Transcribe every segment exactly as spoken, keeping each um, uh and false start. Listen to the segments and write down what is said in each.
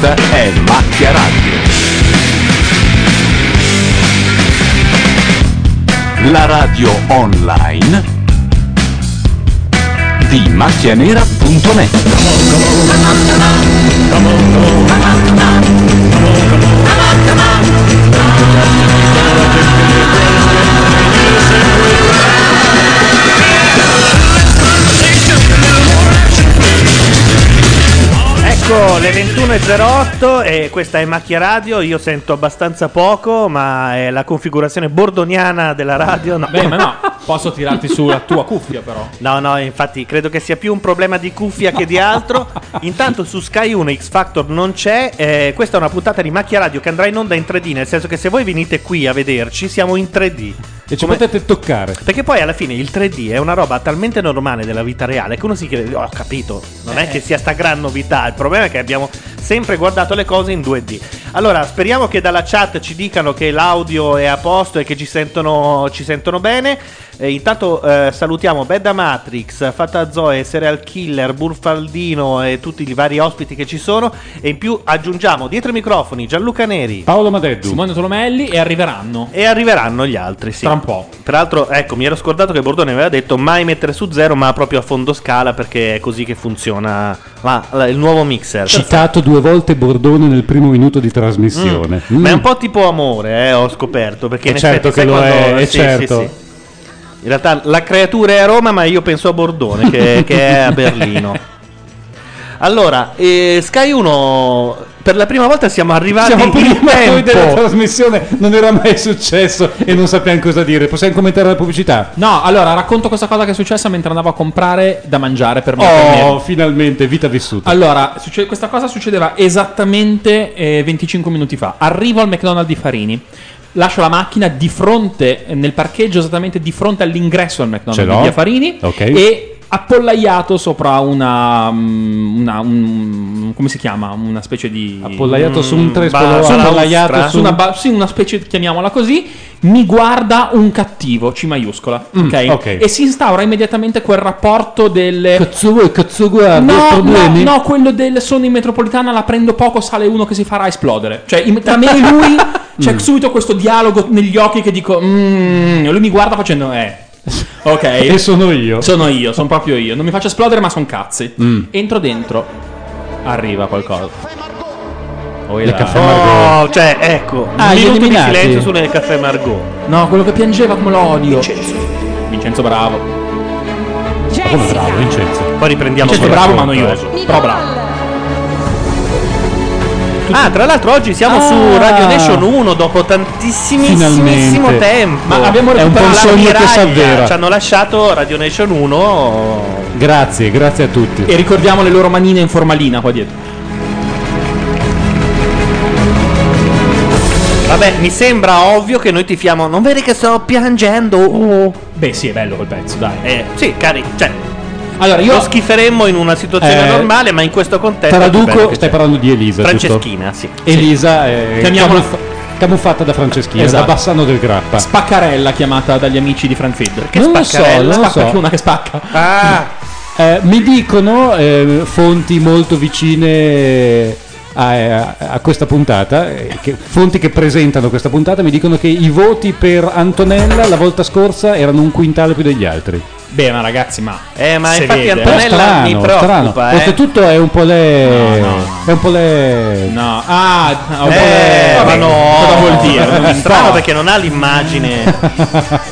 Questa è Macchia Radio. La radio online di macchianera punto net. Ecco le ventuno e zero otto e questa è Macchia Radio. Io sento abbastanza poco, ma è la configurazione bordoniana della radio. No. Beh, ma no, posso tirarti sulla tua cuffia però. No, no, infatti credo che sia più un problema di cuffia che di altro. Intanto su Sky uno X Factor non c'è. eh, Questa è una puntata di Macchia Radio che andrà in onda in tre D, nel senso che se voi venite qui a vederci siamo in tre D e ci potete toccare, perché poi alla fine il tre D è una roba talmente normale della vita reale che uno si chiede: ho capito, non è che sia sta gran novità. Il problema è che abbiamo sempre guardato le cose in due D. Allora speriamo che dalla chat ci dicano che l'audio è a posto e che ci sentono, ci sentono bene. E intanto eh, salutiamo Bedda Matrix, Fata Zoe, Serial Killer, Burfaldino e tutti i vari ospiti che ci sono. E in più aggiungiamo dietro i microfoni Gianluca Neri, Paolo Madeddu, Simone Tolomelli, e arriveranno. E arriveranno gli altri, sì. Tra un po'. Peraltro, ecco, mi ero scordato che Bordone aveva detto mai mettere su zero, ma proprio a fondo scala, perché è così che funziona la, la, il nuovo mixer. Citato due volte Bordone nel primo minuto di trasmissione. Mm. Mm. Ma è un po' tipo amore, eh, ho scoperto. Perché è in certo effetti, che lo quando... è, è sì, certo. Sì, sì. In realtà la creatura è a Roma, ma io penso a Bordone, che, che è a Berlino. Allora, eh, Sky uno, per la prima volta siamo arrivati Siamo in prima tempo. noi della trasmissione, non era mai successo e non sappiamo cosa dire. Possiamo commentare la pubblicità? No, allora racconto questa cosa che è successa mentre andavo a comprare da mangiare per me. Oh, finalmente, vita vissuta. Allora, succe- questa cosa succedeva esattamente eh, venticinque minuti fa. Arrivo al McDonald's di Farini. Lascio la macchina di fronte, nel parcheggio esattamente di fronte all'ingresso al McDonald's di via Farini, okay. E appollaiato sopra una, una un, come si chiama? Una specie di appollaiato su un ba- trespolo, appollaiato su una, ba- sì, una specie, chiamiamola così. Mi guarda un cattivo, C maiuscola, Mm, okay? ok. E si instaura immediatamente quel rapporto del Cazzo vuoi, cazzo guarda, no, problemi? no, no, quello del sono in metropolitana, la prendo poco, sale uno che si farà esplodere. Cioè, in- tra me e lui c'è Mm. subito questo dialogo negli occhi che dico mm, e lui mi guarda facendo eh ok. E sono io. Sono io, sono proprio io. Non mi faccio esplodere, ma sono cazzi. Mm. Entro dentro, arriva qualcosa. Oh, Le caffè Oh, Margot. cioè, ecco, Ah, un gli minuto di eliminati. silenzio sulle caffè Margot. No, quello che piangeva come lo odio. Vincenzo bravo. Ma come bravo, Vincenzo? Poi riprendiamo Vincenzo con bravo il ma racconto, noioso. eh. Però bravo. Ah, tra l'altro oggi siamo Ah. su Radio Nation uno dopo tantissimissimo Finalmente. tempo. Ma abbiamo È un po' un recuperato sogno che L'ammiraglia, s'avvera. ci hanno lasciato Radio Nation uno. Grazie, grazie a tutti. E ricordiamo le loro manine in formalina qua dietro. Vabbè, mi sembra ovvio che noi tifiamo. Non vedi che sto piangendo? Oh. Beh, sì, è bello quel pezzo, dai. Eh, sì, cari, cioè, Allora, io lo schiferemmo in una situazione Eh, normale, ma in questo contesto è più bello Traduco, che stai c'è. parlando di Elisa, Franceschina, sì. giusto? Elisa è Chiamiamola- camuffa- camuffata da Franceschina, Esatto. da Bassano del Grappa. Spaccarella chiamata dagli amici di Frank Feed. Che non lo so, spaccarella? non lo Spacca so. una che spacca. Ah, Eh, mi dicono eh, fonti molto vicine a, a- a questa puntata, eh, che- fonti che presentano questa puntata, mi dicono che i voti per Antonella la volta scorsa erano un quintale più degli altri. Beh, ma ragazzi, ma eh, ma se infatti vede, Però Antonella strano, mi strano. preoccupa, eh. Oltretutto è un po' le... No, no. È un po' le... no. Ah, un po' Eh, le- ma vabbè, no, cosa vuol dire? È strano perché non ha l'immagine.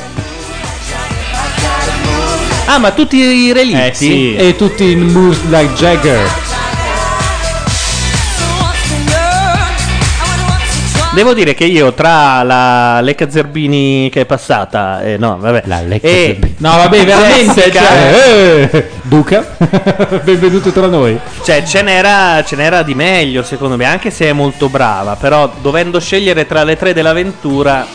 Ah, ma tutti i relitti? Eh, sì. E tutti in moves like Jagger. Devo dire che io tra la Lecca Zerbini che è passata, eh, no, vabbè, La Lecca e Zerbini. No, vabbè, veramente, Jessica, cioè- Eh, Duca, benvenuto tra noi. cioè ce n'era, ce n'era di meglio secondo me, anche se è molto brava, però dovendo scegliere tra le tre dell'avventura.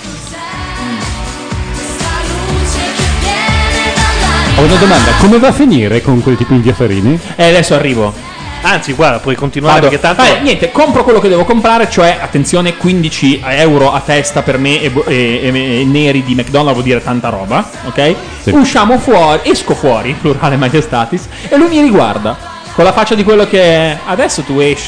Ho una domanda, come va a finire con quel tipo in via Farini? Eh, adesso arrivo. Anzi, guarda, puoi continuare Vado. perché tanto Vabbè, niente, compro quello che devo comprare, cioè, attenzione, quindici euro a testa per me e, bo- e- e- e neri di McDonald's, vuol dire tanta roba, ok? Sì. Usciamo fuori, esco fuori, plurale majestatis, e lui mi riguarda con la faccia di quello che è, adesso tu esci.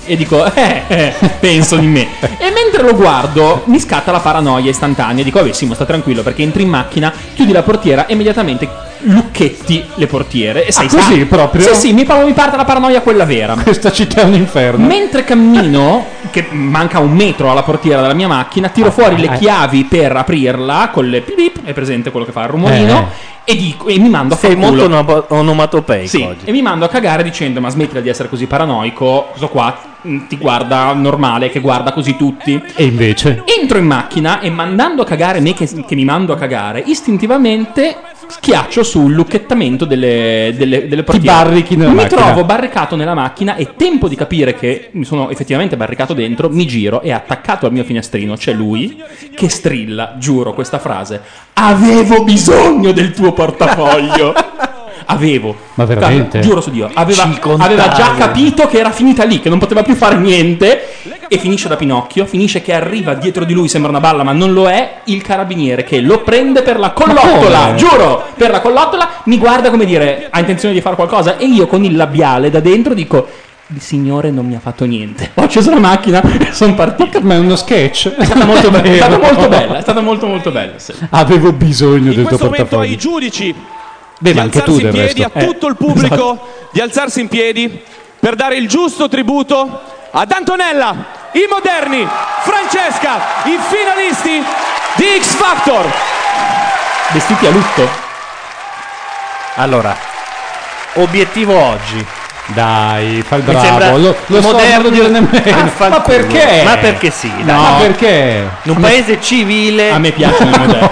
E dico, eh, eh, penso di me. E mentre lo guardo, mi scatta la paranoia istantanea. Dico, vabbè, Simo, sta tranquillo, perché entri in macchina, chiudi la portiera e immediatamente lucchetti le portiere. E sei ah, così sano. proprio? Sì, sì, mi, mi parte la paranoia quella vera. Questa città è un inferno. Mentre cammino, che manca un metro alla portiera della mia macchina, tiro fuori le chiavi per aprirla con le pip pip, è presente quello che fa il rumorino, eh. e, dico, e mi mando a Sei far culo. molto onomatopeico sì, oggi. E mi mando a cagare dicendo, ma smettila di essere così paranoico, questo qua ti guarda normale, che guarda così tutti. E invece? Entro in macchina e mandando a cagare me che, che mi mando a cagare, istintivamente schiaccio sul lucchettamento delle, delle, delle portiere. Ti barrichi nella mi macchina. Mi trovo barricato nella macchina e tempo di capire che mi sono effettivamente barricato dentro, mi giro e attaccato al mio finestrino c'è lui che strilla, giuro, questa frase: avevo bisogno del tuo portafoglio. Avevo, ma veramente? Giuro su Dio, aveva, aveva già capito che era finita lì, che non poteva più fare niente. E finisce da Pinocchio, finisce che arriva dietro di lui, sembra una balla ma non lo è, il carabiniere che lo prende per la collottola, giuro, per la collottola, mi guarda come dire, ha intenzione di fare qualcosa, e io con il labiale da dentro dico: il signore non mi ha fatto niente. Ho acceso la macchina e sono partito. Ma è uno sketch. È stata molto bella, è stata molto bella, è stata molto molto bella, sì. Avevo bisogno in del tuo portafoglio. In questo momento ai giudici Beh, di alzarsi tu in piedi, resto. a tutto eh, il pubblico esatto. di alzarsi in piedi per dare il giusto tributo ad Antonella, i Moderni, Francesca, i finalisti di X Factor. Vestiti a lutto. Allora, obiettivo oggi. Dai, fa il Mi bravo. sembra Lo, lo moderno so, dire nemmeno. Ah, ma perché? Ma perché sì? Dai. No, ma perché? In un paese civile. A me piacciono i moderni.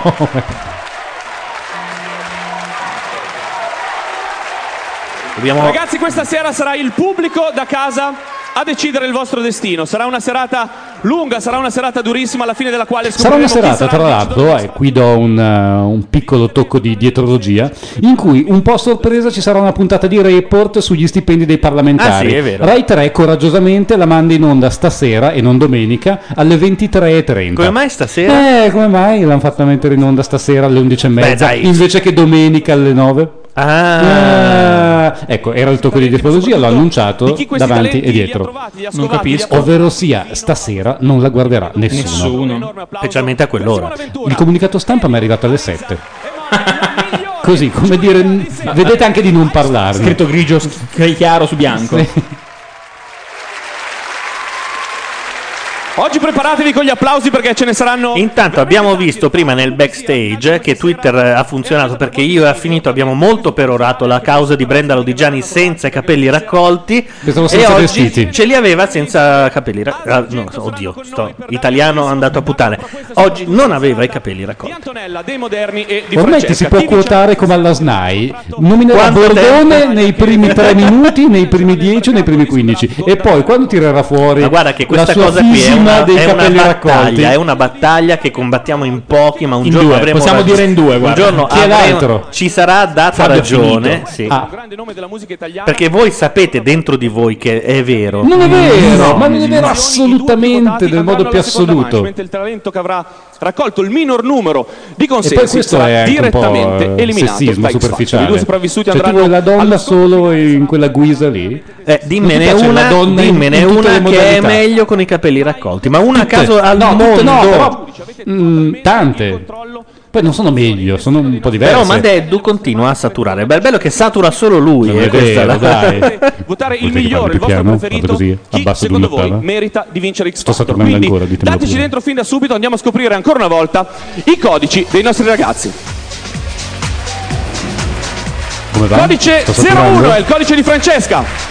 Dobbiamo... Ragazzi, questa sera sarà il pubblico da casa a decidere il vostro destino. Sarà una serata lunga, sarà una serata durissima, alla fine della quale sarà una serata, sarà tra l'altro, e qui do un, uh, un piccolo tocco di dietrologia, in cui un po' sorpresa ci sarà una puntata di report sugli stipendi dei parlamentari. Ah, sì, è vero. Rai tre coraggiosamente la manda in onda stasera e non domenica alle ventitré e trenta. Come mai stasera? Eh, come mai l'hanno fatta mettere in onda stasera alle undici e mezza Beh, invece che domenica alle nove? Ah. Ah, ecco, era il tocco di dietrologia, l'ho annunciato davanti e dietro. Non capisco. Ovvero sia, stasera non la guarderà nessuno. Nessuno. Specialmente a quell'ora. Il comunicato stampa mi è arrivato alle sette. Così, come dire, vedete anche di non parlarne. Scritto grigio sch- chiaro su bianco. Sì. Oggi preparatevi con gli applausi perché ce ne saranno. Intanto abbiamo visto prima nel backstage che Twitter ha funzionato perché io e Affinito abbiamo molto perorato la causa di Brenda Lodigiani senza i capelli raccolti. Pensavo senza e oggi vestiti. ce li aveva senza capelli raccolti. No, oddio, sto italiano andato a puttane. Oggi non aveva i capelli raccolti. Antonella, dei Moderni e di Ormai ti Francesca. si può Chi vince- quotare come alla S N A I. Nominerà Quanto Bordone tempo? nei primi tre minuti, nei primi dieci o nei primi quindici. E poi quando tirerà fuori Ma guarda che questa la sua cosa qui è fisima una, dei è una capelli raccolti. battaglia, è una battaglia che combattiamo in pochi, ma un In giorno due, avremo possiamo ragione. dire in due, Un guarda. giorno Chi è avremo- l'altro? ci sarà data Fabio ragione, Finito. sì. Ah. grande nome della musica italiana. Perché voi sapete dentro di voi che è vero. Non è vero, No, ma non è vero I due assolutamente votati nel modo andranno più alla seconda manche, assoluto. mentre il talento che avrà raccolto il minor numero di E consensi poi questo sarà è anche un po' direttamente eh, eliminato sessismo da X Factor. superficiale. I due sopravvissuti Cioè tu andranno vuoi la donna allo solo in quella guisa lì? Eh, dimmene Non ti piace una, la donna in- dimmene in tutte una le che è modalità? meglio con i capelli raccolti, ma una a caso al no, mondo. tutte no, però mm, tante. Poi non sono meglio, sono un po' diverse. Però Madeddu continua a saturare. Beh, il bello è che satura solo lui. Non eh, è questa è vero, la- dai. votare il Volete che migliore, parli il più vostro piano? preferito. Vado così, Chi abbasso secondo due voi ottave. merita di vincere X Sto Factor? saturando Quindi ancora, ditemelo dateci pure. dentro fin da subito, andiamo a scoprire ancora una volta i codici dei nostri ragazzi. Come va? Codice Sto zero saturando? uno è il codice di Francesca.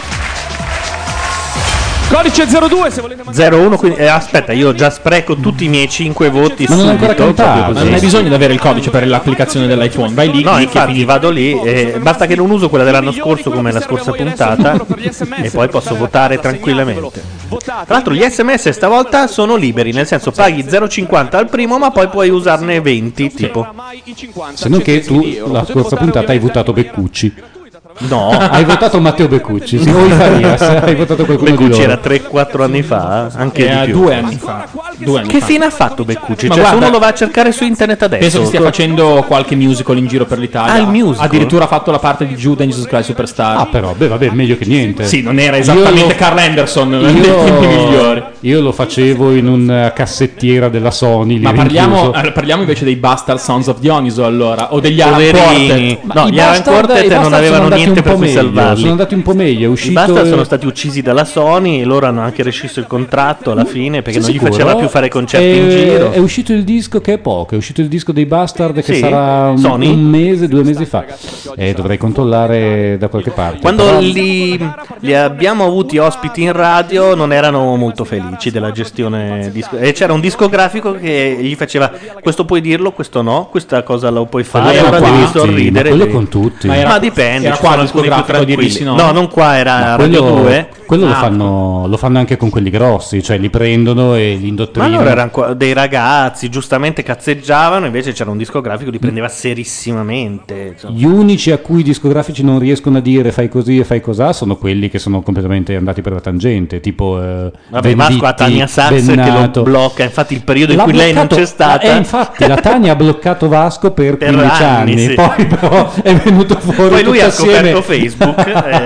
Codice zero due se volete mandare. zero uno, quindi, eh, aspetta, io già spreco tutti i miei cinque voti. Ma non hai ancora subito, cantato. proprio Ma così. non hai bisogno di avere il codice per l'applicazione dell'iPhone. Vai lì, No, clicchi e infatti finisci. vado lì, eh, basta che non uso quella dell'anno scorso come la scorsa puntata e poi posso votare tranquillamente. Tra l'altro gli sms stavolta sono liberi, nel senso paghi zero virgola cinquanta al primo ma poi puoi usarne venti, tipo. Se non che tu la scorsa puntata hai votato Beccucci. No. Hai votato Matteo Beccucci, sì, o i Farias, hai votato qualcuno di Beccucci loro. era tre quattro anni fa, anche Era di più. due anni fa. Due anni Che fa. fine ha fatto Beccucci? Ma Cioè, se guarda, uno lo va a cercare su internet adesso. Penso che stia facendo qualche musical in giro per l'Italia. Ah, il musical? Addirittura ha fatto la parte di Jude in Jesus Christ Superstar. Ah, però, beh, vabbè, meglio che niente. Sì, non era esattamente Io lo- Carl Anderson Io, dei tempi migliori. io lo facevo in una cassettiera della Sony. lì Ma parliamo, rinchiuso. eh, parliamo invece dei Bastard Sons of Dioniso, allora, o degli Alan Poverini. Quartet. No, I gli Alan Bastard- Quartet i non Bastard avevano sono andati niente un per po' cui meglio, salvarli. sono andati un po' meglio. È I uscito Bastard sono stati uccisi dalla Sony e loro hanno anche rescisso il contratto alla fine perché Sei non gli sicuro? faceva più fare concerti È- in giro. È uscito il disco che è poco, è uscito il disco dei Bastard che Sì? sarà un, Sony? un mese, due mesi fa. E dovrei controllare da qualche parte. Quando Però- li, li abbiamo avuti ospiti in radio non erano molto felici della gestione disco- e c'era un discografico che gli faceva questo puoi dirlo, questo no, questa cosa lo puoi fare, Quello ora qua, devi sì, sorridere. ma quello devi- con tutti. Ma era- Ma dipende, era ci qua sono il alcuni più discografico di tranquilli. dirsi no? No, non qua, era Ma Radio quello, due. quello lo, Ah. fanno, lo fanno anche con quelli grossi, cioè li prendono e li Ma indottrinano. allora erano qua- dei ragazzi, giustamente cazzeggiavano, invece c'era un discografico che li prendeva serissimamente. insomma. Gli unici a cui i discografici non riescono a dire fai così e fai cosà sono quelli che sono completamente andati per la tangente, tipo eh, Vabbè, Vasco ha Tania Sachs che lo Bennato. blocca, infatti il periodo in L'ha cui lei non bloccato- c'è stata. Eh, infatti la Tania ha bloccato Vasco per, Per quindici anni, anni, sì. poi però è venuto fuori Poi lui tutto ha assieme. scoperto Facebook,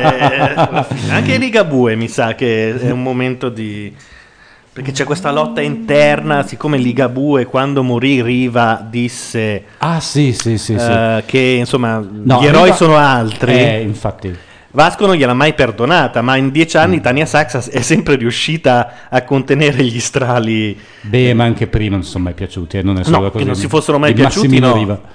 eh, anche Ligabue mi sa che è un momento di... Perché c'è questa lotta interna, siccome Ligabue quando morì Riva disse Ah sì sì sì, sì. eh, che insomma No, gli eroi Riva- sono altri. Eh, infatti. Vasco non gliel'ha mai perdonata, ma in dieci anni Tania Sachs è sempre riuscita a contenere gli strali. Beh, ma anche prima non sono mai piaciuti, eh, non è solo No, la che cosa non di- si fossero mai di piaciuti, Massimino no. Riva.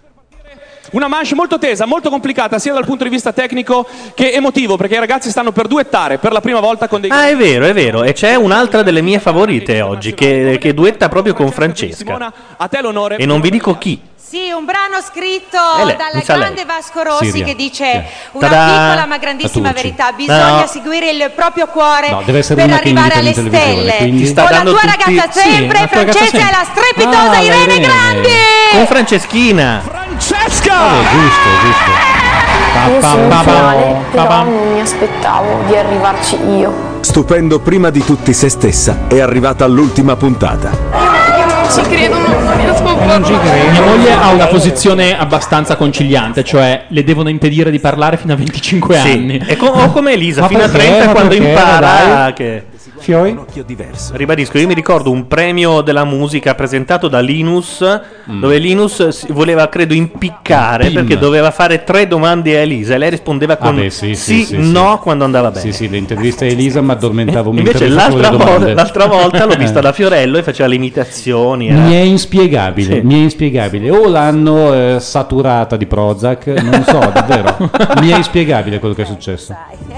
Una manche molto tesa, molto complicata sia dal punto di vista tecnico che emotivo, perché i ragazzi stanno per duettare per la prima volta con dei... Ah, è vero, è vero. E c'è un'altra delle mie favorite oggi, che, che duetta proprio con Francesca. Simona, a te l'onore. E non vi dico chi. Sì, un brano scritto È lei, dal mi sa grande lei. Vasco Rossi Siria. che dice Sì. una Ta-da! piccola ma grandissima Fattucci. verità, bisogna No. seguire il proprio cuore No, deve essere per una che arrivare invitano alle in televisione, stelle. quindi- Ti sta Con la dando tua tutti- ragazza Sì, sempre, la tua ragazza Francesca e sempre. la strepitosa Ah, Irene Irene. Grandi. Con Franceschina. Francesca! Eh, giusto, giusto. Io sono pa, pa, uguale, però pa. non mi aspettavo di arrivarci io. Stupendo prima di tutti se stessa, è arrivata all'ultima puntata. Io non ci credo, non, non riesco a parlare. Mia moglie ha una posizione abbastanza conciliante, cioè le devono impedire di parlare fino a venticinque Sì. anni. E co- o come Elisa, Ma fino a perché? trenta Ma quando perché? impara Dai. che... Fioi? Occhio diverso. Ribadisco, io mi ricordo un premio della musica presentato da Linus, dove Linus si- voleva, credo, impiccare Pim. perché doveva fare tre domande a Elisa e lei rispondeva con Ah, beh, sì, sì, sì, no sì. quando andava bene. Sì, sì, le interviste a Elisa mi addormentavo mentre Invece facevo le l'altra, vo- domande. l'altra volta l'ho vista Eh. da Fiorello e faceva le imitazioni. era- Mi è inspiegabile, Sì. mi è inspiegabile. O l'hanno eh, saturata di Prozac, non so, davvero. Mi è inspiegabile quello che è successo.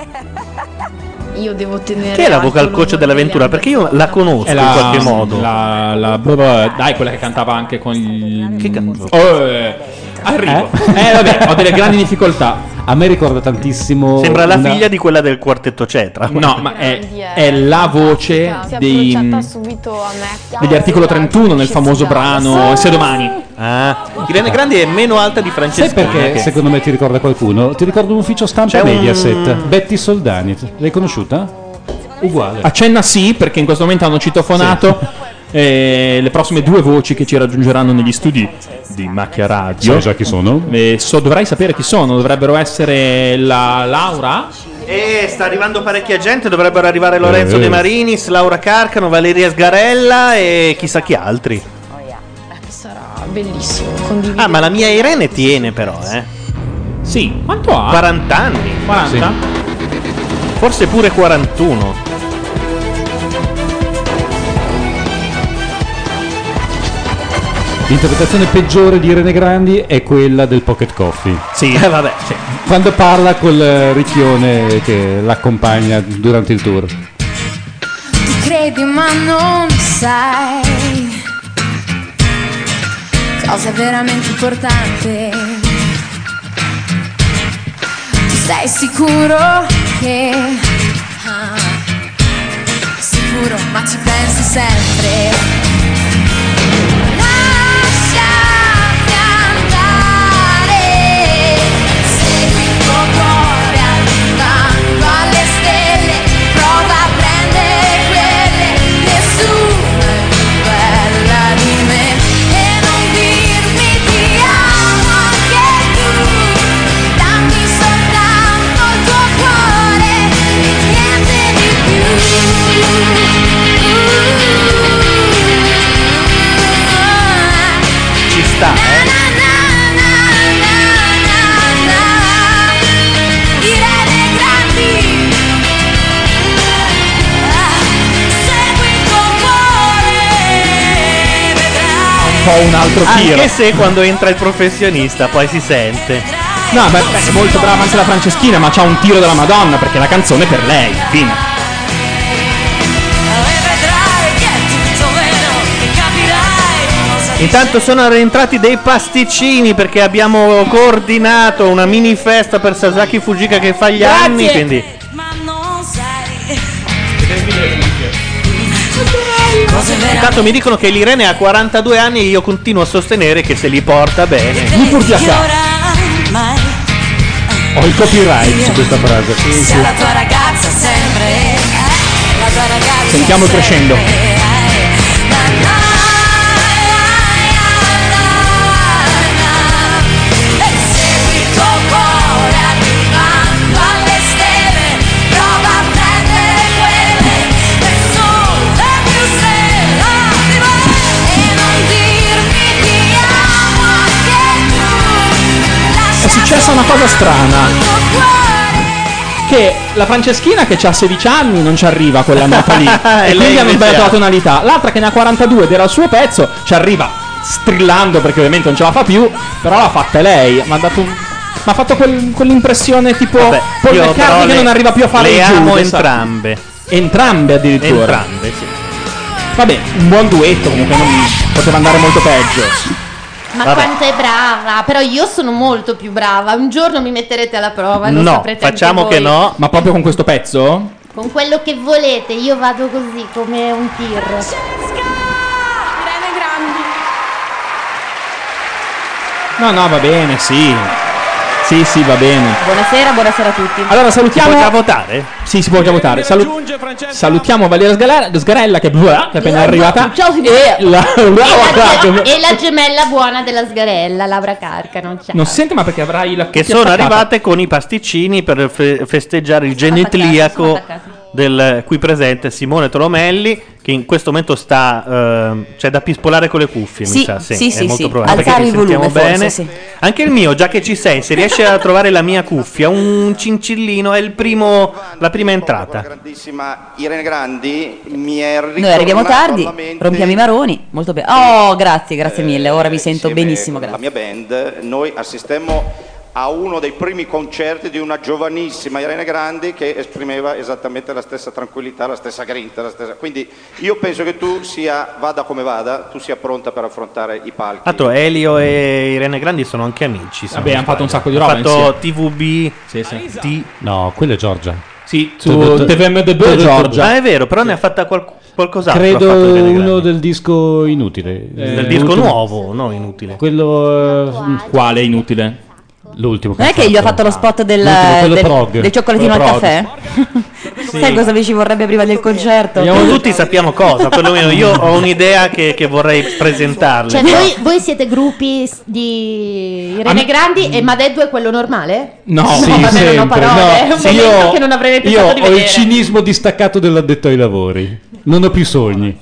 Io devo tenere. Che è la alto vocal coach l'onore dell'avventura? delle Perché io la conosco È in la, qualche modo. la, la- blah, blah, dai, quella che cantava anche con il. Che cazzo? Oh, eh, arrivo. Eh? vabbè, ho delle grandi difficoltà. A me ricorda tantissimo. Sembra la una- figlia di quella del quartetto Cetra. No, ma è, grandi è la voce Si è dei, approcciata subito a me. degli articolo trentuno nel famoso brano Se domani. Ah, Irene Grandi è meno alta di Sai Francesca. perché secondo me ti ricorda qualcuno? Ti ricorda un ufficio stampa C'è un- Mediaset. Betty Soldani, l'hai conosciuta? Uguale. Accenna sì, perché in questo momento hanno citofonato eh, le prossime due voci che ci raggiungeranno negli studi di Macchia Radio. Sai già chi sono? Eh, so, dovrai sapere chi sono, dovrebbero essere la Laura. E sta arrivando parecchia gente, dovrebbero arrivare Lorenzo Eh. De Marinis, Laura Carcano, Valeria Sgarella e chissà chi altri. Sarà bellissimo. Condividere. Ah, ma la mia Irene tiene però, eh. Sì, quanto ha? quaranta anni. quaranta? Forse pure quarantuno. L'interpretazione peggiore di Irene Grandi è quella del Pocket Coffee. Sì, Eh, vabbè. sì. Quando parla col eh, ricchione che l'accompagna durante il tour. Tu credi ma non sai cosa è veramente importante. Tu sei sicuro che ah, sicuro ma ci pensi sempre. Lasciami andare, segui il tuo cuore. po' un altro tiro. Anche se quando entra il professionista poi si sente. No, beh, beh, è molto brava anche la Franceschina, ma c'ha un tiro della Madonna perché la canzone è per lei. Fine. Intanto sono rientrati dei pasticcini perché abbiamo coordinato una mini festa per Sasaki Fujika che fa gli Grazie. anni, quindi intanto mi dicono che l'Irene ha quarantadue anni e io continuo a sostenere che se li porta bene. Mi porti a casa. Ho il copyright su questa frase. Sì, sì. La tua ragazza sempre, la tua ragazza Sentiamo il crescendo. È successa una cosa strana, che la Franceschina che ha sedici anni non ci arriva a quella nota lì e E lei quindi hanno invece sbagliato ha- la tonalità. L'altra che ne ha quarantadue ed era il suo pezzo ci arriva strillando perché ovviamente non ce la fa più, però l'ha fatta lei. Mi ha dato un... mi ha fatto quel- quell'impressione tipo Vabbè, Paul io McCartney però che le- non arriva più a fare le il amo Jude, sa- entrambe. Entrambe addirittura. Entrambe, sì. Vabbè, un buon duetto comunque, non poteva andare molto peggio. Ma Vabbè. quanto è brava, però io sono molto più brava. Un giorno mi metterete alla prova, lo No, saprete anche facciamo voi. che no. Ma proprio con questo pezzo? Con quello che volete, io vado così come un tir. Irene Grandi. No, no, va bene, sì. Sì, sì, va bene. Buonasera, buonasera a tutti. Allora salutiamo. Si può già votare? Sì, si può già votare. Salu- salutiamo Valeria Sgala- Sgarella che, che è appena arrivata. Ciao, E la, E la, e la gemella buona della Sgarella, Laura Carcano. Ciao. non si sente, ma perché avrai la Che cuffia sono attaccata. arrivate con i pasticcini per fe- festeggiare il genitliaco sono attaccati. del qui presente Simone Tolomelli, che in questo momento sta ehm, c'è da pispolare con le cuffie, mi Sì, sa, sì, sì, è sì, molto sì. probabile Alzare perché il ci sentiamo volume, bene. forse, sì. Anche il mio, già che ci sei, se riesci a trovare la mia cuffia, un cincillino è il primo la prima entrata. Grandissima Irene Grandi mi è Noi arriviamo ritornato tardi, alla mente rompiamo i maroni, molto bene. Oh, grazie, grazie mille, ora mi sento insieme benissimo, con grazie. la mia band. Noi assistemmo a uno dei primi concerti di una giovanissima Irene Grandi che esprimeva esattamente la stessa tranquillità, la stessa grinta, la stessa... quindi io penso che tu sia, vada come vada, tu sia pronta per affrontare i palchi. Tanto Elio e Irene Grandi sono anche amici. se Vabbè, non hanno fatto un sbaglio. sacco di roba Hanno fatto insieme. T V B. Sì, sì. T- No, quella è Giorgia. Sì, su T V M D B Giorgia. Ah, è vero, però ne ha fatta qual- qualcos'altro. ha Credo fatto Irene Grandi. uno del disco Inutile. Del Eh, disco l'ultimo- nuovo, no inutile. Quello eh, Quale inutile? l'ultimo. Non è che gli ho fatto lo spot del, L'ultimo, quello del, prog. del cioccolatino al Quello prog. caffè? Sai cosa mi ci vorrebbe prima del concerto? Non tutti sappiamo cosa, perlomeno io ho un'idea che, che vorrei presentarle. Cioè, voi, voi siete gruppi s- di Irene A me- Grandi e Madeddu è quello normale? No, No, sì, vabbè, non ho sempre. parole, è un sì, momento io, che non avrei io pensato di ho vedere. il cinismo distaccato dell'addetto ai lavori. Non ho più sogni.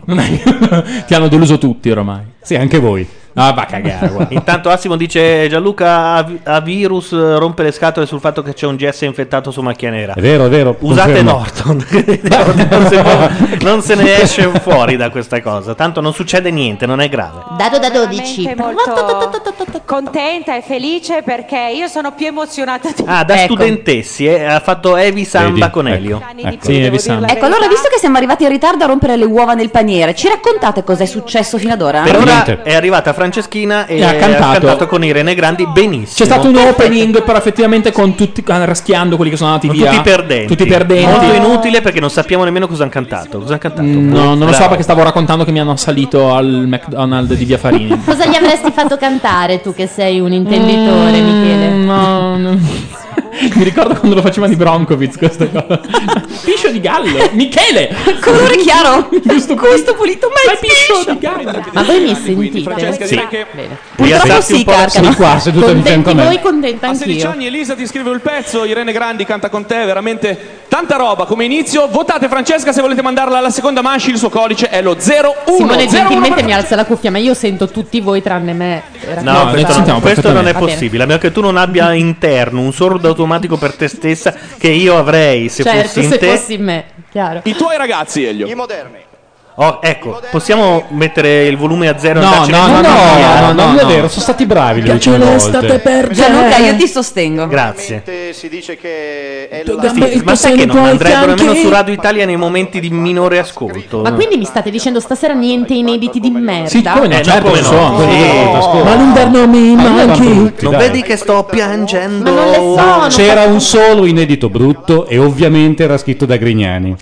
Ti hanno deluso tutti ormai. Sì, anche voi. Ah, va a cagare, guarda. Intanto Assimo dice Gianluca ha, vi- ha virus, rompe le scatole sul fatto che c'è un G S infettato su macchia nera. È vero, è vero. Usate confermo. Norton. non, se può- non se ne esce fuori da questa cosa. Tanto non succede niente, non è grave. Dado da dodici. Veramente molto contenta e felice perché io sono più emozionata di Ah, da Ecco. studentessi, eh, ha fatto Evi Samba Vedi, con ecco. Elio. anni di Ecco. più, Sì, devo Evi dire la Samba. Ecco, allora verità. visto che siamo arrivati in ritardo a rompere le uova nel paniere, ci raccontate cosa è successo fino ad ora? Per ora niente. è arrivata Franceschina e, E ha cantato. con Irene Grandi benissimo. C'è stato un opening, però effettivamente con tutti raschiando quelli che sono andati Con via. tutti perdenti. Tutti perdenti. Molto inutile perché non sappiamo nemmeno cosa hanno cantato. Cosa hanno cantato? Mm, No, non lo so Bravo. perché stavo raccontando che mi hanno assalito al McDonald's di Via Farini. Cosa gli avresti fatto cantare tu che sei un intenditore, Michele? Mm, No, no. Mi ricordo quando lo faceva di Bronkovic questa cosa. Piscio di gallo. Michele! Colore chiaro, Giusto gusto pulito, ma Ma è è piscio piscio. di gallo. Ma voi mi sentite? Francesca, Sì. direi che Bene. Purtroppo Rialzarsi sì, un po' la- Carcano. Sei qua, seduta di fianco Contenti a me. voi, contenta a sedici anch'io. anni Elisa ti scrive il pezzo, Irene Grandi canta con te, veramente tanta roba come inizio. Votate Francesca se volete mandarla alla seconda manche, il suo codice è lo zero uno. Simone zero uno gentilmente per mi alza la cuffia, ma io sento tutti voi tranne me. No, No, questo, sentiamo questo non è perfettamente. Va bene. possibile. A meno che tu non abbia interno un sordo automatico per te stessa, che io avrei se Certo, fossi in se te. fossi me, chiaro. I tuoi ragazzi, Elio. I moderni. Oh, ecco, possiamo mettere il volume a zero? e No, andarcene no, su? no, no, no, no, non è no. vero, sono stati bravi le ultime volte. Gianluca, io ti sostengo. Grazie. Si dice che è Ma, la... sì, ma sai che non andrebbero nemmeno su Radio Italia nei momenti di minore ascolto? Ma quindi mi state dicendo stasera niente inediti di merda? Sì, come no, Eh, certo come che no. sono. Sì. Sì. Ma l'inverno mi manchi. Non vedi che sto piangendo? Ma non le sono. C'era un solo inedito brutto e ovviamente era scritto da Grignani.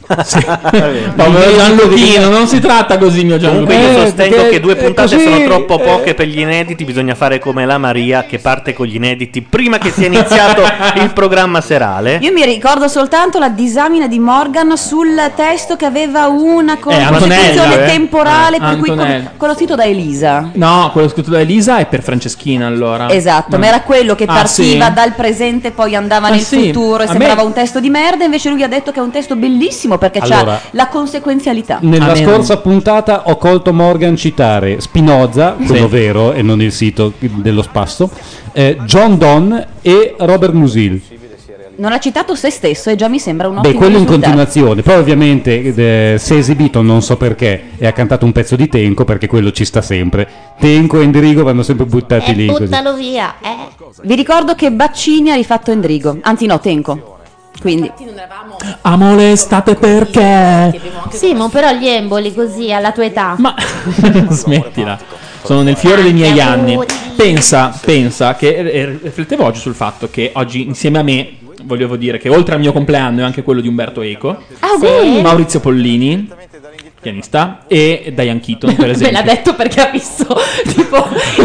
Povero Gianluchino, non si tratta così, mio Gianluchino. Comunque io Eh, sostengo perché che due è puntate così, sono troppo eh. poche per gli inediti, bisogna fare come la Maria che parte con gli inediti prima che sia iniziato il programma serale. Io mi ricordo soltanto la disamina di Morgan sul testo che aveva una co- Eh, Antonella, prosecuzione eh. temporale, Eh, per cui Antonella. con- quello scritto da Elisa. No, quello scritto da Elisa è per Franceschina allora. Esatto, Mm. ma era quello che Ah, partiva sì? dal presente e poi andava Ah, nel sì? futuro e A sembrava me- un testo di merda, invece lui ha detto che è un testo bellissimo perché Allora, c'ha la conseguenzialità. Nella A me scorsa puntata ho colto Morgan citare Spinoza, quello Sì. vero e non il sito dello spasso, eh, John Donne e Robert Musil. Non ha citato se stesso e già mi sembra un Beh, ottimo quello in risultato. continuazione. Poi ovviamente eh, si è esibito, non so perché, e ha cantato un pezzo di Tenco, perché quello ci sta sempre. Tenco e Endrigo vanno sempre buttati Eh, lì. così. buttalo via, eh. Vi ricordo che Baccini ha rifatto Endrigo, anzi no, Tenco. Quindi Ha molestate perché? Simo, però gli emboli così alla tua età. Ma smettila. Sono nel fiore dei miei anni. Pensa, pensa che eh, riflettevo oggi sul fatto che oggi insieme a me volevo dire che oltre al mio compleanno è anche quello di Umberto Eco, Auguri. Maurizio Pollini, pianista, e Diane Keaton, per Me esempio. l'ha detto perché ha visto tipo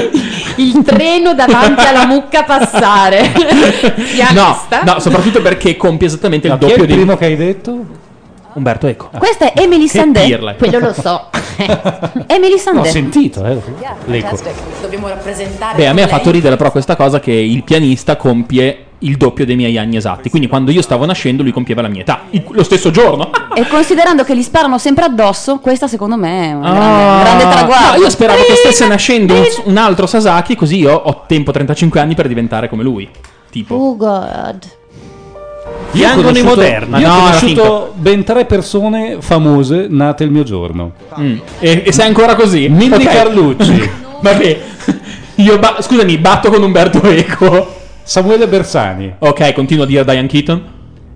il treno davanti alla mucca passare. No, Pianista. no, soprattutto perché compie esattamente No, il chi è doppio il di primo che hai detto? Umberto Eco. questa è Emily Che Sandé. pirla. Quello lo so. Emily L'ho Sandé. sentito, eh. L'eco. Dobbiamo rappresentare. Beh, a me ha con fatto lei. ridere però questa cosa che il pianista compie il doppio dei miei anni esatti. Quindi quando io stavo nascendo lui compieva la mia età. Il- lo stesso giorno. E considerando che gli sparano sempre addosso, questa secondo me è un Ah. grande, un grande traguardo. No, io speravo che stesse nascendo un, un altro Sasaki, così io ho tempo trentacinque anni per diventare come lui. Tipo. Oh god. Io ho Piangono i conosciuto- moderni. Io ho No, era conosciuto ben tre persone famose nate il mio giorno. Mm. E, e sei ancora così? Milly Ok. Carlucci, Vabbè. Io ba- scusami, batto con Umberto Eco. Samuele Bersani Ok, continuo a dire Diane Keaton.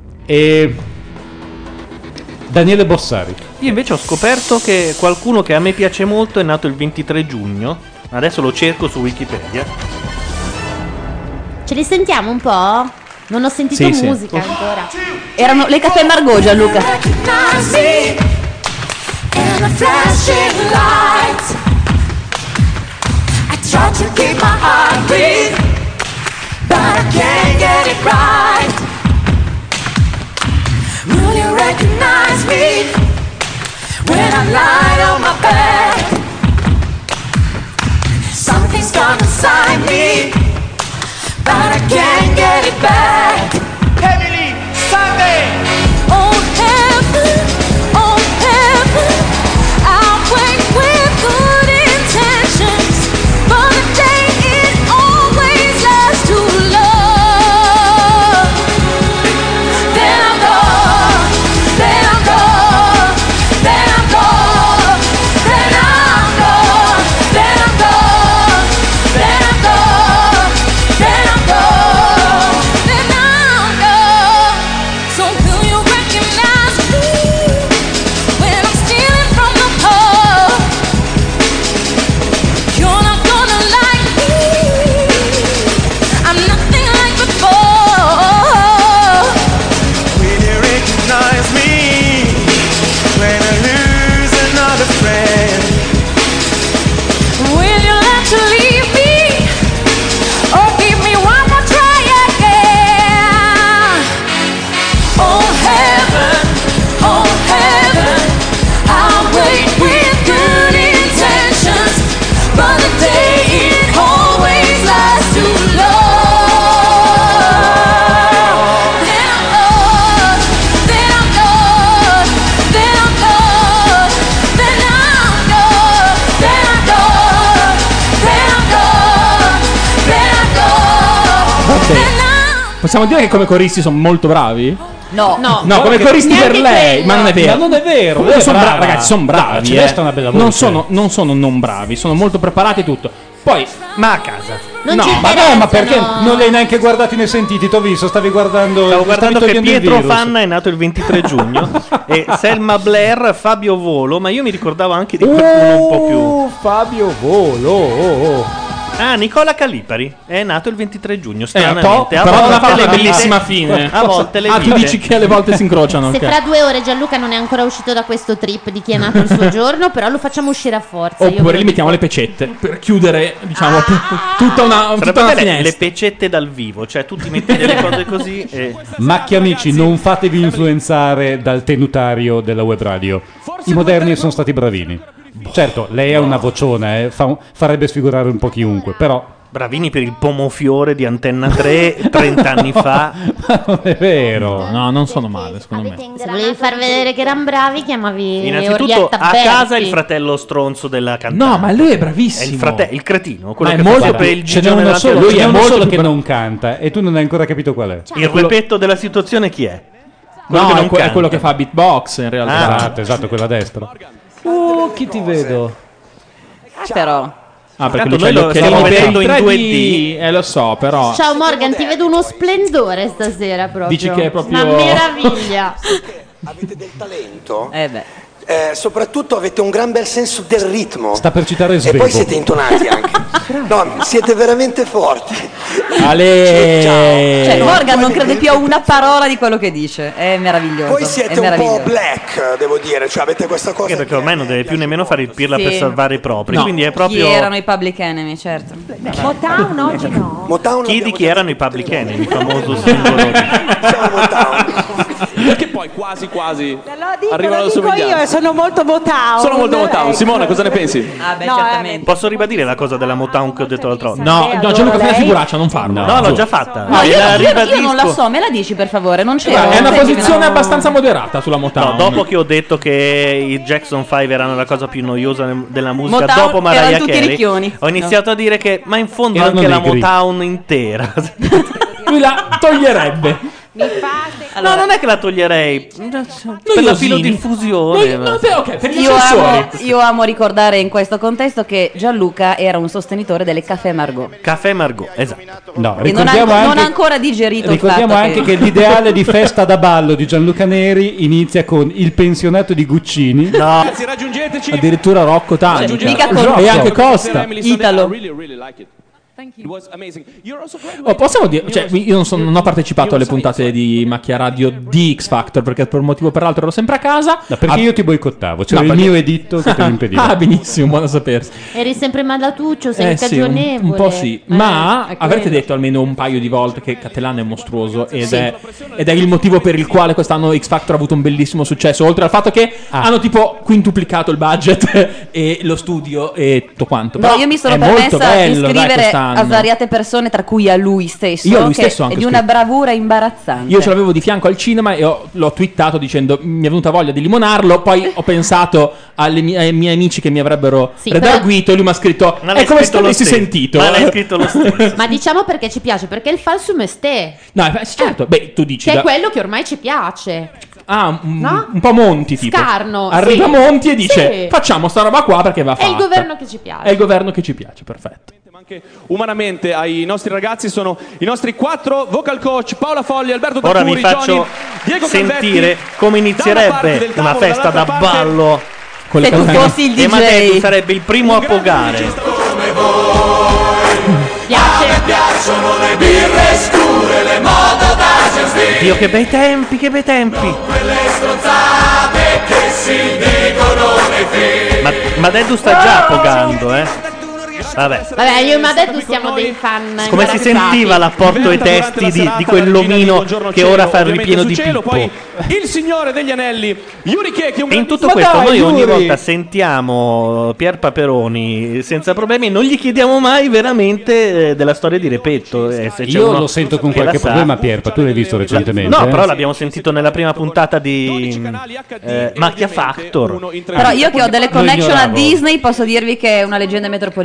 e Daniele Bossari. Io invece ho scoperto che qualcuno che a me piace molto è nato il ventitré giugno. Adesso lo cerco su Wikipedia. Ce li sentiamo un po'? Non ho sentito Sì, sì. musica ancora. Erano le caffè Margot, Gianluca. Recognize me in the flashing lights. I try to keep my heart beat, but I can't get it right. Will you recognize me when I lie on my bed? Something's gone inside me, but I can't get it back. Emily Sandé. Oh heaven, oh heaven, I'll wait with good intentions, but the day it always lasts too long. Then I'm gone, then I'm gone, then I'm gone, then I'm gone, then I'm gone, then I'm gone, then I'm gone, then I'm gone. So will you recognize me when I'm stealing from the pub? You're not gonna like me, I'm nothing like before. Will you recognize me when I lose another friend? Will you learn to leave me or give me one more try again? Oh heaven, oh heaven, I'll wait with good intentions, but the day it always lasts too long. Then I'm gone, then I'm gone, then I'm gone, then I'm gone, then I'm gone, then I'm gone, then I'm gone, Ok. then I'm Possiamo dire che come coristi sono molto bravi? No, no, No, come coristi per neanche lei, quello. ma non è vero. Ma non è vero, Comunque lei è sono brava. bravi, ragazzi, sono bravi. Dai, eh. Celeste ha una bella voce. Non sono, non sono non bravi, sono molto preparati e tutto. Poi, ma a casa. Non no, ci Ma no, ma perché interessano. non li hai neanche guardati né sentiti? T'ho visto, stavi guardando. Stavo guardando stavi che togliendo il Pietro virus. Fanna è nato il ventitré giugno e Selma Blair, Fabio Volo, ma io mi ricordavo anche di qualcuno un po' più. Oh, Fabio Volo. oh, oh. Ah, Nicola Calipari è nato il ventitré giugno. eh, Stranamente, to- a però non ha volte fatto le una vite- bellissima fine. A volte le Ah, tu vite- dici che alle volte si incrociano. Se ok. fra due ore Gianluca non è ancora uscito da questo trip di chi è nato il suo giorno, però lo facciamo uscire a forza. Io ve Oppure lo li mettiamo le pecette per chiudere, diciamo, tutta una, Sarebbe tutta una belle le finestra. pecette dal vivo, cioè tu ti metti delle cose così e... Macchia amici, non fatevi influenzare dal tenutario della web radio. I moderni sono stati bravini. Certo, lei ha una vociona, eh, fa- farebbe sfigurare un po' chiunque, però Bravini per il pomofiore di Antenna tre trenta anni fa. non è vero. No, non sono male, secondo me. Se volevi far vedere che erano bravi, chiamavi Innanzitutto Orietta a Berti. casa il fratello stronzo della cantante. No, ma lui è È bravissimo. il, frate- il cretino, quello Ma è che molto fa sempre più- il Ce n'è gigione uno davanti solo, alla lui tele. è uno molto solo più che bra- non canta e tu non hai ancora capito qual è. Il repetto della situazione chi è? Quello No, che è, non que- è canta. quello che fa beatbox in realtà. Ah. Esatto, esatto, quella a destra. Oh, chi ti vedo? Però. Ah, perché Tanto lui c'ha noi gli lo occhialini stiamo per vedendo il in tre D. due D. Eh, lo so, però. Ciao Morgan, ti vedo uno splendore stasera proprio. Dici che è proprio- Una meraviglia. Avete del talento? Eh beh. Eh, soprattutto avete un gran bel senso del ritmo. Sta per citare E Svevo. poi siete intonati anche. No, siete veramente forti. Ale. Cioè, Morgan non crede più a una parola di quello che dice. È meraviglioso. Voi è siete un meraviglioso. po' black, devo dire, cioè avete questa cosa. Anche perché ormai non deve più nemmeno fare il pirla Sì. per salvare i propri. No. Quindi è Chi proprio. erano i public enemy, certo. Motown oggi no. Motown Chi di abbiamo chi erano i Public Enemy, il famoso simbolo. Che poi quasi quasi Te lo dico, arrivano lo alla dico io somiglianza. e sono molto Motown. Sono molto Motown. Ecco. Simone, cosa ne pensi? Ah, beh, No, certamente. Posso ribadire la cosa della Motown che ho detto l'altra volta? No, no, Gianluca, fai una lei- figuraccia, non farlo. No, l'ho giuro. già fatta. No, io, La io- io non ribadisco. la so, me la dici per favore, non c'ero. Guarda, è una Senti, posizione no. abbastanza moderata sulla Motown. No, dopo che ho detto che i Jackson cinque erano la cosa più noiosa ne- della musica, Motown dopo Mariah erano tutti Carey, ricchioni. ho iniziato a dire che, ma in fondo Erano anche la negri. Motown intera. Lui la toglierebbe. Mi fate. No, non è che la toglierei. Per la Noiosini. filodiffusione. No, no, per- ok, per gli Io ascensori. amo, io amo ricordare in questo contesto che Gianluca era un sostenitore delle Café Margot. Caffè Margot, esatto. No, E non ha, ricordiamo non anche, ha ancora digerito ricordiamo il fatto anche che l'ideale di festa da ballo di Gianluca Neri inizia con il pensionato di Guccini. No, Ragazzi, raggiungeteci. Addirittura Rocco Tanica. Mica con- E anche Costa. Italo. I really, really like it. It was amazing. You're also Oh, possiamo dire, cioè, io non, sono- non ho partecipato alle puntate di Macchia Radio di X Factor perché per un motivo o per l'altro ero sempre a casa. No, perché Ah, io ti boicottavo, c'era no, il perché- mio editto che te lo impediva. Ah, benissimo, buono a sapersi. Eri sempre malatuccio, sei Eh, sì, un, cagionevole. un po' sì, Eh, ma è avrete quello. detto almeno un paio di volte che Cattelan è mostruoso ed, Sì. è, ed è il motivo per il quale quest'anno X Factor ha avuto un bellissimo successo, oltre al fatto che Ah. hanno tipo quintuplicato il budget e lo studio e tutto quanto. No, Però io mi sono è molto permessa di bello, dai, scrivere quest'anno. a svariate persone, tra cui a lui stesso, Io a lui che stesso ho è anche di una scritto. bravura imbarazzante. Io ce l'avevo di fianco al cinema e ho- l'ho twittato dicendo mi è venuta voglia di limonarlo, poi ho pensato alle mie- ai miei amici che mi avrebbero Sì, redarguito e lui mi ha scritto Ma è l'hai come se scritto lo avessi stesso. sentito. Ma l'hai scritto lo stesso. Ma diciamo perché ci piace, perché il falsum esté, No, eh, certo, beh, tu dici che da- è quello che ormai ci piace. Ah, un, No? un po' Monti tipo. Scarno, Arriva sì. Monti e dice Sì. facciamo sta roba qua perché va È fatta. il governo che ci piace. È il governo che ci piace, perfetto. Ma anche umanamente ai nostri ragazzi sono i nostri quattro vocal coach Paola Fogli, Alberto ora Taccuri, vi faccio Johnny, Diego sentire Calvetti. come Da una parte inizierebbe del una tavolo, festa da dall'altra parte- ballo. Con le Se tu catene. fossi il E Madeddu D J. sarebbe il primo a pogare. Piace. Piacciono le birre scure, le moda da Jasmine, Dio, che bei tempi, che bei tempi. quelle strozzate che si dicono nei film. Ma Madeddu sta già pogando, eh. Vabbè. Vabbè, io e Madeddu siamo dei fan. Come si imbarazzati. sentiva l'apporto ai testi di, di quell'omino che ora fa il ripieno di Pippo? Poi il signore degli anelli, Yuri Keki, un E in tutto Ma questo dai, noi ogni Yuri! volta sentiamo Pier Paperoni senza problemi e non gli chiediamo mai veramente eh, della storia di Repetto. eh, se c'è Io uno lo sento con che la qualche sa. problema, Pierpa, tu l'hai visto recentemente? No, eh? però l'abbiamo sentito nella prima puntata di eh, Macchia Factor. Però io che ho delle Lo connection a ignoravo. Disney posso dirvi che è una leggenda metropolitana. No, no, no,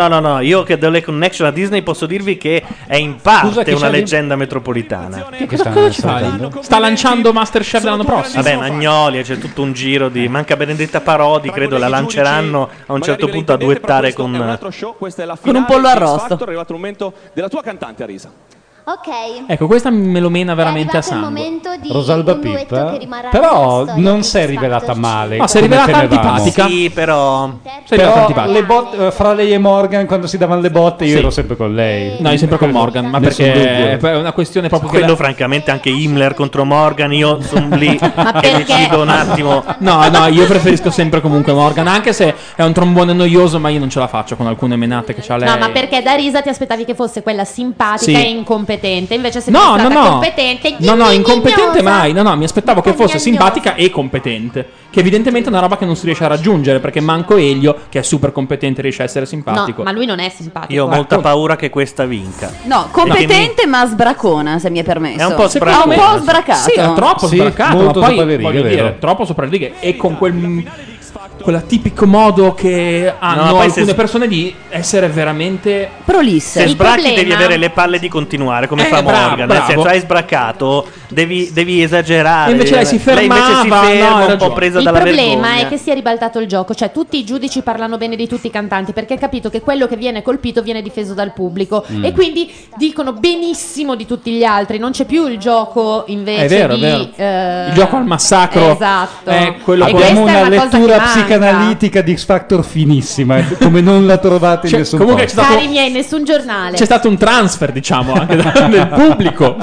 no, no, no. Io che do le connection a Disney posso dirvi che è in parte Scusa, chi una c'è lì? leggenda metropolitana. Che cosa, cosa ci fai? Sta lanciando Masterchef l'anno prossimo. Vabbè, Magnolia, c'è tutto un giro di. Manca Benedetta Parodi, credo la lanceranno a un certo punto a duettare con. Con un pollo arrosto. È arrivato il momento della tua cantante, Arisa. Ok. Ecco, questa me lo mena veramente a il sangue. momento di Rosalba un duetto Pippa, che rimarrà però nella storia non di si è X rivelata Factor. male. No, si è come rivelata temevamo. antipatica. Sì, però. Si è rivelata Però antipatica. le botte, fra lei e Morgan, quando si davano le botte, io Sì. ero sempre con lei. No, io sempre con Morgan, ma Nessun perché dubbio. è una questione proprio che Quello, la- francamente, anche Himmler contro Morgan. Io sono lì e perché? decido un attimo. No, no, io preferisco sempre comunque Morgan, anche se è un trombone noioso, ma io non ce la faccio con alcune menate che c'ha lei. No, ma perché da Risa ti aspettavi che fosse quella simpatica Sì. e incompetente, invece se No, fosse no, stata no. competente. No, no, incompetente gnignosa. mai. No, no, mi aspettavo che fosse Gnagnosa. simpatica e competente. Che evidentemente è una roba che non si riesce a raggiungere. Perché manco Elio, che è super competente, riesce a essere simpatico. No, ma lui non è simpatico. Io ho eh. molta paura che questa vinca. No, competente ma sbracona, se mi è permesso. È un po' Secondo me- sbracona, un po' sbracato. Sì, è troppo Sì, sbraccato. molto Ma poi sopra le righe, voglio vero. dire, troppo sopra le righe. E con quel. Quella tipico modo che hanno No, poi alcune se- persone di essere veramente prolisse. Se Il sbracchi problema- devi avere le palle di continuare, come Eh, fa bravo, Morgan. bravo. Nel senso, hai sbraccato, devi, devi esagerare. E invece lei si Lei invece si fermava, no, ferma, hai un po' ragione. presa Il dalla problema vergogna. è che si è ribaltato il gioco, cioè tutti i giudici parlano bene di tutti i cantanti perché ha capito che quello che viene colpito viene difeso dal pubblico Mm. e quindi dicono benissimo di tutti gli altri, non c'è più il gioco invece È vero, è di vero. eh, Il gioco al massacro. Esatto. È quello E con- questa Abbiamo è una una cosa lettura che manca. psicanalitica di X Factor finissima, come non la trovate Cioè, in nessun comunque posto. c'è stato- Cari miei, nessun giornale. C'è stato un transfer, diciamo, anche da- del pubblico.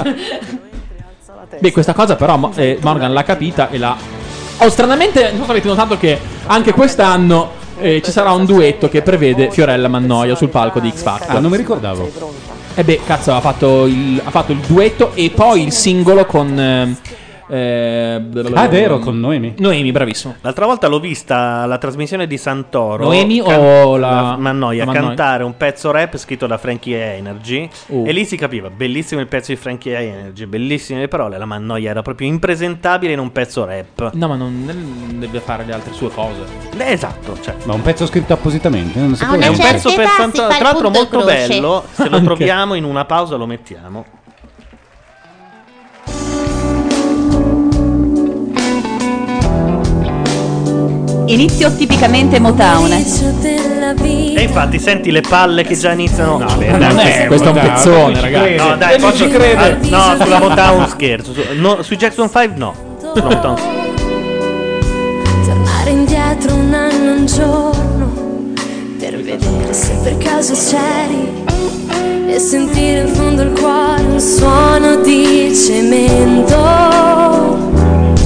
Beh, questa cosa però Mo- eh, Morgan l'ha capita e l'ha. Oh, stranamente, non so se avete notato che anche quest'anno eh, ci sarà un duetto che prevede Fiorella Mannoia sul palco di X Factor. Ah, non mi ricordavo. E beh, cazzo, ha fatto, il, ha fatto il duetto e poi il singolo con. eh, eh, Ah, è vero, con Noemi. Noemi, bravissimo. L'altra volta l'ho vista alla trasmissione di Santoro. Noemi can- o la- Mannoia la Mannoia? cantare un pezzo rap scritto da Frankie Energy. Uh. E lì si capiva, bellissimo il pezzo di Frankie Energy, bellissime le parole. La Mannoia era proprio impresentabile in un pezzo rap. No, ma non non deve fare le altre sue cose. Eh, esatto, cioè. Ma un pezzo scritto appositamente? Non si Ah, può una È un leggere. pezzo certa per età Santoro, si fa tra il l'altro punto molto croce. bello. Se lo Anche. troviamo in una pausa lo mettiamo. Inizio tipicamente Motown. E infatti senti le palle che già iniziano. No, beh, non dai, è- questo è un dai, pezzone, non ci ragazzi. crede. No, dai, E non posso- ci crede. ah, no, sulla Motown scherzo. Su- no, sui Jackson cinque no. Sulla Motown sì. Tornare indietro un anno, un giorno, per vedere se per caso c'eri e sentire in fondo il cuore un suono di cemento.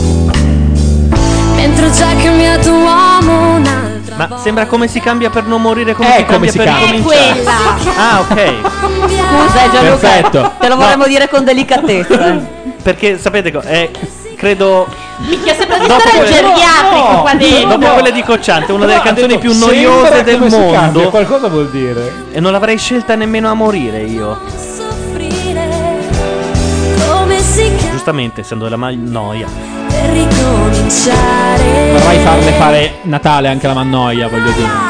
Mentre ho già cambiato uomo un'altra Ma sembra come si cambia per non morire, come Eh, si come cambia si per cambia. ricominciare. È quella. Ah, ok. Scusa, eh, Gianluca, Perfetto. te lo vorremmo dire con delicatezza. Perché sapete co- è credo Minchia, sembra di Dopo stare al quelle- geriatrico no, qua dentro. dopo quelle di Cocciante, una delle Però ha canzoni detto, più sembra noiose del come si cambia, mondo, qualcosa vuol dire. e non l'avrei scelta nemmeno a morire io. soffrire, come si chiama Giustamente, essendo della Mannoia. per ricominciare. Vorrei farle fare Natale anche la Mannoia, voglio dire.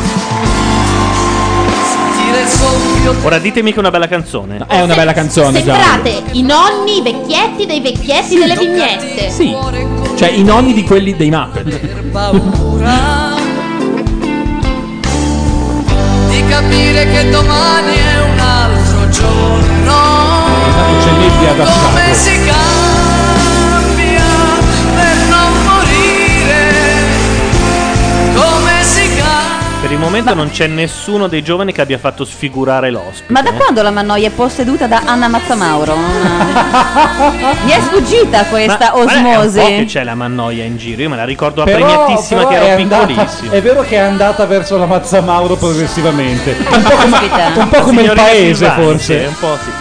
Ora ditemi che è una bella canzone. No, è una bella canzone già. Sembrate i nonni, i vecchietti dei vecchietti delle vignette. Sì. Cioè i nonni di quelli dei Muppet. Paura di capire che domani è un altro giorno. Intanto c'è Nebbia da Come Stato. si cambia per non morire? Come si cambia? Per il momento non c'è nessuno dei giovani che abbia fatto sfigurare l'ospite. Ma da eh. quando la Mannoia è posseduta da Anna Mazzamauro? Mi è sfuggita questa Ma- ma è un po' che osmosi. c'è la Mannoia in giro. Io me la ricordo Però- appregnatissima però che è ero andata- piccolissimo. È vero che è andata verso la Mazzamauro progressivamente. Un po' come, Caspita. un po' come il Signorina paese, Silvani, forse. sì, un po' sì.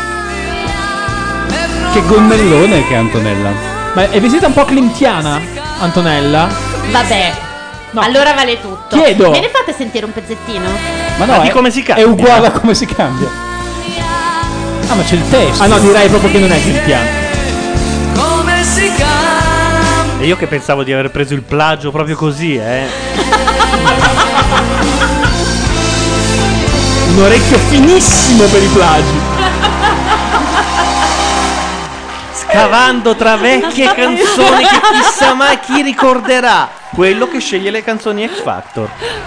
Che gonnellone che è Antonella. Ma è vestita un po' clintiana, Antonella? Vabbè. No. Allora vale tutto. Chiedo. Me ne fate sentire un pezzettino? Ma no, Ma di è, come si cambia? è uguale a come si cambia. Ah, ma c'è il testo. Ah no, direi proprio che non è clintiana. Come si cambia? E io che pensavo di aver preso il plagio proprio così, eh. Un orecchio finissimo per i plagi. Scavando tra vecchie canzoni che chissà mai chi ricorderà. Quello che sceglie le canzoni X Factor.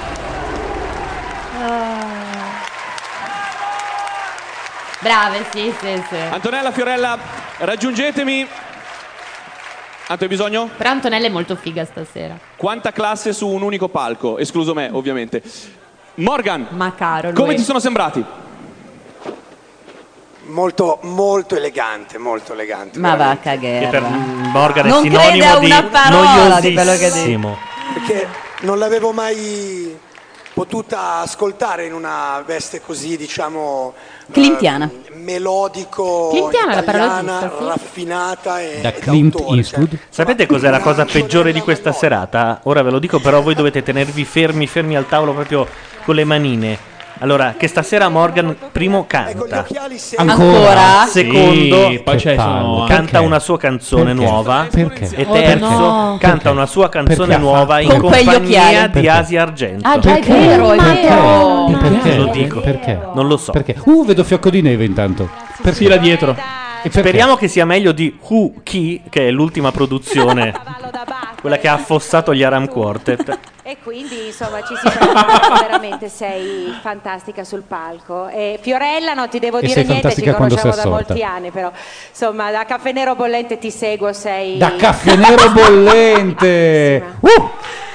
Brave, sì, sì, sì. Antonella, Fiorella, raggiungetemi. Tanto hai bisogno? Però Antonella è molto figa stasera. Quanta classe su un unico palco, escluso me, ovviamente. Morgan, Ma caro lui. come ti sono sembrati? Molto, molto elegante, molto elegante. Ma va a veramente. Che per cagare. Morgan è Non crede sinonimo a di una parola di quello che noiosissimo. Perché non l'avevo mai potuta ascoltare in una veste così, diciamo, Clintiana. eh, melodico, Clintiana è la parola italiana, giusta, sì. raffinata e Da e Clint d'autore, Eastwood. cioè, Sapete cos'è la cosa peggiore di questa serata? Ora ve lo dico, però voi dovete tenervi fermi, fermi al tavolo proprio con le manine. Allora, che stasera Morgan primo canta. Ancora? Secondo, Sì, poi c'è sono canta Perché? una sua canzone Perché? nuova. Perché? E Oh, terzo, no. canta Perché? una sua canzone Perché ha nuova in fatto? Con quegli compagnia occhiali. di Perché? Asia Argento. Ah, già è Perché? vero, è Perché? vero. Perché? Lo dico. Perché? Non lo so. Perché? Uh, vedo Fiocco di Neve intanto. Per Sì, là dietro. E perché? Speriamo che sia meglio di Who Key, che è l'ultima produzione, quella che ha affossato gli Aram Quartet. E quindi insomma ci si fa veramente, sei fantastica sul palco. E Fiorella non ti devo E dire sei niente, ci fantastica quando conosciamo sei da assorta. molti anni, però insomma da Caffè Nero Bollente ti seguo, sei Da Caffè Nero Bollente. Uh!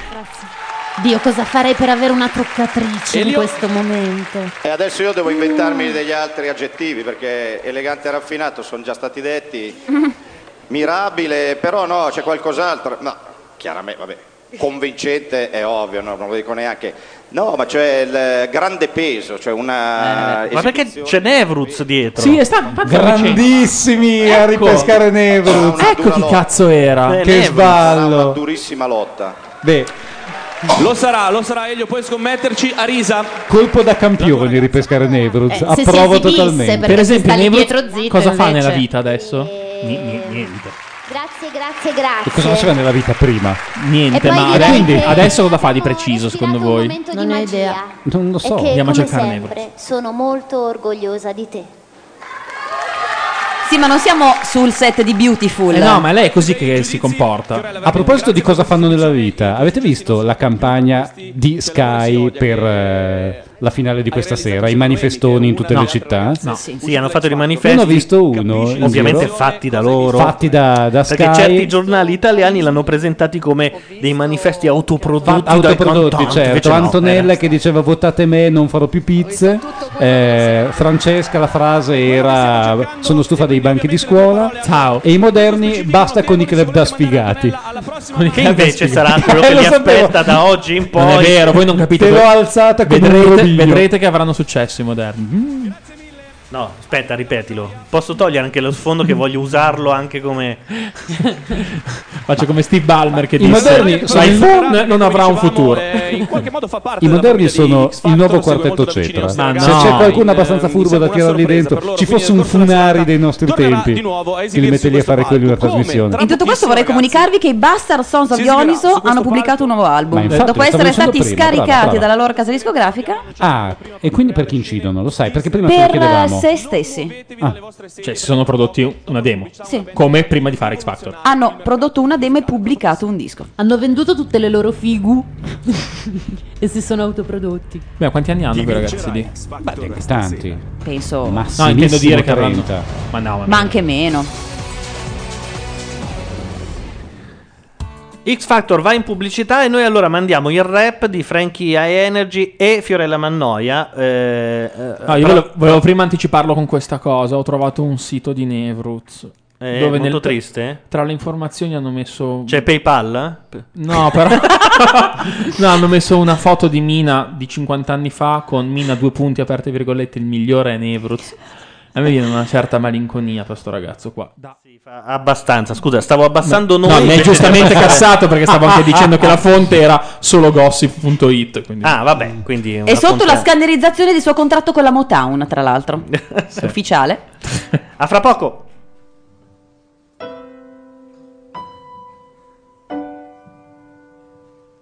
Dio, cosa farei per avere una truccatrice in Elio? questo momento? E adesso io devo inventarmi degli altri aggettivi perché elegante e raffinato sono già stati detti. Mirabile, però no, c'è qualcos'altro. No, chiaramente, vabbè, convincente è ovvio, no, non lo dico neanche. No, ma c'è il grande peso, cioè una Ma perché esibizione- c'è Nevruz dietro? Sì, è stato Grandissimi a Ecco. ripescare Nevruz. Una Ecco dura chi lotta. cazzo era. Eh, Che Nevruz Sarà una sballo. durissima lotta. Beh, Lo sarà, lo sarà Elio, puoi scommetterci. Arisa, colpo da campioni ripescare Nevruz. Eh, se si Approvo esibisse, totalmente. perché Per esempio, sta lì Nevruz dietro zitto, cosa fa invece. nella vita adesso? Ni- ni- niente. Grazie, grazie, grazie. E cosa faceva nella vita prima? Niente, E poi ma direi quindi che adesso cosa fa di preciso ho secondo respirato un voi? momento Non di ho magia. idea. Non lo so. E che, Andiamo a come cercare sempre, sono molto orgogliosa di te. Sì, ma non siamo sul set di Beautiful. Eh no, ma lei è così che si comporta. A proposito di cosa fanno nella vita, avete visto la campagna di Sky per eh, la finale di questa sera? I manifestoni in tutte No. le città? No. Sì, hanno fatto dei Io manifesti. ne ho visto uno. in Ovviamente giro, fatti da loro. fatti da, da Perché Sky. certi giornali italiani l'hanno presentati come dei manifesti autoprodotti. dai Autoprodotti, cantanti, certo. invece no, Antonella era- che diceva votate me, non farò più pizze. Eh, Francesca la frase era sono stufa dei banchi di scuola. Ciao. E i moderni basta con i club da sfigati. Che invece sarà quello Eh, che lo li sapevo. aspetta da oggi in poi. Non è vero, voi non capite. Te l'ho voi- alzata come un vedrete, roviglio. vedrete che avranno successo i moderni. Mm. No, aspetta, ripetilo. Posso togliere anche lo sfondo che voglio usarlo anche come. Faccio come Steve Ballmer che I disse moderni sono il- l'iPhone non avrà un futuro. eh, in qualche modo fa parte I della moderni famiglia di sono X il Factor, nuovo segue quartetto molto da vicino i Cetra. nostri Ma Se no. c'è qualcuno ragazzi, abbastanza eh, furbo mi da sembra tirarli una sorpresa dentro, per loro, ci quindi fosse un nel corso della funari serata dei nostri tornerà tempi di nuovo a che li esibirsi mette lì a questo fare quelli una palco. Come? trasmissione. Tra In tutto questo pochissimo, vorrei ragazzi. comunicarvi che i Bastard Sons of Si esibirà su Dioniso questo hanno pubblicato un nuovo Ma album. infatti, Dopo lo essere stavo stati dicendo prima, scaricati brava, brava. dalla loro casa discografica Ah, e quindi per chi incidono? Lo sai? Perché prima ce lo per chiedevamo. se stessi. Cioè, si sono prodotti una demo. Sì. Come prima di fare X Factor. Hanno prodotto una demo e pubblicato un disco. Hanno venduto tutte le loro figu e si sono autoprodotti. Beh, quanti anni hanno quei ragazzi lì? Tanti. Penso. No, Massimissimo intendo dire che avranno. trenta. Ma no, ma Ma anche meno. X Factor va in pubblicità e noi allora mandiamo il rap di Frankie High Energy e Fiorella Mannoia. eh, eh, No, io però- volevo, volevo prima anticiparlo con questa cosa. Ho trovato un sito di Nevruz. È dove molto nel- triste? Tra le informazioni hanno messo. C'è PayPal? No, però. No, hanno messo una foto di Mina di cinquanta anni fa con Mina due punti aperte virgolette, il migliore è Nevruz. A me viene una certa malinconia per sto ragazzo qua. Sì, fa abbastanza. Scusa, stavo abbassando No, noi. mi hai giustamente cassato perché stavo anche dicendo che la fonte era solo gossip punto it. Quindi... Ah, vabbè, quindi E sotto la scannerizzazione del suo contratto con la Motown, tra l'altro. Ufficiale. A fra poco.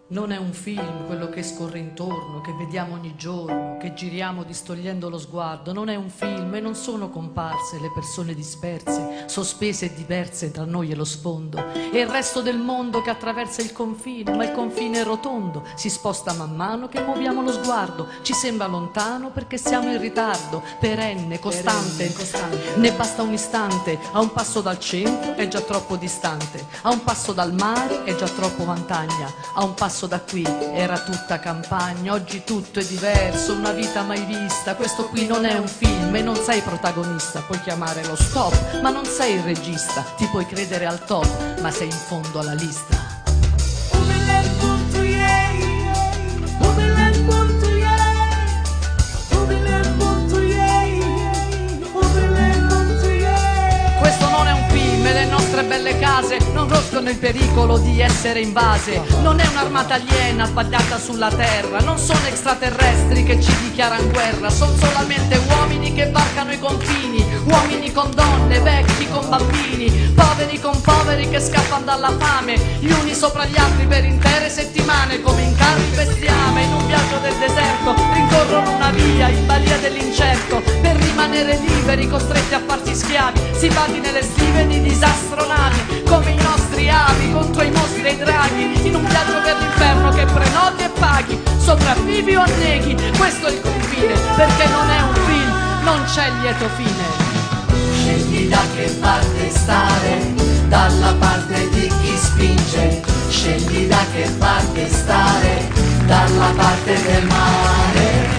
Non è un film quello che scorre intorno, che vediamo ogni giorno, che giriamo distogliendo lo sguardo. Non è un film e non sono comparse le persone disperse, sospese e diverse tra noi e lo sfondo. E il resto del mondo che attraversa il confine, ma il confine è rotondo, si sposta man mano che muoviamo lo sguardo. Ci sembra lontano perché siamo in ritardo, perenne, costante, perenne, costante. Ne basta un istante, a un passo dal centro è già troppo distante, a un passo dal mare è già troppo montagna, a un passo da qui era tutta campagna. Oggi tutto è diverso, una vita mai vista. Questo qui non è un film e non sei protagonista. Puoi chiamare lo stop, ma non sei il regista. Ti puoi credere al top, ma sei in fondo alla lista. Questo non è un film e le nostre belle case non conoscono il pericolo di essere invase. Non è un'armata aliena appagata sulla terra, non sono extraterrestri che ci dichiarano guerra. Sono solamente uomini che varcano i confini, uomini con donne, vecchi con bambini, poveri con poveri che scappano dalla fame, gli uni sopra gli altri per intere settimane. Come in carne in bestiame in un viaggio del deserto, rincorrono una via in balia dell'incerto per rimanere liberi, costretti a farsi schiavi. Si batti nelle stive di disastronavi come i nostri avi contro i mostri e i draghi, in un viaggio per l'inferno che prenoti e paghi. Sopravvivi o anneghi, questo è il confine, perché non è un film, non c'è lieto fine. Scegli da che parte stare, dalla parte di chi spinge. Scegli da che parte stare, dalla parte del mare.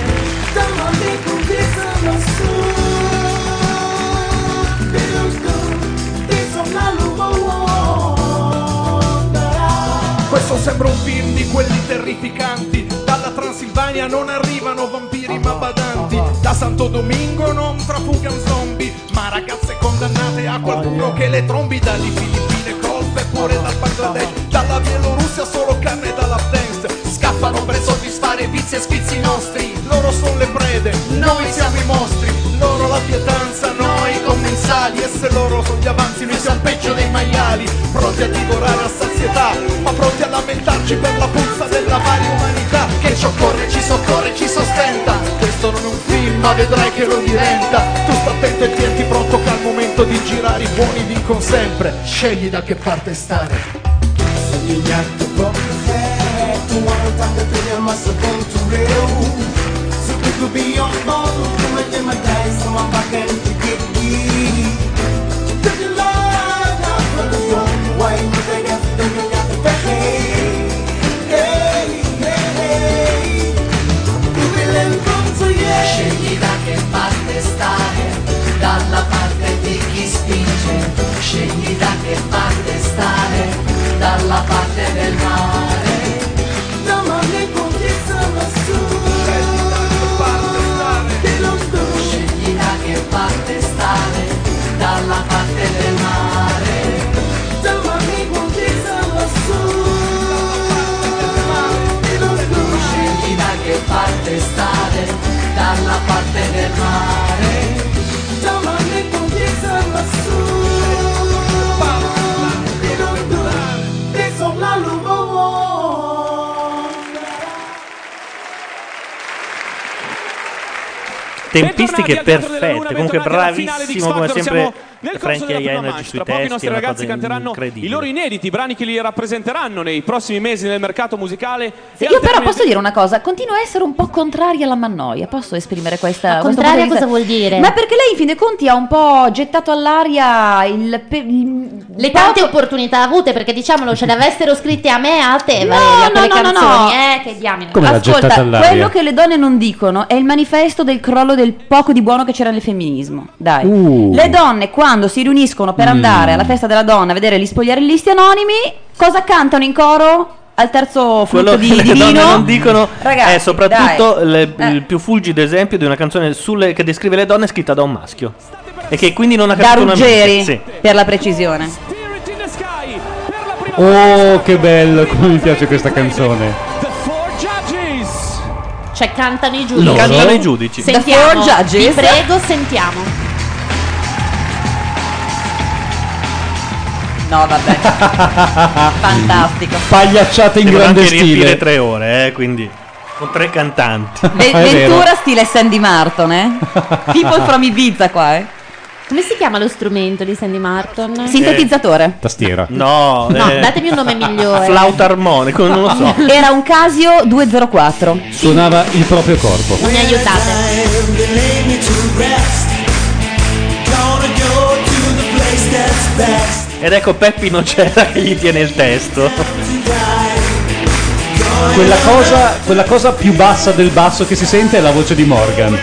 Questo sembra un film di quelli terrificanti. Dalla Transilvania non arrivano vampiri ma badanti. Da Santo Domingo non trafugano zombie, ma ragazze condannate a qualcuno che le trombi. Dalle Filippine colpe pure dal Bangladesh, dalla Bielorussia solo carne da lap dance. Scappano per soddisfare vizi e sfizi nostri. Loro sono le prede, noi siamo i mostri. Loro la pietanza, noi i commensali. E se loro sono gli avanzi, noi siamo peggio dei maiali. Pronti a divorare a sazietà, ma pronti a lamentarci per la puzza della varia umanità. Che ci occorre, ci soccorre, ci sostenta. Questo non è un film, ma vedrai che lo diventa. Tu sta attento e tienti pronto che al momento di girare i buoni vincono sempre. Scegli da che parte stare. Gli altri proprio tu wanna talk to them, must have been too real. So we could be on board, come in my days, so I'm back and to get me. Take your line out from the young way, you take everything you got to pay. Hey, hey, hey. You will come to you. Scegli da che parte stare, dalla parte di chi spinge. Scegli da che parte stare, dalla parte del mare. Scegli da che parte stare, dalla parte del mare. Scegli da che parte stare, dalla parte del mare. Tempistiche perfette, comunque bravissimo come sempre Frankie Energy sui Tra poco i testi, nostri è una ragazzi cosa canteranno incredibile. i loro inediti, brani che li rappresenteranno nei prossimi mesi nel mercato musicale. Sì, io però posso dire una cosa, continuo a essere un po' contraria alla Mannoia, posso esprimere questa... Ma questo contraria punto di cosa vista? vuol dire? Ma perché lei in fin dei conti ha un po' gettato all'aria il... pe- il- Le tante opportunità avute, perché diciamolo, ce ne avessero scritte a me, a te, No, Valeria, no, quelle no, no, canzoni, no. eh, che diamine. Come l'ha gettata Ascolta, all'aria? quello che le donne non dicono è il manifesto del crollo del poco di buono che c'era nel femminismo. Dai. Uh. Le donne quando si riuniscono per Mm. andare alla festa della donna a vedere gli spogliarellisti anonimi, cosa cantano in coro? Al terzo Quello frutto che di, le di donne vino? non dicono Ragazzi, è soprattutto dai. le- Eh. il più fulgido esempio di una canzone sulle- che descrive le donne scritta da un maschio e che quindi non ha Da capito una Ruggeri, minchia. Sì. per la precisione. Oh, che bello, come mi piace questa canzone. Cioè cantano i giudici. Loro? Cantano i giudici. Sentiamo, The four judges. vi prego, sentiamo. No, vabbè. Fantastico. Pagliacciate in Devono grande anche riempire stile. tre ore, eh, quindi con tre cantanti. Ve- Ventura stile Sandy Martin, eh? People from Ibiza qua, eh? Come si chiama lo strumento di Sandy Martin? Sintetizzatore. Tastiera. No, No, eh, datemi un nome migliore. flauta armonico, non lo so. Era un Casio duecentocquattro. Suonava il proprio corpo. Non mi aiutate. Ed ecco Peppi non c'era che gli tiene il testo. Quella cosa, quella cosa più bassa del basso che si sente è la voce di Morgan.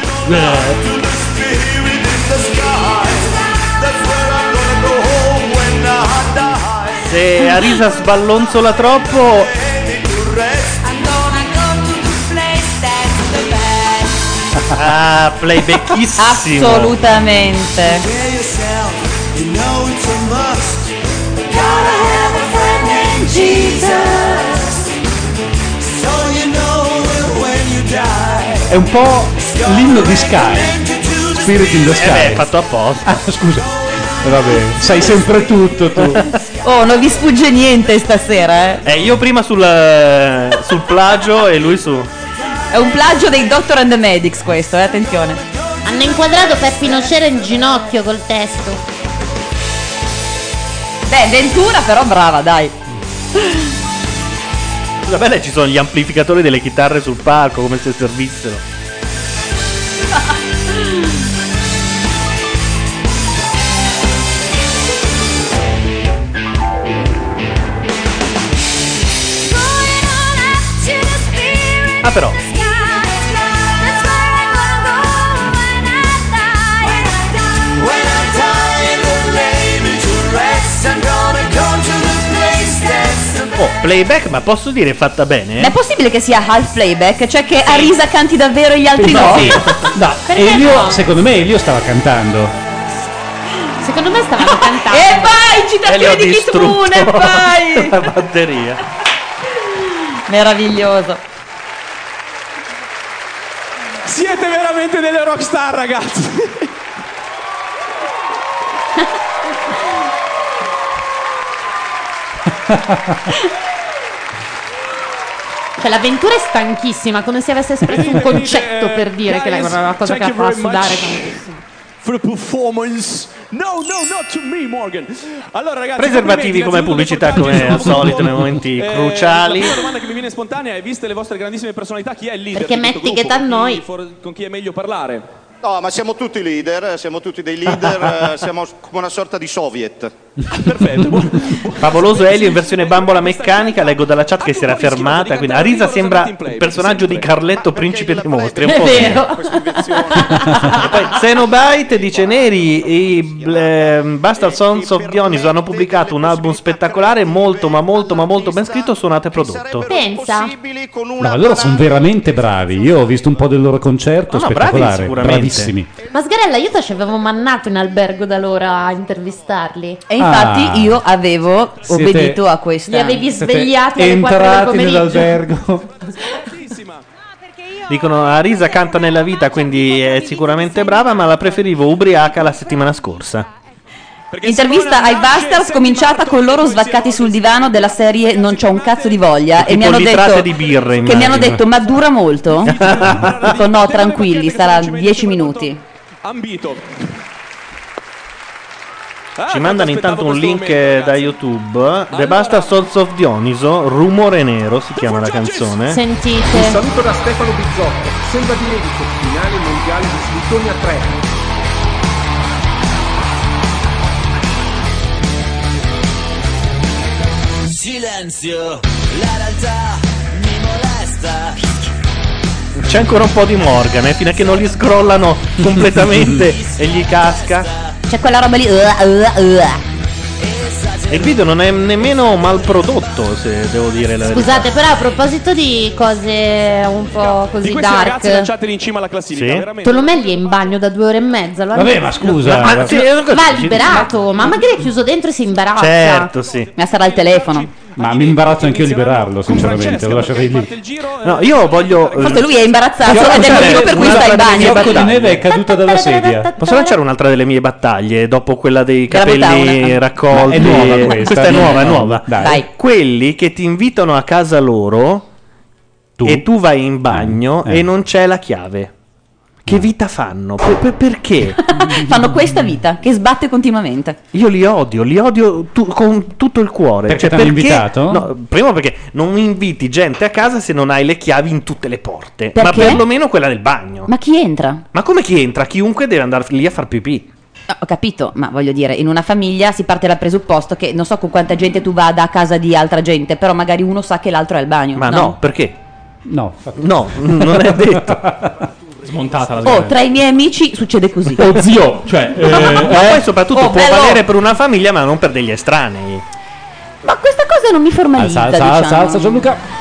Se Arisa sballonzola troppo, ah, playbackissimo. Assolutamente. È un po' l'inno di Sky. Spirit in the Sky. Eh beh, fatto apposta. Ah, scusa. Eh, vabbè, sai sempre tutto tu. Oh, non vi sfugge niente stasera, eh. Eh, io prima sul, eh, sul plagio e lui su. È un plagio dei Doctor and the Medics questo, eh, attenzione. Hanno inquadrato Peppi Nocera in ginocchio col testo. Beh, Ventura però brava, dai. Scusa, bene, ci sono gli amplificatori delle chitarre sul palco, come se servissero. Ah, però. Oh, playback, ma posso dire fatta bene? Ma è possibile che sia half playback? Cioè che Arisa canti davvero e gli altri no? Sì. No, Elio, secondo me Elio stava cantando. Secondo me stavano cantando. E vai, citazione ho di Kit Moon, e vai! la batteria. Meraviglioso. Siete veramente delle rockstar, ragazzi. Cioè l'avventura è stanchissima, come se avesse espresso un concetto per dire che era una cosa che la fa sudare tantissimo. For the performance. No, no, not to me, Morgan. Allora, ragazzi, Preservativi come pubblicità, come al solito nei momenti Eh, cruciali. La prima domanda che mi viene spontanea è: viste le vostre grandissime personalità, chi è il leader? Perché di questo metti che gruppo? da noi. For- Con chi è meglio parlare? No, ma siamo tutti leader, siamo tutti dei leader, eh, siamo come una sorta di soviet. Favoloso Elio in versione bambola meccanica. Leggo dalla chat che si era fermata. Quindi Arisa sembra il personaggio di Carletto, principe dei mostri. È un È po' vero. E poi Xenobite dice: Neri, i eh, Bastard Sons of Dionysus hanno pubblicato un album spettacolare, molto ma molto ma molto ben scritto, suonato e prodotto. Pensa. No, allora sono veramente bravi. Io ho visto un po' del loro concerto, No, no, bravi spettacolare. sicuramente. Bravissimi. Ma Sgarella, io ti avevo mannato in albergo da loro a intervistarli. E infatti Ah. io avevo Siete- obbedito a questa. Li avevi Siete svegliati alle quattro del entrati pomeriggio. nell'albergo. Dicono Arisa canta nella vita, quindi è sicuramente brava, ma la preferivo ubriaca la settimana scorsa. Intervista ai Bastards cominciata con loro svaccati sul divano della serie Non c'ho un cazzo di voglia e Tipo mi hanno litrate detto di birre, che mi hanno immagino. detto ma dura molto? Dico no, tranquilli, sarà dieci minuti. Ambito. Ci mandano intanto un link eh, da YouTube. The Bastard Sons of Dioniso, Rumore Nero si chiama la canzone. Sentite. Un saluto da Stefano Bizzotto, Selva di Medico, finale mondiale di Slittoni a tre. Silenzio, la realtà mi molesta. C'è ancora un po' di Morgan, eh, fino a che non li scrollano completamente e gli casca. C'è quella roba lì. uh, uh, uh. E il video non è nemmeno mal prodotto, se devo dire la verità. Scusate, però a proposito di cose un po' Di così questi ragazzi dark, lanciateli in cima alla classifica, Sì. veramente. Tolomelli è in bagno da due ore e mezza. Allora Vabbè, ma scusa. Ma- sì, va liberato, ma magari è chiuso dentro e si imbarazza. Certo, sì. Ma sarà il telefono. Ma mi imbarazzo anch'io a liberarlo, sinceramente, lo lascerei lì. No, io voglio. Forse lui è imbarazzato Io ed è il lanciare motivo per cui una sta in delle mie bagno. Fiocco di neve è caduta dalla sedia. Posso lanciare un'altra delle mie battaglie dopo quella dei Della capelli Botauna. raccolti? Ma è nuova questa. è nuova, è No, nuova. dai. Dai. Quelli che ti invitano a casa loro Tu? e tu vai in bagno Eh. e non c'è la chiave. Che vita fanno? Per- per- perché? Fanno questa vita che sbatte continuamente. Io li odio, li odio tu- con tutto il cuore. Perché Cioè, t'hanno invitato? No, primo perché non inviti gente a casa se non hai le chiavi in tutte le porte. Ma Perché? perlomeno quella del bagno. Ma chi entra? Ma come chi entra? Chiunque deve andare lì a far pipì. No, ho capito, ma voglio dire, in una famiglia si parte dal presupposto che non so con quanta gente tu vada a casa di altra gente, però magari uno sa che l'altro è al bagno. Ma no, perché? No, No, non è detto. Smontata la Oh, sgrana. tra i miei amici succede così. Oh zio, cioè eh, Ma eh, poi soprattutto Oh, può bello. valere per una famiglia, ma non per degli estranei. Ma questa cosa non mi formalizza, alza, alza, diciamo. alza, Gianluca.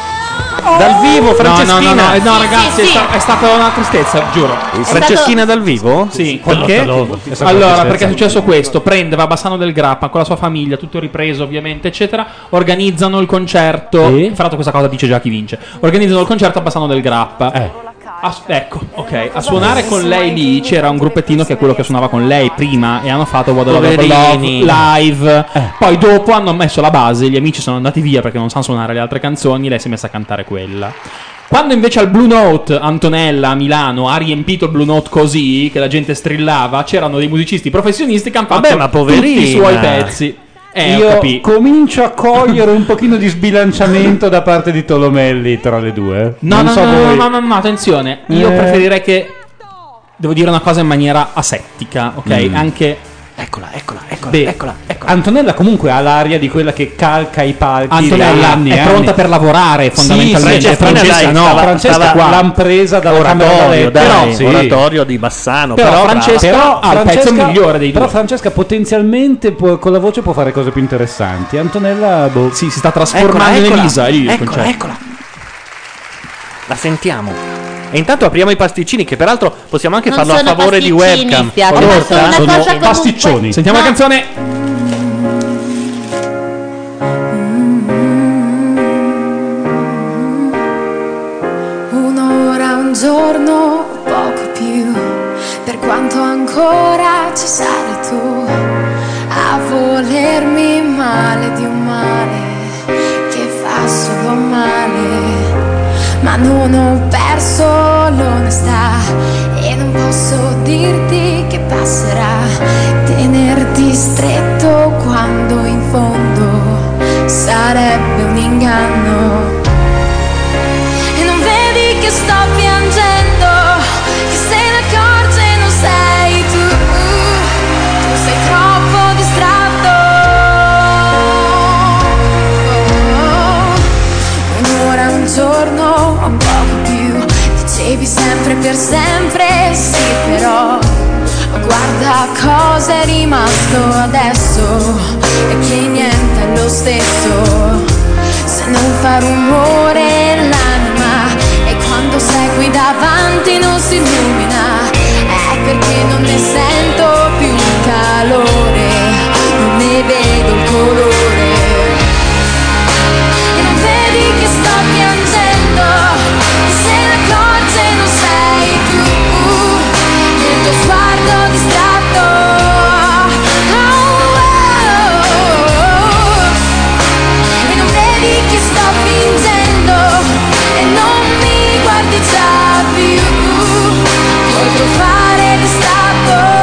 Dal vivo, no, no, Franceschina. no, no, eh, no, ragazzi, sì, è, sì. sta- è stata una tristezza, giuro. Franceschina dal vivo? Sì, Perché? allora, perché è successo questo: prende, va a Bassano del Grappa con la sua famiglia, tutto ripreso ovviamente, eccetera. Organizzano il concerto. Sì. Fra l'altro, questa cosa dice già chi vince. Organizzano il concerto a Bassano del Grappa. Eh. A- ecco, ok. A suonare con lei lì c'era un gruppettino che è quello che suonava con lei prima e hanno fatto What a Love Poverini. live. Poi dopo hanno messo la base, gli amici sono andati via perché non sanno suonare le altre canzoni, lei si è messa a cantare quella. Quando invece al Blue Note Antonella a Milano ha riempito il Blue Note così che la gente strillava, c'erano dei musicisti professionisti che hanno fatto Vabbè, ma tutti poverina. i suoi pezzi. Eh, ho Io capito. comincio a cogliere un pochino di sbilanciamento da parte di Tolomelli tra le due. No, non no, so no, voi. no, no, no, attenzione. Io Eh. preferirei che. Devo dire una cosa in maniera asettica, ok? Mm. Anche. Eccola, eccola, eccola, Beh, eccola, eccola. Antonella comunque ha l'aria di quella che calca i palchi Antonella da anni, è anni. pronta per lavorare fondamentalmente. Sì, Francesca, Francesca dai, no. stava- Francesca stava qua là. l'han presa dalla camera da Oratorio, letto. dai, Però, sì. oratorio di Bassano. Però Però, Francesca- brava. ha il pezzo migliore dei però due. Francesca potenzialmente può- con la voce può fare cose più interessanti. Antonella boh. Sì, si sta Eccola, trasformando in eccola, Elisa. lì il eccola, concetto. eccola. La sentiamo. E intanto apriamo i pasticcini, che peraltro possiamo anche Non farlo a sono favore di pasticcini, webcam. Fiacca, Allora, ma sono una sono cosa comunque- pasticcioni. Sentiamo No. la canzone. Un'ora, un giorno, poco più, per quanto ancora ci sarai tu a volermi male di un male che fa solo male. Ma non ho perso l'onestà e non posso dirti che passerà. Tenerti stretto quando in fondo sarebbe un inganno. E non vedi che sto piangendo, che se ne accorge non sei tu, tu sei troppo distratto. Un'ora, un giorno, un poco più, dicevi sempre per sempre, sì però guarda cosa è rimasto adesso e che niente è lo stesso. Se non fa rumore l'anima e quando sei qui davanti non si illumina, è perché non ne sento più il calore, non ne vedo il colore. E non vedi che sto piangendo, che se ne accorge non sei tu, nel tuo sguardo distratto. Oh, oh, oh. E non vedi che sto fingendo e non mi guardi già più, potrò fare distratto.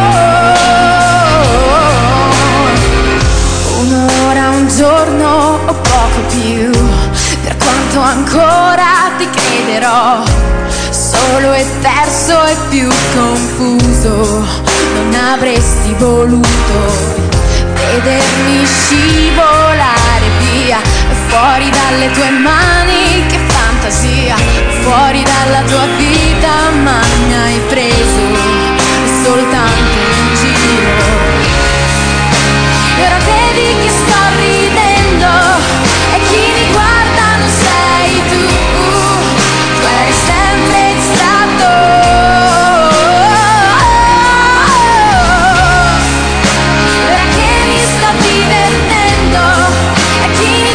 Un'ora, un giorno o poco più, per quanto ancora ti crederò, solo e perso e più confuso, non avresti voluto vedermi scivolare via, fuori dalle tue mani, che fantasia, fuori dalla tua vita, ma mi hai preso soltanto in giro. E ora vedi che sto ridendo e chi mi guarda non sei tu, tu eri sempre distratto. E ora che mi sto divertendo e chi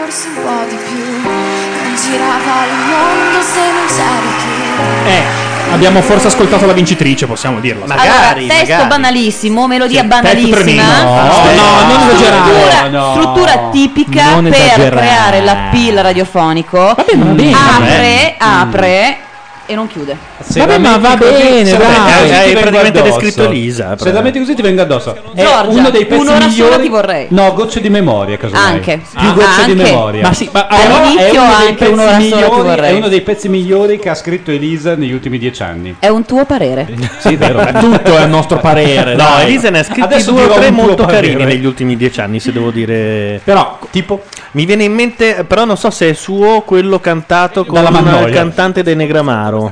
forse un po' di più. Non girava il mondo se non c'eri tu. Eh, abbiamo forse ascoltato la vincitrice, possiamo dirlo. Allora, testo banalissimo, melodia Sì, testo banalissima. tremino. No, no, non esagerare. Struttura, No, no. struttura tipica Non per esagerare. creare l'appeal radiofonico. va bene, apre, vabbè. apre e non chiude. Se Vabbè, la ma metti va così- bene, se la dai. metti così Hai ti vengo praticamente addosso. descritto Elisa, Se la metti così ti vengo addosso. È Giorgia, uno dei pezzi un'ora sola migliori. ti vorrei. No, gocce di memoria, casomai. Anche. Più Ah, gocce di anche. memoria. Ma sì, ma- Però all'inizio è uno dei anche pezzi un'ora sola ti migliori- vorrei. È uno dei pezzi migliori che ha scritto Elisa negli ultimi dieci anni. È un tuo parere. Sì, vero. Tutto è il nostro parere. No, dai. Elisa ne ha scritti Adesso due o dirò tre un tuo molto parere. carini negli ultimi dieci anni, se devo dire. Però, tipo, mi viene in mente, però non so se è suo quello cantato con Dalla Mannoia. il cantante dei Negramaro.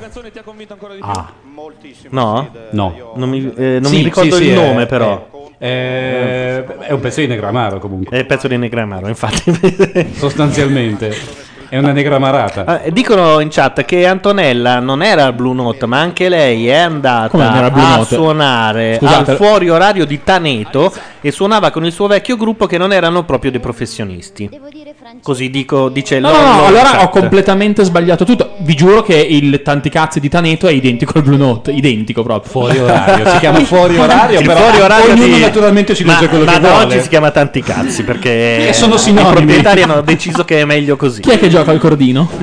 Ah. No? No. Non mi, eh, non Sì, mi ricordo sì, il sì, nome, è- però. è, è un pezzo di Negramaro comunque. È il pezzo di Negramaro, infatti. Sostanzialmente. È una negramarata. Ah, dicono in chat che Antonella non era al Blue Note, ma anche lei è andata Come non era al Blue a Note? suonare Scusate. al fuori orario di Taneto e suonava con il suo vecchio gruppo che non erano proprio dei professionisti. Così dico, dice No, Lollo no, no, in allora chat. ho completamente sbagliato tutto. Vi giuro che il Tanti Cazzi di Taneto è identico al Blue Note, identico proprio. Fuori orario, si chiama fuori orario, Il però fuori orario ognuno di- naturalmente ci ma, legge quello ma che da vuole. oggi si chiama Tanti Cazzi perché E sono i sinonimi. proprietari hanno deciso che è meglio così. Chi è che gioca al cordino?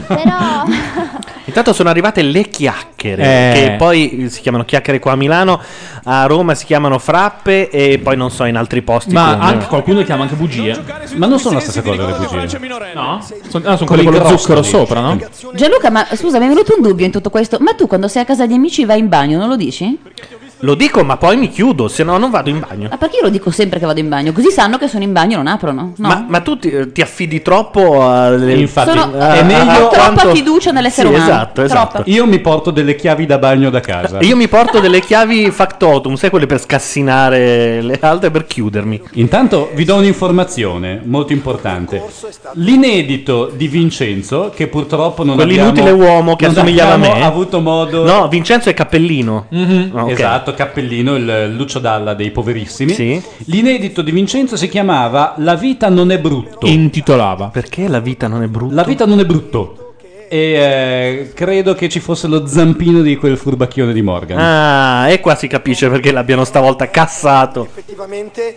Intanto sono arrivate le chiacchiere, Eh. che poi si chiamano chiacchiere qua a Milano, a Roma si chiamano frappe e poi non so in altri posti. Ma come- anche qualcuno le chiama anche bugie. Ma non sono la stessa cosa le bugie. No? Sono, ah, sono Quelli quelli con lo grossi. zucchero sopra, no? Gianluca, ma scusa, mi è venuto un dubbio in tutto questo. Ma tu quando sei a casa di amici vai in bagno, non lo dici? Lo dico, ma poi mi chiudo, se no non vado in bagno. Ma perché io lo dico sempre che vado in bagno? Così sanno che sono in bagno e non aprono. No. Ma, ma tu ti, ti affidi troppo alle... Infatti, Sono- a- è meglio ho troppa quanto- fiducia nell'essere Sì, umano. esatto, esatto. Troppa. Io mi porto delle chiavi da bagno da casa. Io mi porto delle chiavi factotum, sai quelle per scassinare le altre per chiudermi. Intanto vi do un'informazione molto importante. L'inedito di Vincenzo, che purtroppo non Quell'inutile abbiamo, uomo che non assomigliava a abbiamo me. avuto modo. No, Vincenzo è Cappellino. Ah, ok. Esatto, Cappellino, il Lucio Dalla dei poverissimi. Sì. L'inedito di Vincenzo si chiamava La vita non è brutto. Intitolava. Perché la vita non è brutta? La vita non è brutto. E eh, credo che ci fosse lo zampino di quel furbacchione di Morgan. Ah, e qua si capisce perché l'abbiano stavolta cassato. Effettivamente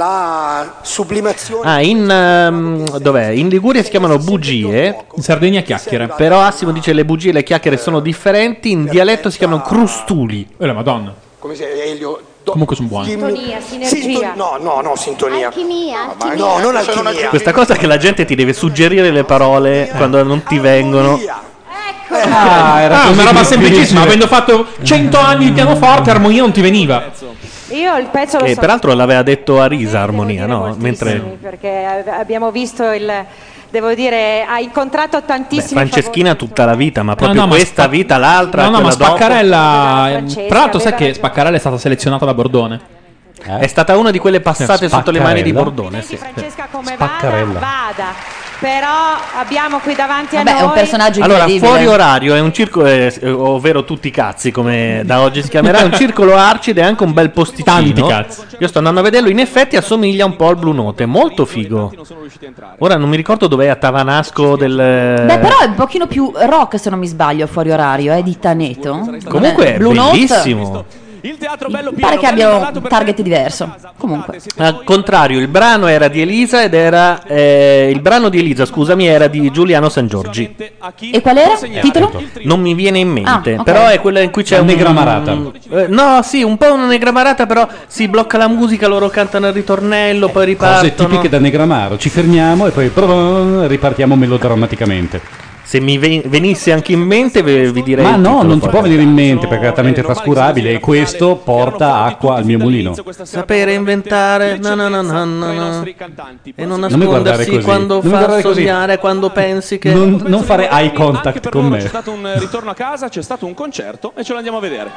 la sublimazione. Ah, in ehm, dov'è? In Liguria si chiamano bugie. In Sardegna chiacchiere. Però Assimo dice le bugie e le chiacchiere sono differenti. In dialetto si chiamano crustuli. E la Madonna. Come si Elio? Do- Comunque sono buoni. Sintonia, sinergia. Sinton- no, no, no, sintonia. Alchimia, Ma alchimia. no, non alchimia. Questa cosa che la gente ti deve suggerire le parole quando non ti vengono. Ah, era Ah, così una roba difficile. semplicissima. Avendo fatto cento anni di pianoforte, armonia non ti veniva. Io il pezzo lo Che so. peraltro l'aveva detto a Risa Armonia, no? Mentre Perché eh, abbiamo visto il. Devo dire, ha incontrato Beh, tantissimi Franceschina tutta la vita, ma proprio no, ma questa Spa- vita, l'altra, No, no, ma quella dopo. Spaccarella. Francesca Tra l'altro, sai aveva- che Spaccarella è stata selezionata da Bordone? È stata una di quelle passate sotto le mani di Spaccarella? Bordone. Sì. Francesca come Spaccarella. vada, vada. Però abbiamo qui davanti Vabbè, a noi. è un personaggio Allora, incredibile. fuori orario è un circolo, eh, ovvero tutti i cazzi, come da oggi si chiamerà, è un circolo arcido e anche un bel posticino. Tanti cazzi. Io sto andando a vederlo, in effetti assomiglia un po' al Blue Note, è molto figo. Ora non mi ricordo dov'è a Tavanasco del... Beh, però è un pochino più rock, se non mi sbaglio, fuori orario, è di Taneto. Comunque è Blue Note, bellissimo. Il teatro bello mi pare che abbia un target diverso. Comunque. Al contrario, il brano era di Elisa ed era... eh, il brano di Elisa, scusami, era di Giuliano San Giorgi. E qual era? Titolo? Non mi viene in mente, Ah, ok. però è quella in cui c'è La un... negramarata. Eh, no, sì, un po' una negramarata, però si blocca la musica, loro cantano il ritornello, poi ripartono. Cose tipiche da Negramaro. Ci fermiamo e poi brum, ripartiamo melodrammaticamente. Se mi ve- venisse anche in mente vi, vi direi Ma il no, titolo, non ti poi. può venire in mente perché è altamente trascurabile e questo porta acqua al mio mulino. Sapere inventare no, no, no, no, no, no. E non Non mi guardare nascondersi così. quando Non mi fa guardare così. sognare, quando pensi che... Non, non fare eye contact con C'è me. stato un ritorno a casa, c'è stato un concerto e ce lo andiamo a vedere.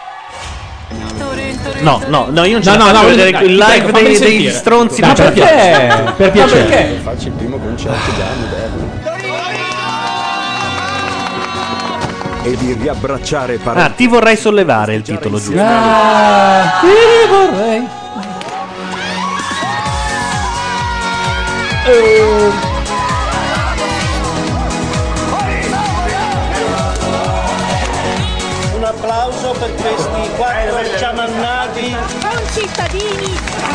No, no, no, io non ce No, la no, faccio no, vedere dai, il ti live prego, fammi dei, dei sentire. stronzi Ma di perché? Giorgio. Per piacere. Faccio il primo concerto da modello. E di riabbracciare Ah, parenti. ti vorrei sollevare il titolo giusto. Ah, sì, vorrei.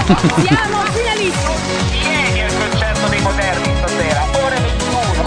Siamo finalisti. Vieni al concerto dei Moderni stasera, ore ventuno.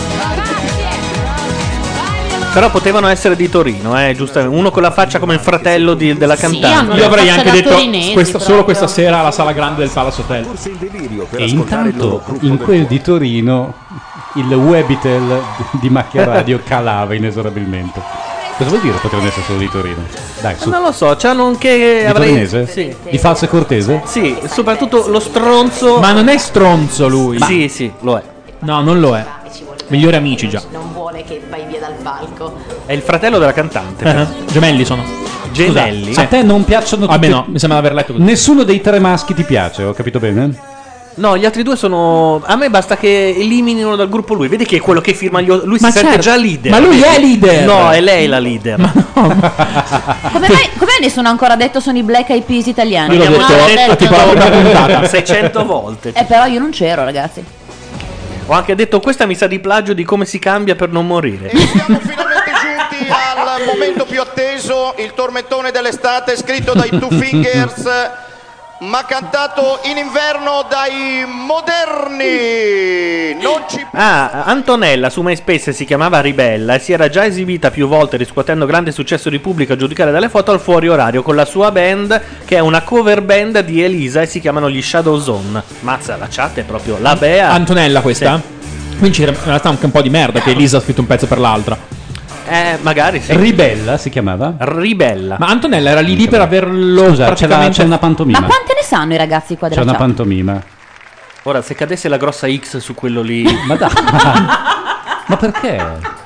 Però potevano essere di Torino, eh, giustamente. Uno con la faccia come il fratello di- della cantante. Io avrei anche detto questa- solo questa sera alla sala grande del Palace Hotel. E intanto in quel di Torino il Webitel di Macchia Radio calava inesorabilmente. Cosa vuol dire potevano essere solo di Torino? Dai, su. Non lo so, c'hanno anche. Di avrei- torinese? Sì. Di falso e cortese? Sì, soprattutto lo stronzo. Ma non è stronzo lui. Sì, sì, lo è. No, non lo è. Migliori amici già. Non vuole che vai via dal palco. È il fratello della cantante. Eh, Gemelli sono. Gemelli? Scusa, A te non piacciono tutti? Vabbè, no, mi sembra di aver letto così. Nessuno dei tre maschi ti piace, ho capito bene? No, gli altri due sono. A me basta che eliminino dal gruppo lui. Vedi che è quello che firma gli. Lui Ma si sente certo. già leader. Ma lui vedi? è leader. No, è lei la leader. Come mai, come mai nessuno ha ancora detto sono i Black Eyed Peas italiani? Io l'ho Abbiamo detto già a tipo la prima puntata seicento volte. Eh, però io non c'ero, ragazzi. Ho anche detto questa mi sa di plagio di Come si cambia per non morire. Al momento più atteso, il tormentone dell'estate scritto dai Two Fingers, ma cantato in inverno dai Moderni. Non ci Ah, Antonella su MySpace si chiamava Ribella e si era già esibita più volte riscuotendo grande successo di pubblico a giudicare dalle foto al fuori orario con la sua band che è una cover band di Elisa e si chiamano gli Shadow Zone. Mazza, la chat è proprio la Bea. Antonella questa? Quindi c'era in realtà anche un po' di merda che Elisa ha scritto un pezzo per l'altra. Eh, magari sì. Ribella si chiamava? Ribella. Ma Antonella era lì lì per averlo Scusa, c'è, la- praticamente... c'è una pantomima. Ma quante ne sanno i ragazzi qua C'è della una chat? pantomima. Ora, se cadesse la grossa X su quello lì. Ma dai. Ma perché?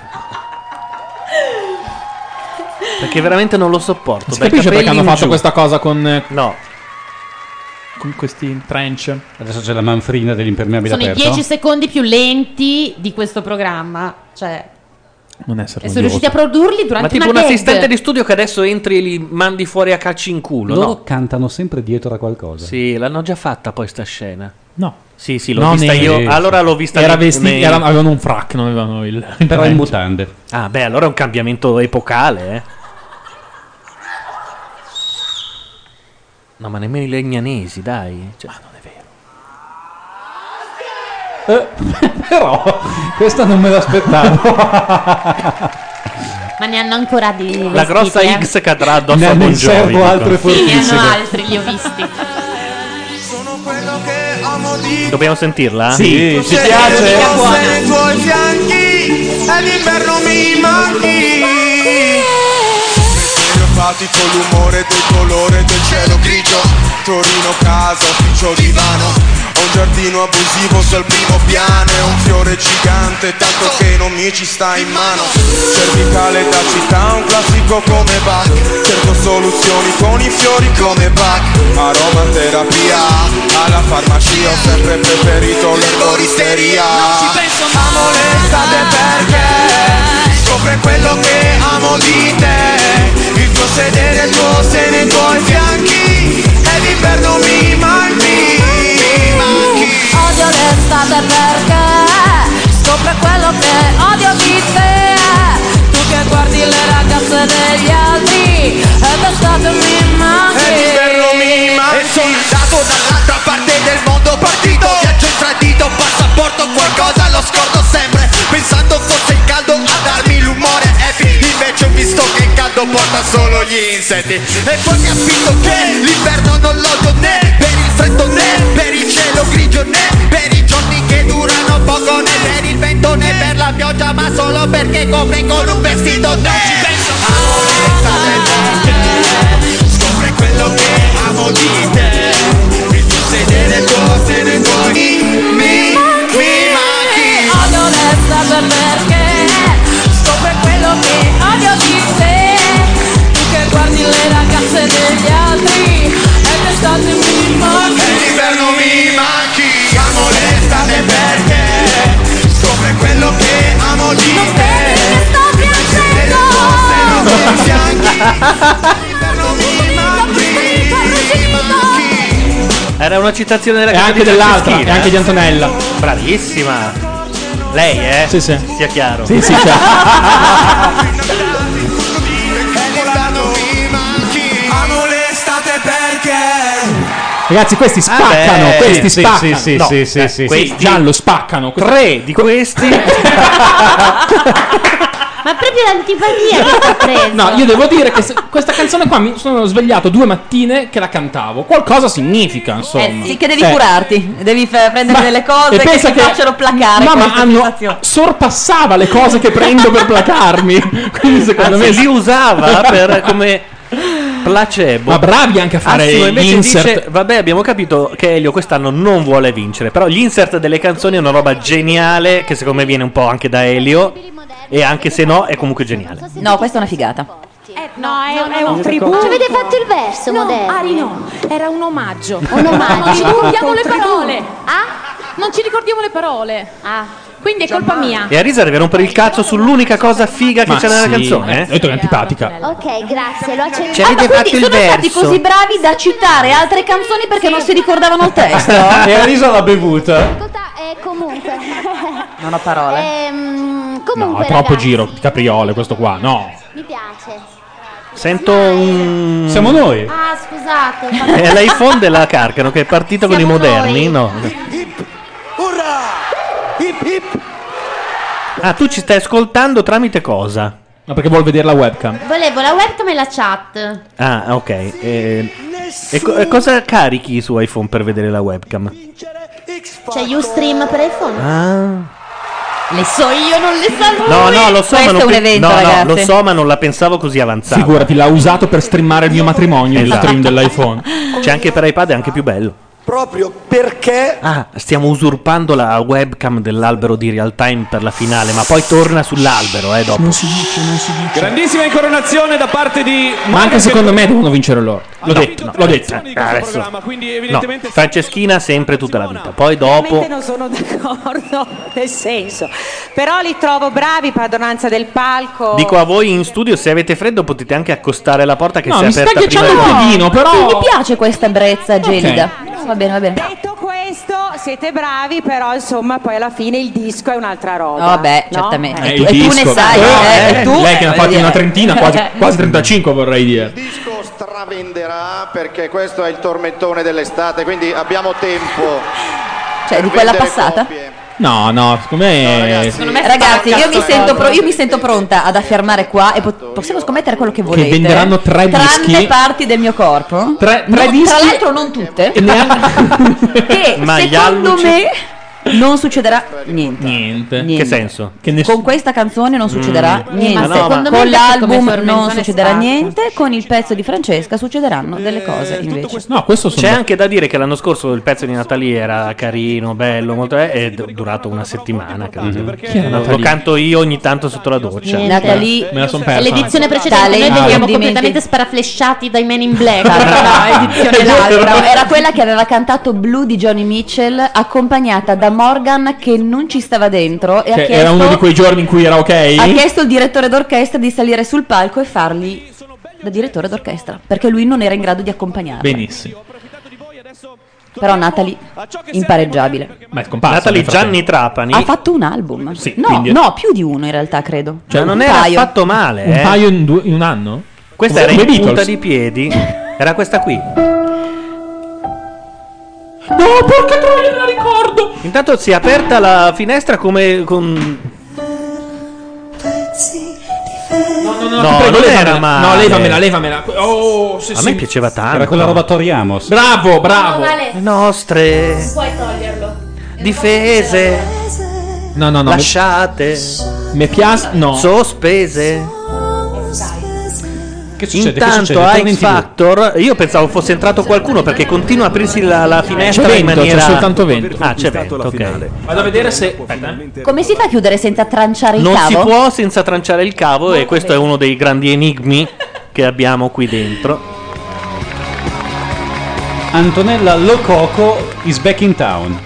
Perché veramente non lo sopporto. Si dai capisce perché capelli hanno in fatto giù. questa cosa con... eh, No. Con questi trench. Adesso c'è la manfrina dell'impermeabile Sono i aperto. dieci secondi più lenti di questo programma. Cioè, Non essere e sono riusciti a produrli Ma durante tipo una un gag. assistente di studio che adesso entri e li mandi fuori a calci in culo. Loro No. cantano sempre dietro a qualcosa. Sì, l'hanno già fatta poi sta scena. No. Sì, sì, l'ho No, vista nei- io. Allora l'ho vista Era nei- vestiti, nei- erano- avevano un frac, non avevano il... il Però in trench. mutande. Ah, beh, allora è un cambiamento epocale, eh. No, ma nemmeno i legnanesi, dai. Cioè, non è vero. Eh, però questa non me l'aspettavo. Ma ne hanno ancora di La grossa vestiti, eh? X cadrà addosso Ne- a ne Bon Jovi. servo dico. altre Sì, ne hanno fortissime. altri, li ho visti. Dobbiamo sentirla? Sì, ci Mica piace. buona. nei tuoi fianchi e d'inverno mi manchi. Stereofatti con l'umore del colore del cielo grigio. Torino casa, ufficio divano. Ho un giardino abusivo sul primo piano e un fiore gigante, tanto che non mi ci sta in mano. Cervicale da città, un classico come Bach. Cerco soluzioni con i fiori come Bach. Aromaterapia, alla farmacia ho sempre preferito l'erboristeria. Amo l'estate perché scopre quello che amo di te. Il tuo sedere, il tuo seno, i tuoi fianchi e d'inverno mi manchi. Odio l'estate perché scopre quello che odio di te. Tu che guardi le ragazze degli altri e d'estate mi manchi. E d'inverno mi manchi. E sono andato dall'altra parte del mondo, partito, viaggio intradito, passaporto, qualcosa lo scordo sempre, pensando fosse il caldo a darmi l'umore happy. Invece ho visto che il caldo porta solo gli insetti. E poi mi affitto che l'inverno non l'odio né per il freddo né per il cielo grigio né per i giorni che durano poco né per il vento né per la pioggia, ma solo perché copre con un vestito né. Amo l'estate perché scopre quello che amo di te. Il tuo sedere, il tuo seno, i tuoi mi, mi manchi. Odio l'estate perché scopre quello che odio di te. Tu che guardi le ragazze degli altri e d'estate mi manchi. E l'inverno mi manchi. Amo l'estate perché scopre quello che amo di te. Sto piangendo. I tuoi fianchi. L'inverno mi manchi. Mi manchi. Era una citazione della E canzone anche di dell'altra, Franceschina. e anche di Antonella. Bravissima. Lei, eh? Sì, sì. Sia chiaro. Sì, sì, certo. E l'inverno mi manchi. Amo l'estate perché Ragazzi, questi spaccano, Ah, beh, questi sì, spaccano. sì, sì, No, sì, sì, eh, sì, questi sì. giallo spaccano. Tre di questi. Ma proprio l'antipatia che sta preso. No, io devo dire che se- questa canzone qua mi sono svegliato due mattine che la cantavo. Qualcosa significa, insomma. Eh sì, che devi Eh. curarti, devi f- prendere Ma- delle cose e che pensa ti che- facciano placare. No, ma queste hanno sensazioni. sorpassava le cose che prendo per placarmi. Quindi secondo Anzi, me li usava per come placebo. Ma bravi anche a fare Assumo, invece gli insert. dice, vabbè, abbiamo capito che Elio quest'anno non vuole vincere, però gli insert delle canzoni è una roba geniale che secondo me viene un po' anche da Elio e anche se no è comunque geniale. No, questa è una figata. Eh, no, è, no, è no, un no. tributo. Ci avete fatto il verso, no, Moderni? Ari no, era un omaggio. Un omaggio. Non ci ricordiamo Un le tributo. parole. Ah? Non ci ricordiamo le parole. Ah. Quindi è colpa mia. E Arisa deve rompere il cazzo sull'unica cosa figa che Ma c'è nella sì, canzone, eh? ho detto che è antipatica. Ok, grazie, lo accetto. Ci avete Ah, ma fatto quindi il sono stati verso. così bravi da citare altre canzoni perché non si ricordavano il testo? E Arisa l'ha bevuta. Eh, comunque. Non ho parole. Ehm, No, comunque, è troppo ragazzi, giro di capriole questo qua, no. mi piace. Sento un... Siamo noi. Ah, scusate. È l'iPhone della Carcano che è partito con i Siamo moderni, noi. no? Hip hip. Ah, tu ci stai ascoltando tramite cosa? Ma perché vuol vedere la webcam? Volevo la webcam e la chat. Ah, ok. E, e co- e cosa carichi su iPhone per vedere la webcam? C'è Ustream per iPhone? Ah. Le so io, non le sa lui. No, no, lo so, Questo ma non è un pe- evento, no, no, ragazzi. lo so, ma non la pensavo così avanzata. Figurati, l'ha usato per streamare il mio matrimonio, il Esatto. stream dell'iPhone. C'è anche per iPad, è anche più bello. Proprio perché Ah, stiamo usurpando la webcam dell'albero di real time per la finale, ma poi torna sull'albero, eh, dopo. Non si dice, non si dice. Grandissima incoronazione da parte di Ma anche secondo me devono vincere loro. L'ho No, detto, no, l'ho detto. eh, adesso. No, Franceschina sempre tutta la vita. Poi dopo Veramente non sono d'accordo, nel senso. Però li trovo bravi, padronanza del palco. dico a voi in studio, se avete freddo potete anche accostare la porta che No, si è mi sta aperta prima ghiacciando del- il piedino, però. Mi piace questa brezza gelida. Va bene, va bene. Detto questo, siete bravi, però insomma poi alla fine il disco è un'altra roba. No, vabbè, no? certamente. Eh, E tu, il e tu ne disco. sai, Eh, eh, eh, tu, lei che ne ha voglio fatti dire. una trentina, quasi, quasi trentacinque vorrei dire. disco stravenderà perché questo è il tormentone dell'estate, quindi abbiamo tempo. Cioè, per di quella vendere passata? copie. No, no, secondo me. Secondo me, ragazzi, io mi, sento pro- io mi sento pronta ad affermare qua e pot- possiamo scommettere quello che volete. venderanno tre Tranne dischi. parti del mio corpo. Tre, tre No, dischi. Tra l'altro non tutte. E neanche- Che Ma gli secondo alluci- me non succederà niente. Niente. Niente. Che senso? Che ness- Con questa canzone non succederà Mm. niente. Ma no, secondo con me invece come l'album tormentone non succederà sta. niente. Con il pezzo di Francesca succederanno delle cose invece. No, questo sono. C'è anche da dire che l'anno scorso il pezzo di Natalie era carino, bello, molto eh, è d- durato una settimana. credo. Chi era Lo, lo Natalie? canto io ogni tanto sotto la doccia. Niente. Natalie, Me la son È persa. l'edizione precedente, noi Talenti. veniamo Ah. completamente sparaflesciati dai Men in Black. no, edizione È vero. l'altra. Era quella che aveva cantato Blue di Johnny Mitchell, accompagnata da Morgan che non ci stava dentro e ha Che chiesto, era uno di quei giorni in cui era ok. ha chiesto il direttore d'orchestra di salire sul palco e fargli da direttore d'orchestra perché lui non era in grado di accompagnarla. Benissimo. Però Natalie impareggiabile. Ma è scomparsa. Natalie nel frattempo. Gianni Trapani. Ha fatto un album. Sì, no, quindi- no, più di uno in realtà credo. Cioè, non un era paio. affatto male. Un eh. paio in, due- in un anno? Questa era Come in i punta Beatles. di piedi. Era questa qui. No, porca troia, me la ricordo. Intanto si è aperta la finestra come con. No, no, no, No, ti prego, non levamela. era male. No, levamela, levamela. Oh, sì, A sì. me piaceva tanto. Era quella roba Toriamos. Bravo, bravo. Vale, Le nostre puoi toglierlo. difese No, no, no. lasciate, Mi piace. No. sospese. Che succede? Che Intanto succede? a Torna in X TV. Factor io pensavo fosse entrato qualcuno perché continua a aprirsi la, la finestra C'è in vento, maniera. c'è soltanto vento. Ah, c'è vento, ok. Vado a vedere se. Aspetta. eh. Come si fa a chiudere senza tranciare il Non cavo? si può senza tranciare il cavo e questo è uno dei grandi enigmi che abbiamo qui dentro. Antonella Lococo is back in town.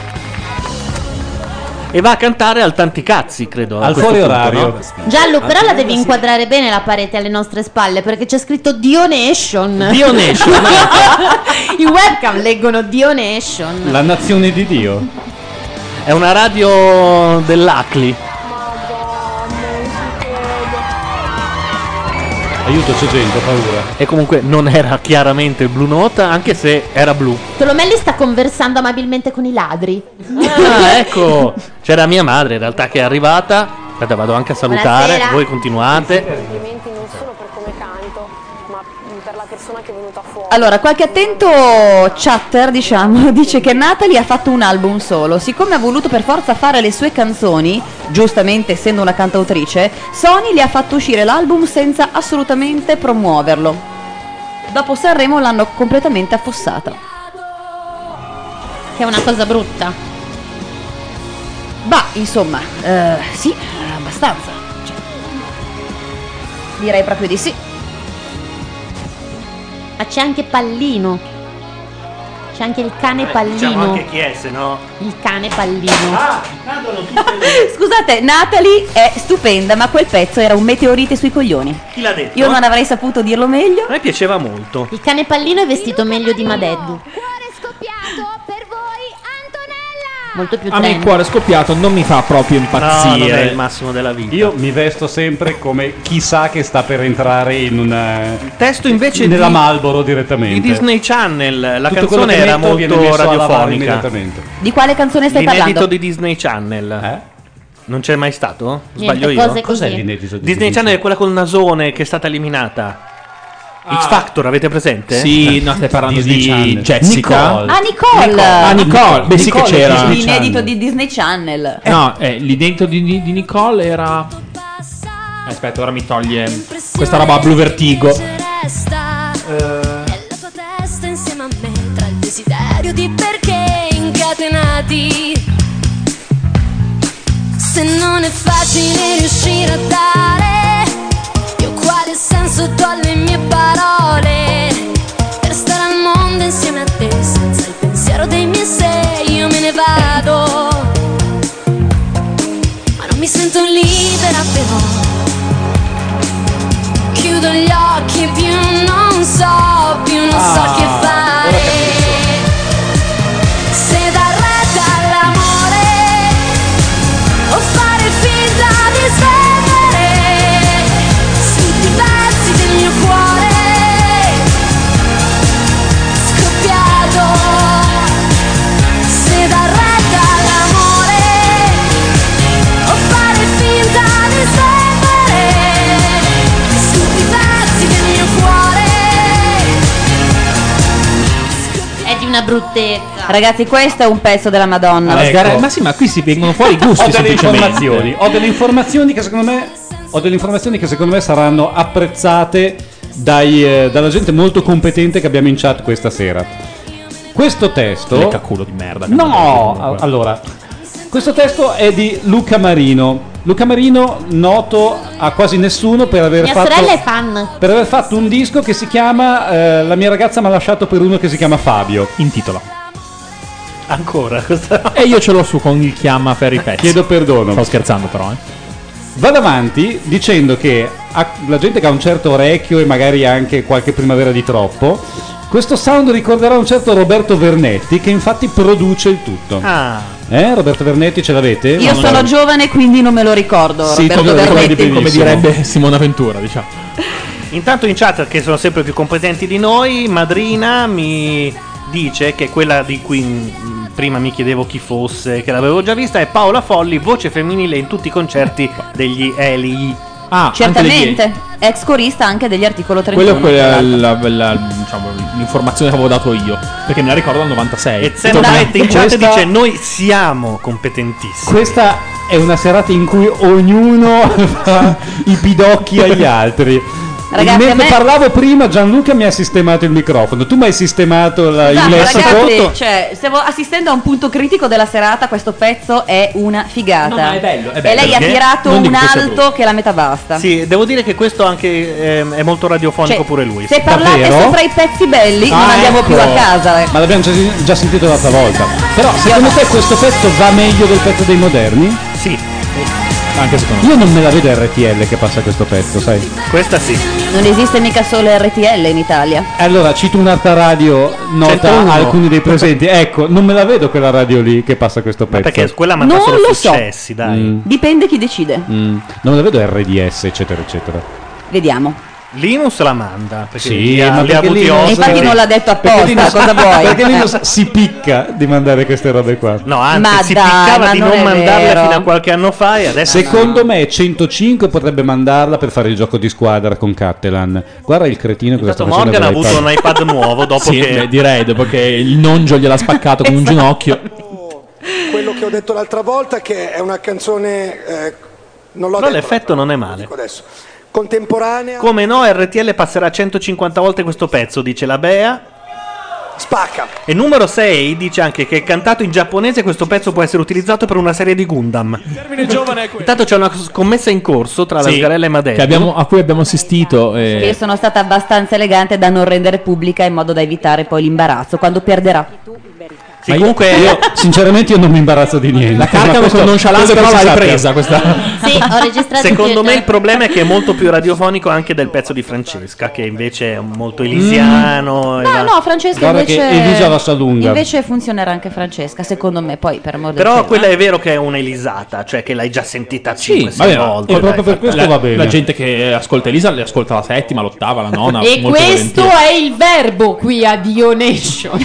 E va a cantare al tanti cazzi, credo. a Al questo fuori punto, orario. no? Giallo, però la devi inquadrare bene la parete alle nostre spalle perché c'è scritto Dionation. Dionation. I webcam leggono Dionation. La nazione di Dio. È una radio dell'Acli. Aiuto, c'è gente, ho paura. E comunque non era chiaramente il Blue Note, anche se era blu. Tolomelli sta conversando amabilmente con i ladri. Ah, ecco. C'era mia madre in realtà che è arrivata. Aspetta, vado anche a salutare. Buonasera. Voi continuate. Complimenti non solo per come canto, ma per la persona che è venuta fuori. Allora, qualche attento chatter, diciamo, dice che Natalie ha fatto un album solo. Siccome ha voluto per forza fare le sue canzoni, giustamente essendo una cantautrice, Sony le ha fatto uscire l'album senza assolutamente promuoverlo. Dopo Sanremo l'hanno completamente affossata. Che è una cosa brutta. Bah, insomma, eh, sì, abbastanza. Cioè, direi proprio di sì. Ma c'è anche Pallino. C'è anche il cane Pallino. Diciamo anche chi è, se no. Il cane Pallino. Ah, cadono tutte le... Scusate, Natalie è stupenda, ma quel pezzo era un meteorite sui coglioni. Chi l'ha detto? Io non avrei saputo dirlo meglio. A me piaceva molto. Il cane Pallino è vestito meglio di Madeddu. Molto più A me il trend. cuore scoppiato non mi fa proprio No, non impazzire. è il massimo della vita. Io mi vesto sempre come chissà che sta per entrare in una. Il testo invece nella di- Marlboro direttamente. Di Disney Channel, la Tutto quello canzone che era metto viene molto messo a lavare radiofonica. immediatamente. Di quale canzone stai L'inedito parlando? di Disney Channel. Non c'è mai stato? Niente, Sbaglio io? cose così. Cos'è l'inedito di Disney Disney Channel è quella col nasone che è stata eliminata. X Factor, avete presente? Sì, no, stai parlando Disney di Channel. Jessica. Ah, Nicole! Ah, Nicole. Beh, sì che c'era. L'inedito di Disney Channel. No, eh, l'identito di, di, di Nicole era. Aspetta, ora mi toglie questa roba blu vertigo. Resta nella tua testa insieme a me, tra il desiderio di perché incatenati. Se non è facile riuscire a dare, io quale senso do alle mie parole? Per stare al mondo insieme a te, senza il pensiero dei miei sei, io me ne vado. Ma non mi sento libera però. Chiudo gli occhi e più non so, più non so Ah, che fare. Se dar retta all'amore o fare finta di svendere tutti i pezzi del mio cuore scoppiato. Se dar retta all'amore o fare finta di svendere tutti i pezzi del mio cuore. È di una bruttezza. Ragazzi, questo è un pezzo della Madonna. Alla sgara- Ma sì, ma qui si vengono fuori i gusti. Ho delle semplicemente. informazioni. Ho delle informazioni che secondo me. Ho delle informazioni che secondo me saranno apprezzate dai, eh, dalla gente molto competente che abbiamo in chat questa sera. Questo testo. Lecca culo di merda. che No, mandate, comunque. a- allora. Questo testo è di Luca Marino. Luca Marino, noto a quasi nessuno per aver Mia fatto. sorella è fan. Per aver fatto un disco che si chiama eh, La mia ragazza mi ha lasciato per uno che si chiama Fabio. Intitola. Ancora questa. E io ce l'ho su con il chiama per i pezzi. Chiedo perdono. Sto scherzando però, eh. Vado avanti dicendo che a- la gente che ha un certo orecchio e magari anche qualche primavera di troppo, questo sound ricorderà un certo Roberto Vernetti che infatti produce il tutto. Ah. Eh, Roberto Vernetti ce l'avete? Io No, sono no. giovane, quindi non me lo ricordo. Sì, Roberto tu lo ricordi Vernetti. benissimo. Come direbbe Simona Ventura, diciamo. Intanto in chat, che sono sempre più competenti di noi, Madrina mi dice che quella di cui mm, prima mi chiedevo chi fosse, che l'avevo già vista, è Paola Folli, voce femminile in tutti i concerti degli Eli. Ah, Certamente, ex corista anche degli articolo Quello trentuno. è quella, la, la- diciamo, l'informazione che avevo dato io. Perché me la ricordo dal novantasei. E Zenobette in chat Questa- dice noi siamo competentissimi. Questa è una serata in cui ognuno fa i pidocchi agli altri. Ragazzi, Mentre a me- parlavo prima, Gianluca mi ha sistemato il microfono. Tu mi hai sistemato la, il Esatto, lesso ragazzi, sotto. cioè, stiamo assistendo a un punto critico della serata. Questo pezzo è una figata. No, ma è bello, è E bello, lei ha perché tirato non un dico che sia alto brutto. che la metà basta. Sì, devo dire che questo anche ehm, è molto radiofonico Cioè, pure lui. Se parlate Davvero? sopra i pezzi belli, non Ah, andiamo ecco. più a casa. eh. Ma l'abbiamo già, già sentito l'altra volta. Però secondo te questo pezzo va meglio del pezzo dei moderni? Sì. Anche secondo me. Io non me la vedo R T L che passa questo pezzo, sai? Questa sì. Non esiste mica solo R T L in Italia. Allora, cito un'altra radio nota centouno. a alcuni dei presenti. Ecco, non me la vedo quella radio lì che passa questo pezzo. Perché quella manda Non solo lo so. successi, dai. Mm, Dipende chi decide. mm. Non me la vedo R D S, eccetera, eccetera. Vediamo. Linus la manda perché Sì, li ha, ma li ha perché avuti Linus- ospiti. Infatti non l'ha detto Perché apposta, Linus- cosa vuoi? Perché Linus si picca di mandare queste robe qua. No, anzi, Ma si dai, piccava ma di non non è mandarle vero. fino a qualche anno fa e adesso Secondo me centocinque potrebbe mandarla per fare il gioco di squadra con Cattelan. Guarda il cretino cosa sta Intanto facendo Morgan ha con avuto l'iPad. un iPad nuovo dopo Sì, che beh, direi, dopo che il nongio gliel'ha spaccato con un ginocchio. Quello che ho detto l'altra volta, che è una canzone, eh, non l'ho però detto l'effetto non è male. adesso, contemporanea, Come no, R T L passerà centocinquanta volte questo pezzo, dice la Bea. spacca. E numero sei dice anche che cantato in giapponese questo pezzo può essere utilizzato per una serie di Gundam. Termine giovane è questo. Intanto c'è una scommessa in corso tra la Sì, Sgarella e Madeddu. che abbiamo- a cui abbiamo assistito. Che eh, io sono stata abbastanza elegante da non rendere pubblica in modo da evitare poi l'imbarazzo quando perderà. Sì, comunque io, sinceramente io non mi imbarazzo di niente. La caricano Ma con nonchalance, questo però si l'ha sappia. ripresa questa. Sì, ho registrato Secondo anch'io me già. il problema è che è molto più radiofonico anche del pezzo di Francesca, che invece è molto elisiano. e No, va- no, Francesca Guarda invece che Elisa la sa lunga. invece funzionerà anche Francesca, secondo me, poi per amor del Però cielo. quella è vero che è un'elisata, cioè che l'hai già sentita Sì, cinque vabbè, volte. e dai, proprio per fa- questo la, va bene. La gente che ascolta Elisa le ascolta la settima, l'ottava, la nona. E molto questo volentieri. è il verbo qui a Dionation.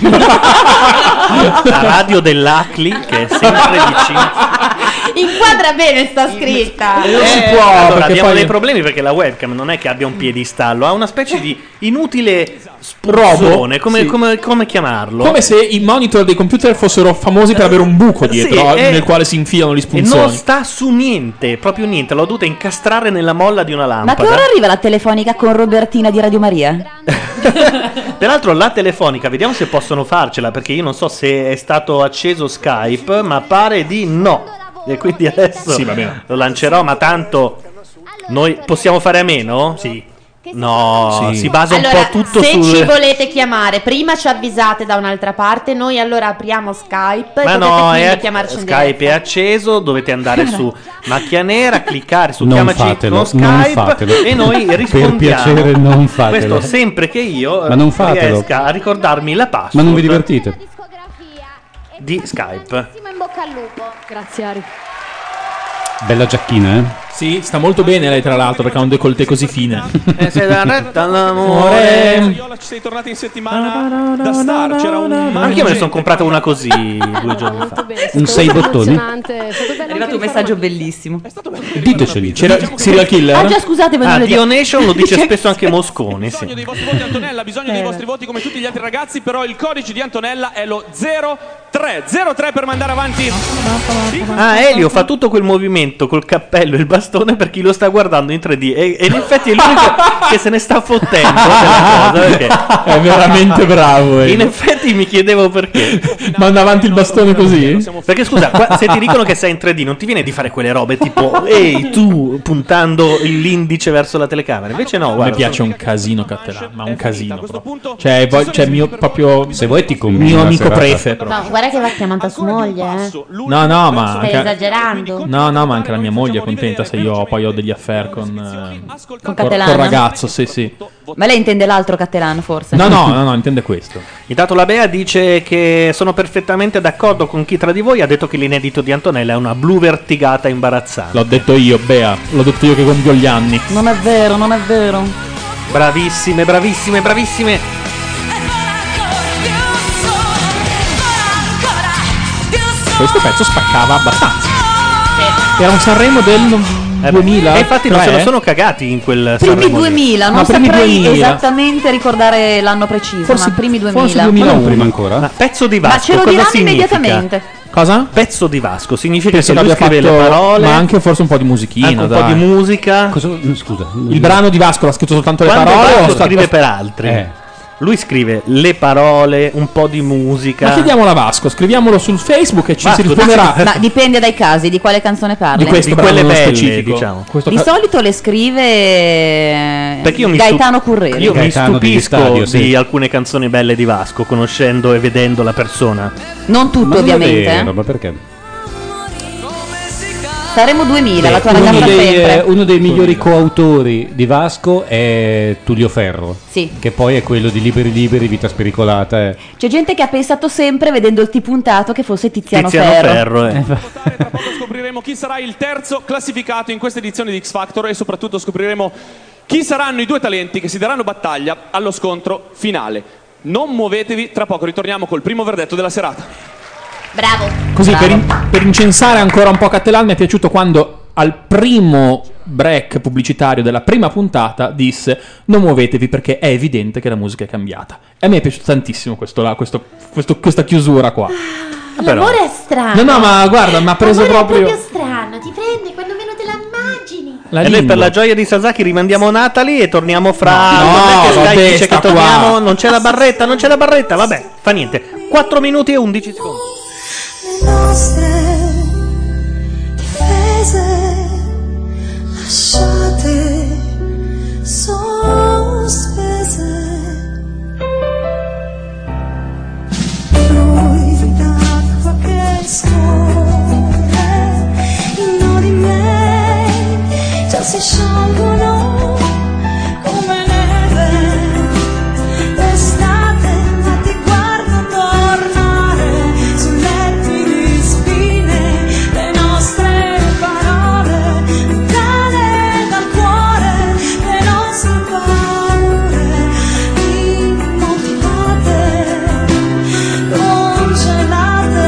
La radio dell'Acli che è sempre vicino. Inquadra bene sta scritta. Eh, non si può, allora perché abbiamo poi- dei problemi perché la webcam non è che abbia un piedistallo, ha una specie di inutile Robo, spruzzone, come, sì. come, come chiamarlo? Come se i monitor dei computer fossero famosi per avere un buco dietro Sì, eh, e- nel quale si infilano gli E non spunzoni. sta su niente, proprio niente, l'ho dovuta incastrare nella molla di una Ma lampada. che ora arriva la telefonica con Robertina di Radio Maria? Peraltro la telefonica, vediamo se possono farcela, perché io non so se è stato acceso Skype, ma pare di no. E quindi adesso Sì, va bene. lo lancerò, ma tanto noi possiamo fare a meno? Sì. No, Sì. si basa Allora, un po' tutto se sul... ci volete chiamare, prima ci avvisate da un'altra parte, noi allora apriamo Skype Ma e no, potete quindi è, chiamarci in Skype è diretta. acceso, dovete andare su Macchia Nera, cliccare su Non chiamaci fatelo, con non Skype fatelo. e noi Per rispondiamo. piacere non fatelo. Questo sempre che io Ma non fatelo. riesca a ricordarmi la password Ma non vi divertite? di Skype. In bocca al lupo. Grazie Ari. Bella giacchina, eh? Sì, sta molto bene lei tra l'altro perché ha un décolleté così fine. E se la retta all'amore. Viola, ci sei tornati in settimana da star, c'era un Anche io me ne sono comprata una così due giorni fa. Un sei bottoni? È arrivato un messaggio bellissimo. Diteceli. C'era serial killer? Ah già, scusate, ma Ah, non le- Dionation lo dice spesso anche Mosconi, sì. dei vostri voti Antonella, ha bisogno dei vostri voti come tutti gli altri ragazzi, però il codice di Antonella è lo zero tre zero tre per mandare avanti. Ah, Elio fa tutto quel movimento col cappello e il bastone per chi lo sta guardando in tre D e, e in effetti è l'unico che se ne sta fottendo della cosa, perché È veramente bravo. in Elio. effetti mi chiedevo perché. Manda avanti il bastone così? Perché scusa, qua- se ti dicono che sei in tre D non ti viene di fare quelle robe tipo ehi tu puntando l'indice verso la telecamera, invece no, A me guarda. piace un casino Cattelan, ma un casino proprio. Cioè, poi, cioè mio proprio Se vuoi ti combini mio una amico serata. prefe proprio. No, guarda che va chiamata su moglie, eh. No, no, ma Stai anche, esagerando. no, no, ma anche la mia moglie è contenta se io poi ho degli affair con, eh, con, Cattelan? col ragazzo, sì, sì. Ma lei intende l'alro Cattelan forse? No, no, no, no, intende questo. Intanto la Bea dice che sono perfettamente d'accordo con chi tra di voi ha detto che l'inedito di Antonella è una blu vertigata imbarazzante. L'ho detto io, Bea, l'ho detto io che compio gli anni. Non è vero, non è vero. Bravissime, bravissime, bravissime. Questo pezzo spaccava abbastanza. Era un Sanremo del Eh, duemila. E infatti non se lo sono cagati in quel Primi Sanremo lì. duemila, non No, primi saprei duemila. esattamente ricordare l'anno preciso, Forse- ma primi forse duemila. duemila. Non prima ancora? Ma pezzo di Ma Vasco, ce lo cosa diranno significa? immediatamente. Cosa? Pezzo di Vasco significa Penso che che lui abbia scrive fatto, le parole, ma anche forse un po' di musichina, anche un dai. po' di musica. Cosa, scusa. Il brano di Vasco l'ha scritto soltanto le Quando parole. Vasco o sta- scrive per altri. Eh. Lui scrive le parole, un po' di musica. Ma chiediamolo a Vasco, scriviamolo sul Facebook e ci Vasco, si risponderà. Ma dipende dai casi, di quale canzone parli. Di questo di brano quelle nello belle, specifico. diciamo. Questo Di ca- solito le scrive eh, Perché io mi Gaetano stup- Curreri. Io mi Gaetano degli stupisco Stadio, di sì. alcune canzoni belle di Vasco, conoscendo e vedendo la persona. Non tutto, Ma non è ovviamente. vero, eh. ma perché? Saremo duemila, la tua Uno ragazza dei, eh, sempre. uno dei migliori coautori di Vasco è Tullio Ferro, Sì. che poi è quello di Liberi Liberi, Vita Spericolata. eh. C'è gente che ha pensato sempre, vedendo il T puntato, che fosse Tiziano, Tiziano Ferro. Ferro, eh. Tra poco scopriremo chi sarà il terzo classificato in questa edizione di X Factor e soprattutto scopriremo Chi saranno i due talenti che si daranno battaglia allo scontro finale? Non muovetevi, tra poco ritorniamo col primo verdetto della serata. Bravo. Così Bravo. per, in- per incensare ancora un po' Cattelan, mi è piaciuto quando al primo break pubblicitario della prima puntata disse: non muovetevi perché è evidente che la musica è cambiata. E a me è piaciuto tantissimo questo, là, questo, questo- questa chiusura qua. L'amore è strano. No, no, ma guarda, mi ha preso L'amore proprio. è proprio strano, ti prende quando meno te la immagini. La e noi lingua. per la gioia di Sasaki rimandiamo Natalie e torniamo fra. No, non è che vabbè, Sky dice sta che qua. torniamo, non c'è la barretta, non c'è la barretta, vabbè, fa niente. quattro minuti e undici secondi. Le nostre difese lasciate sospese. Fluidi d'acqua che scorre, i nodi miei già si sciolgono come neve d'estate, ma ti guardo tornare su letti di spine, le nostre parole lontane dal cuore, le nostre paure immotivate, congelate.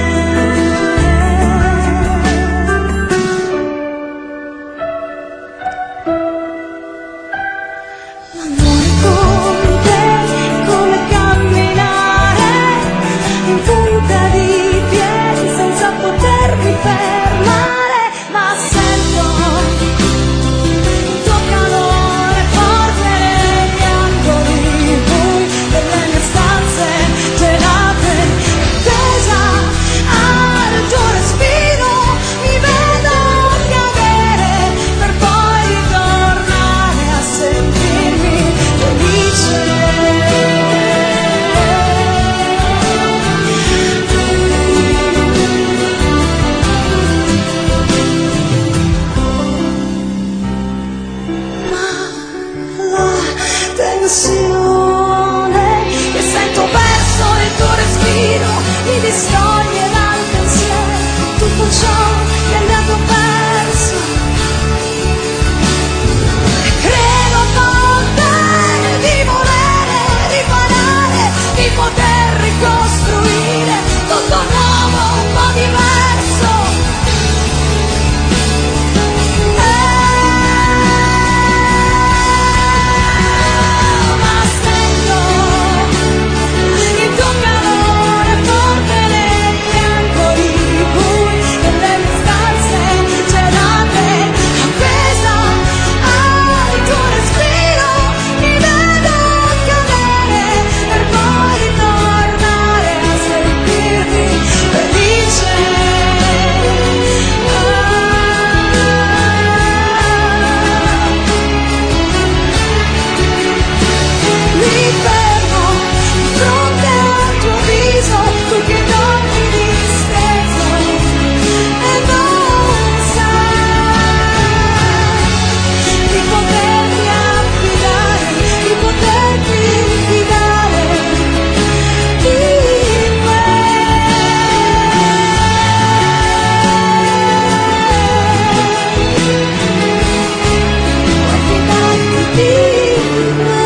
L'amore con te, come camminare in punta di piedi senza potermi fermare, ma sento il tuo calore forte negli angoli bui delle mie stanze gelate, tesa al tuo respiro, mi vedo cadere per poi ritornare a sentirmi la tensione che sento verso il tuo respiro mi distoglie dal pensiero, tutto ciò che è andato perso. Credo con te di volere riparare, di poter ricostruire tutto nuovo, un po' diverso. Ma sento il tuo calore forte negli angoli bui delle mie stanze gelate, appesa al tuo respiro, mi vedo cadere per poi ritornare a sentirmi felice. Mi fermo di fronte al tuo viso, tu che dormi disteso e non sai di potermi affidare, di potermi fidare di me. Puoi fidarti di me.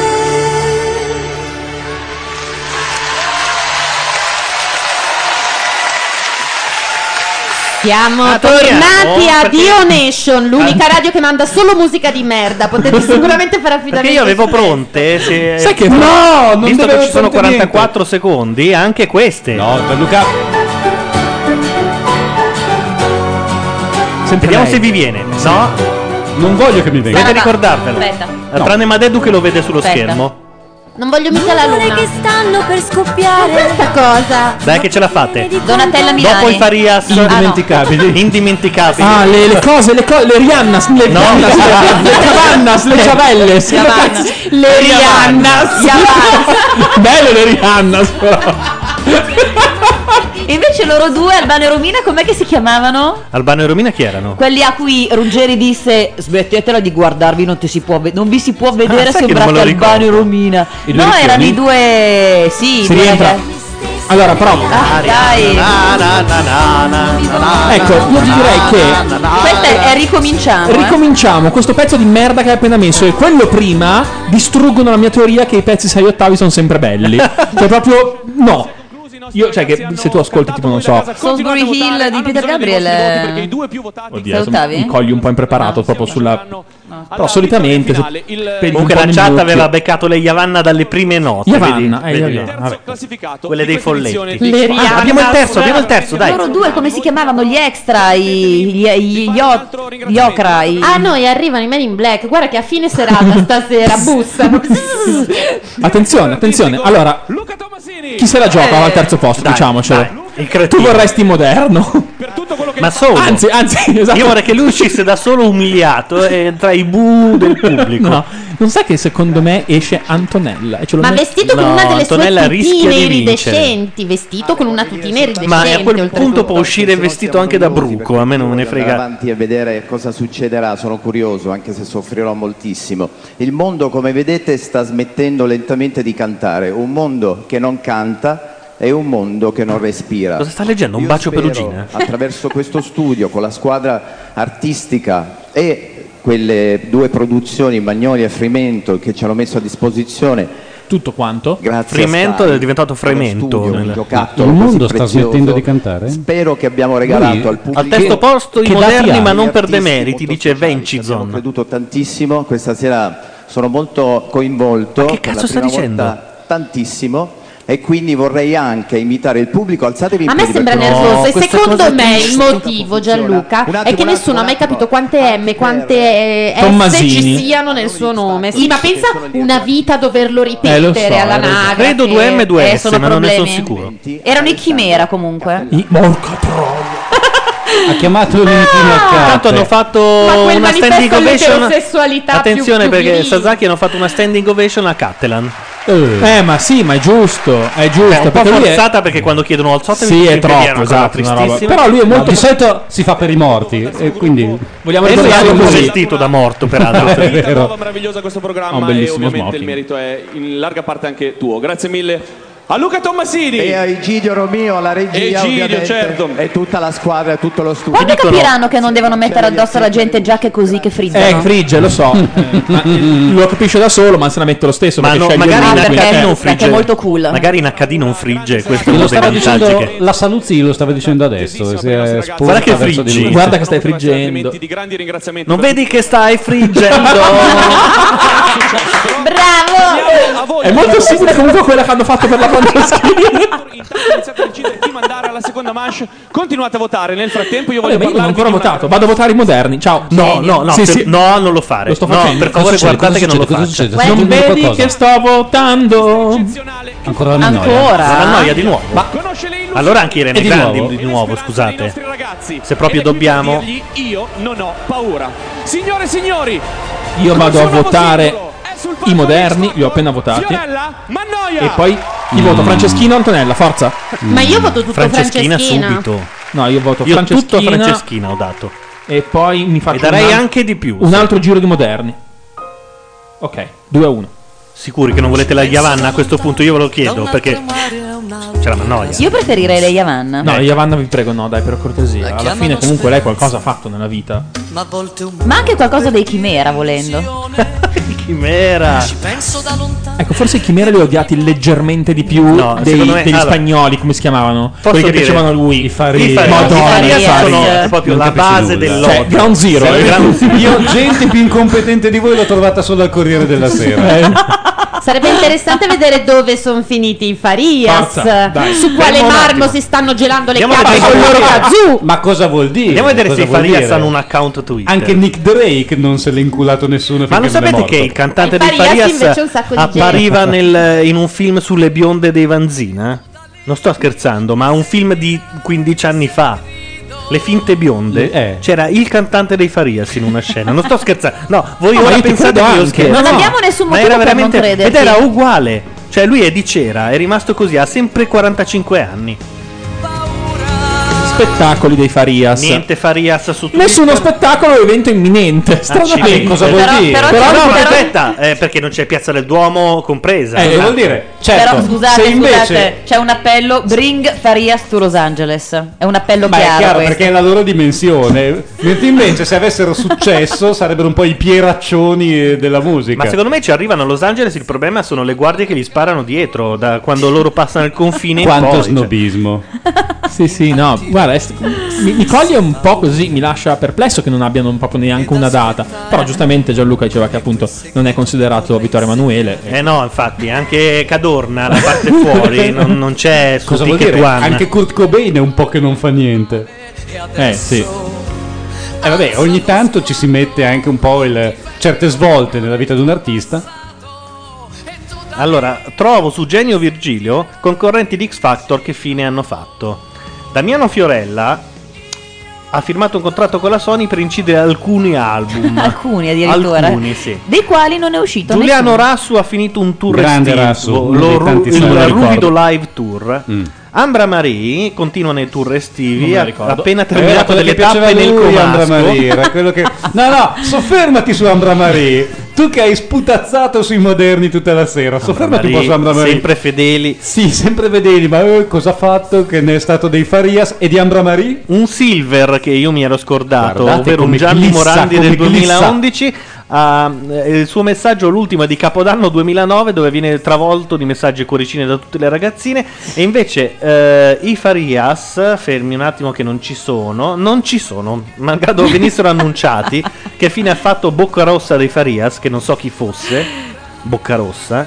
Siamo Ah, torniamo, tornati a perché- Dio Nation, l'unica radio che manda solo musica di merda. Potete sicuramente fare affidamento. Perché io avevo su questo. pronte. Se... Sai che no, non Visto deve che ci sono pronte quarantaquattro secondi, anche queste. No, per Luca. Vediamo lei. se vi viene. No, Non voglio che mi venga. dovete ricordarvelo. Aspetta. Eh, Tranne Madedu che lo vede sullo Aspetta. schermo. Non voglio mica la luna. che stanno per scoppiare. Questa cosa. Dai che ce la fate. Donatella Milani. Dopo i Farias. Indimenticabili. Indimenticabili. Ah, le, le cose, le cose, le Rihannas, le No. Rihannas, le, le Cavannas, le Ciavelles. Cavannas. Le Rihannas. Belle le Rihannas, però. E invece loro due, Albano e Romina, com'è che si chiamavano? Albano e Romina chi erano? Quelli a cui Ruggeri disse: smettetela di guardarvi, non, ti si può ve- non vi si può vedere, Ah, sai che non sembrate me lo Albano e ricordo. Romina. I due No, ricchioni? erano i due. Sì, i Si due rientra. ragazzi. Allora, però. Ah, dai. Ecco, io ti direi che. Questa è, è ricominciamo. eh. Ricominciamo questo pezzo di merda che hai appena messo e quello prima distruggono la mia teoria che i pezzi sei ottavi sono sempre belli. Cioè proprio no. Io, cioè, che se tu ascolti, tipo, non so. Salisbury Hill di Peter Gabriel. eh, Oddio, sei adesso ottavi? mi cogli un po' impreparato proprio sulla. Però solitamente. se- per Comunque un la po' chat minuti- aveva beccato le Yavanna dalle prime note. Yavanna, vedi? eh, Vedi? Yavanna, vabbè. Quelle dei folletti. Le Ah, Rihanna. abbiamo il terzo, abbiamo il terzo, dai. Loro due come si chiamavano? Gli extra, i, gli, gli, gli, o- gli ocra. I... Ah, noi arrivano i Men in Black. Guarda che a fine serata stasera bussano. Attenzione, attenzione. Allora, chi se la gioca al terzo posto? Dai, Diciamocelo. dai, il Tu cretino. vorresti moderno. Ma solo. Anzi, anzi, esatto. Io vorrei che lui uscisse da solo umiliato e tra i bu del pubblico. No, non sai che secondo me esce Antonella? E ce lo Ma met- vestito con No, una delle Antonella sue rischia tutine di vincere. iridescenti. Vestito con una tutina iridescente. Ma a quel oltretutto. punto può uscire vestito anche da bruco, a me non me ne Andare frega. avanti e vedere cosa succederà, sono curioso, anche se soffrirò moltissimo. Il mondo, come vedete, sta smettendo lentamente di cantare. Un mondo che non canta è un mondo che non respira. Cosa sta leggendo? Un Io bacio spero, perugina? attraverso questo studio, con la squadra artistica e quelle due produzioni, Magnoli e Frimento, che ci hanno messo a disposizione. Tutto quanto? Grazie Fremento a Sky, è diventato uno Fremento studio, un nel- giocattolo Il mondo così sta prezioso. smettendo di cantare? Spero che abbiamo regalato Lui- al pubblico Al testo posto i che dati moderni, ha? ma non gli per artisti demeriti, molto dice sociali. Ci abbiamo Vencizon. creduto tantissimo, questa sera sono molto coinvolto. Ma che per la cazzo sta prima dicendo? volta tantissimo. E quindi vorrei anche imitare il pubblico. Alzatevi in A me piedi sembra perché- nervoso e questa secondo cosa me il triste. motivo, Gianluca, Un attimo, è che un nessuno ha mai attimo, capito quante M, quante eh, S Tommasini. ci siano nel suo nome. Sì, ma pensa una vita a doverlo ripetere Eh, lo so, alla hai ragione. naga. Credo due M, due eh, S, sono ma non ne sono problemi. sicuro. Erano i chimera comunque. I- Porca troia. Ha chiamato l'Olimpico al Tanto hanno capo. fatto Ma quel una manifesto standing ovation. all'eterosessualità Attenzione più- più perché virile. Sasaki hanno fatto una standing ovation a Cattelan. Eh, ma sì, ma è giusto, è giusto. È un po' perché lui è- forzata perché quando chiedono alzatemi Sì, tutti è in piedi era troppo, una cosa esatto, una roba. tristissima. Però lui è Ma molto di solito si fa per i morti e quindi Vogliamo E lui ricordarlo è così. vestito da morto peraltro. è Vita vero. nuova, meravigliosa questo Ha un programma e bellissimo ovviamente smoking. il merito è in larga parte anche tuo. Grazie mille a Luca Tommasini E a Egidio Romeo, alla regia, Egidio, ovviamente, certo. e tutta la squadra e tutto lo studio. Quando dicono- capiranno che non devono mettere addosso alla gente giacche così che frizzano? Eh, frigge, lo so. Eh, ma, eh, lo capisce da solo, ma se la mette lo stesso. Ma perché no, sceglie magari lui, in perché- H D quindi- non perché frigge. è molto cool. Magari in H D non frigge. Questo è uno lo dei stava vantaggi dicendo che... la Saluzzi, lo stava dicendo adesso. Si è Guarda sporta che verso di friggi. lui. Guarda che stai friggendo. Di grandi ringraziamenti Non per vedi che stai friggendo? Bravo! a voi. È molto simile comunque a quella che hanno fatto per la Franceschini. Intanto iniziate a decidere chi mandare alla seconda manche. Continuate a votare. Nel frattempo io voglio Vabbè, ma io non ho parlarvi ancora di una- votato. Vado a votare i moderni. Ciao. No, no, no, Sì, per- sì. no, non lo fare. Lo sto no, facendo. per favore, Cosa succede? guardate che non lo Cosa faccia. succede? Guarda, Sta Non succedendo vedi qualcosa? che sto votando? Ancora la minnoia. Ancora? Non annoia di nuovo. Ma Conosce le illustrazioni Allora anche Irene E di Grandi nuovo? di nuovo, e le speranze dei scusate. nostri ragazzi. Se proprio Ed è qui per dobbiamo- dirgli, io non ho paura. Signore e signori, io col vado suo a nuovo votare singolo, è sul palco i moderni, di li ho appena votati. Fiorella Mannoia. E poi chi voto? Franceschino o Antonella? Forza. Ma io voto tutto Franceschina Franceschina. subito. No, io voto Io Franceschina. tutto a Franceschina ho dato. E poi mi faccio E darei un, al- anche di più. un sì. altro giro di moderni. Ok, due a uno. Sicuri che non volete la Yavanna a questo punto? Io ve lo chiedo perché c'è la mannoia. Io preferirei le Yavanna. No, Yavanna vi prego, no, dai, per cortesia. Alla fine comunque lei qualcosa ha fatto nella vita. Ma anche qualcosa dei chimera volendo. Chimera. Ecco, forse i Chimera li ho odiati leggermente di più No, dei- secondo me- degli allora, spagnoli, come si chiamavano? posso Quelli che dire- piacevano a lui. I Faria. I Faria, Madonna, i Faria i Faria. sono proprio Non la capisci base nulla. dell'odio. Cioè, ground zero. Sei eh. ground zero. Io gente più incompetente di voi l'ho trovata solo al Corriere della Sera. Eh. Sarebbe interessante vedere dove sono finiti i Farias, Forza, dai. su quale Fermo un marmo attimo. si stanno gelando le Andiamo a chiappe vedere con il se- loro kazoo. Ma cosa vuol dire? Andiamo a vedere Cosa se i vuol Farias dire? hanno un account Twitter. Anche Nick Drake non se l'è inculato nessuno. Ma non finché è sapete morto. che il cantante I dei Farias Farias invece un sacco di appariva nel- in un film sulle bionde dei Vanzina? Non sto scherzando, ma un film di quindici anni fa. Le finte bionde. Eh. C'era il cantante dei Farias in una scena. Non sto scherzando. No, voi No, ma ora io ti pensate credo che io anche. scherzo. Non No, abbiamo nessun ma motivo era per non veramente crederti. ed era uguale. Cioè lui è di cera, è rimasto così, ha sempre quarantacinque anni. spettacoli dei Farias. Niente Farias su Twitter. Nessuno spettacolo, evento imminente. Stranamente. Cosa vuol però, dire? Però, Però- no, ma però- aspetta, eh, perché non c'è Piazza del Duomo compresa. Eh, Esatto. vuol dire, Però scusate, scusate, c'è un appello, bring Farias to Los Angeles. È un appello Beh, è chiaro, chiaro questo. perché è la loro dimensione. Mentre invece se avessero successo sarebbero un po' i pieraccioni eh, della musica. Ma secondo me ci arrivano a Los Angeles, il problema sono le guardie che gli sparano dietro da quando loro passano il confine in Quanto poi, snobismo. Sì, sì, no, guarda, è- mi, mi coglie un po' così, mi lascia perplesso che non abbiano proprio neanche una data. Però giustamente Gianluca diceva che appunto non è considerato Vittorio Emanuele. Eh no, infatti, anche Cadorna, la parte fuori, non, non c'è su Cosa vuol Ticket dire? One. Anche Kurt Cobain è un po' che non fa niente. Eh sì. E vabbè, ogni tanto ci si mette anche un po' il, certe svolte nella vita di un artista. Allora, trovo su Genio Virgilio concorrenti di X Factor che fine hanno fatto. Damiano Fiorella ha firmato un contratto con la Sony per incidere alcuni album. Alcuni addirittura. Alcuni, sì. Dei quali non è uscito Giuliano nessuno. Rassu ha finito un tour Grande estivo, Rassu, uno lo dei ru- tanti il suoni, lo ricordo. Ruvido Live Tour. Mm. Ambra Marie continua nei tour estivi, Non me la ha ricordo. appena Era terminato quello delle che piaceva tappe nel lui, Ambra Comasco. Marie, era quello che... No, no, soffermati su Ambra Marie. Tu che hai sputazzato sui moderni tutta la sera, soffermati un po' su Ambra Marie. Sempre fedeli. Sì, sempre fedeli, ma eh, cosa ha fatto? Che ne è stato dei Farias e di Ambra Marie? Un silver che io mi ero scordato, Guardate ovvero un come Gianni glissa, Morandi come del glissa. duemilaundici. Ah, eh, il suo messaggio, l'ultimo, è di Capodanno duemilanove, dove viene travolto di messaggi e cuoricine da tutte le ragazzine. E invece eh, i Farias, fermi un attimo che non ci sono, non ci sono, malgrado venissero annunciati. Che fine ha fatto Boccarossa dei Farias, che non so chi fosse. Boccarossa.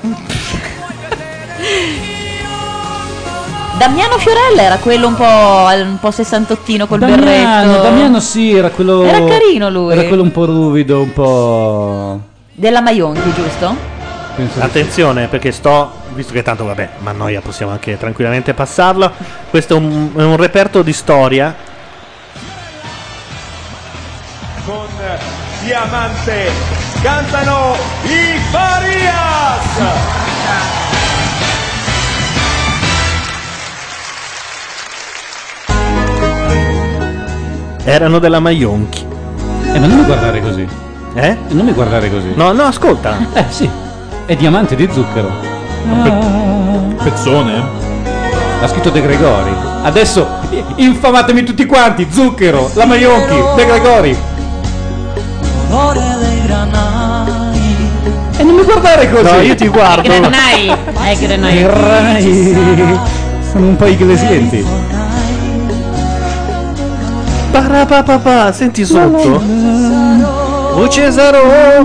Damiano Fiorella era quello un po', un po' sessantottino col Damiano, berretto. Damiano sì, era quello... Era carino lui. Era quello un po' ruvido, un po'... Della Maionchi, giusto? Penso di Attenzione, perché sto, visto che tanto vabbè, ma noia, possiamo anche tranquillamente passarlo. Questo è un, è un reperto di storia. Con Diamante cantano i Farias. Erano della Maionchi. Eh, ma non mi guardare così. Eh? Non mi guardare così. No, no, ascolta. Eh, sì. È Diamante di zucchero. Pezzone. Ha scritto De Gregori. Adesso infamatemi tutti quanti. Zucchero, la Maionchi, De Gregori. E non mi guardare così. No, io ti guardo. Eh, Granai. Eh, Granai. Granai. Sono un po' inglesienti. Parapapapa, senti sotto. O Cesaro.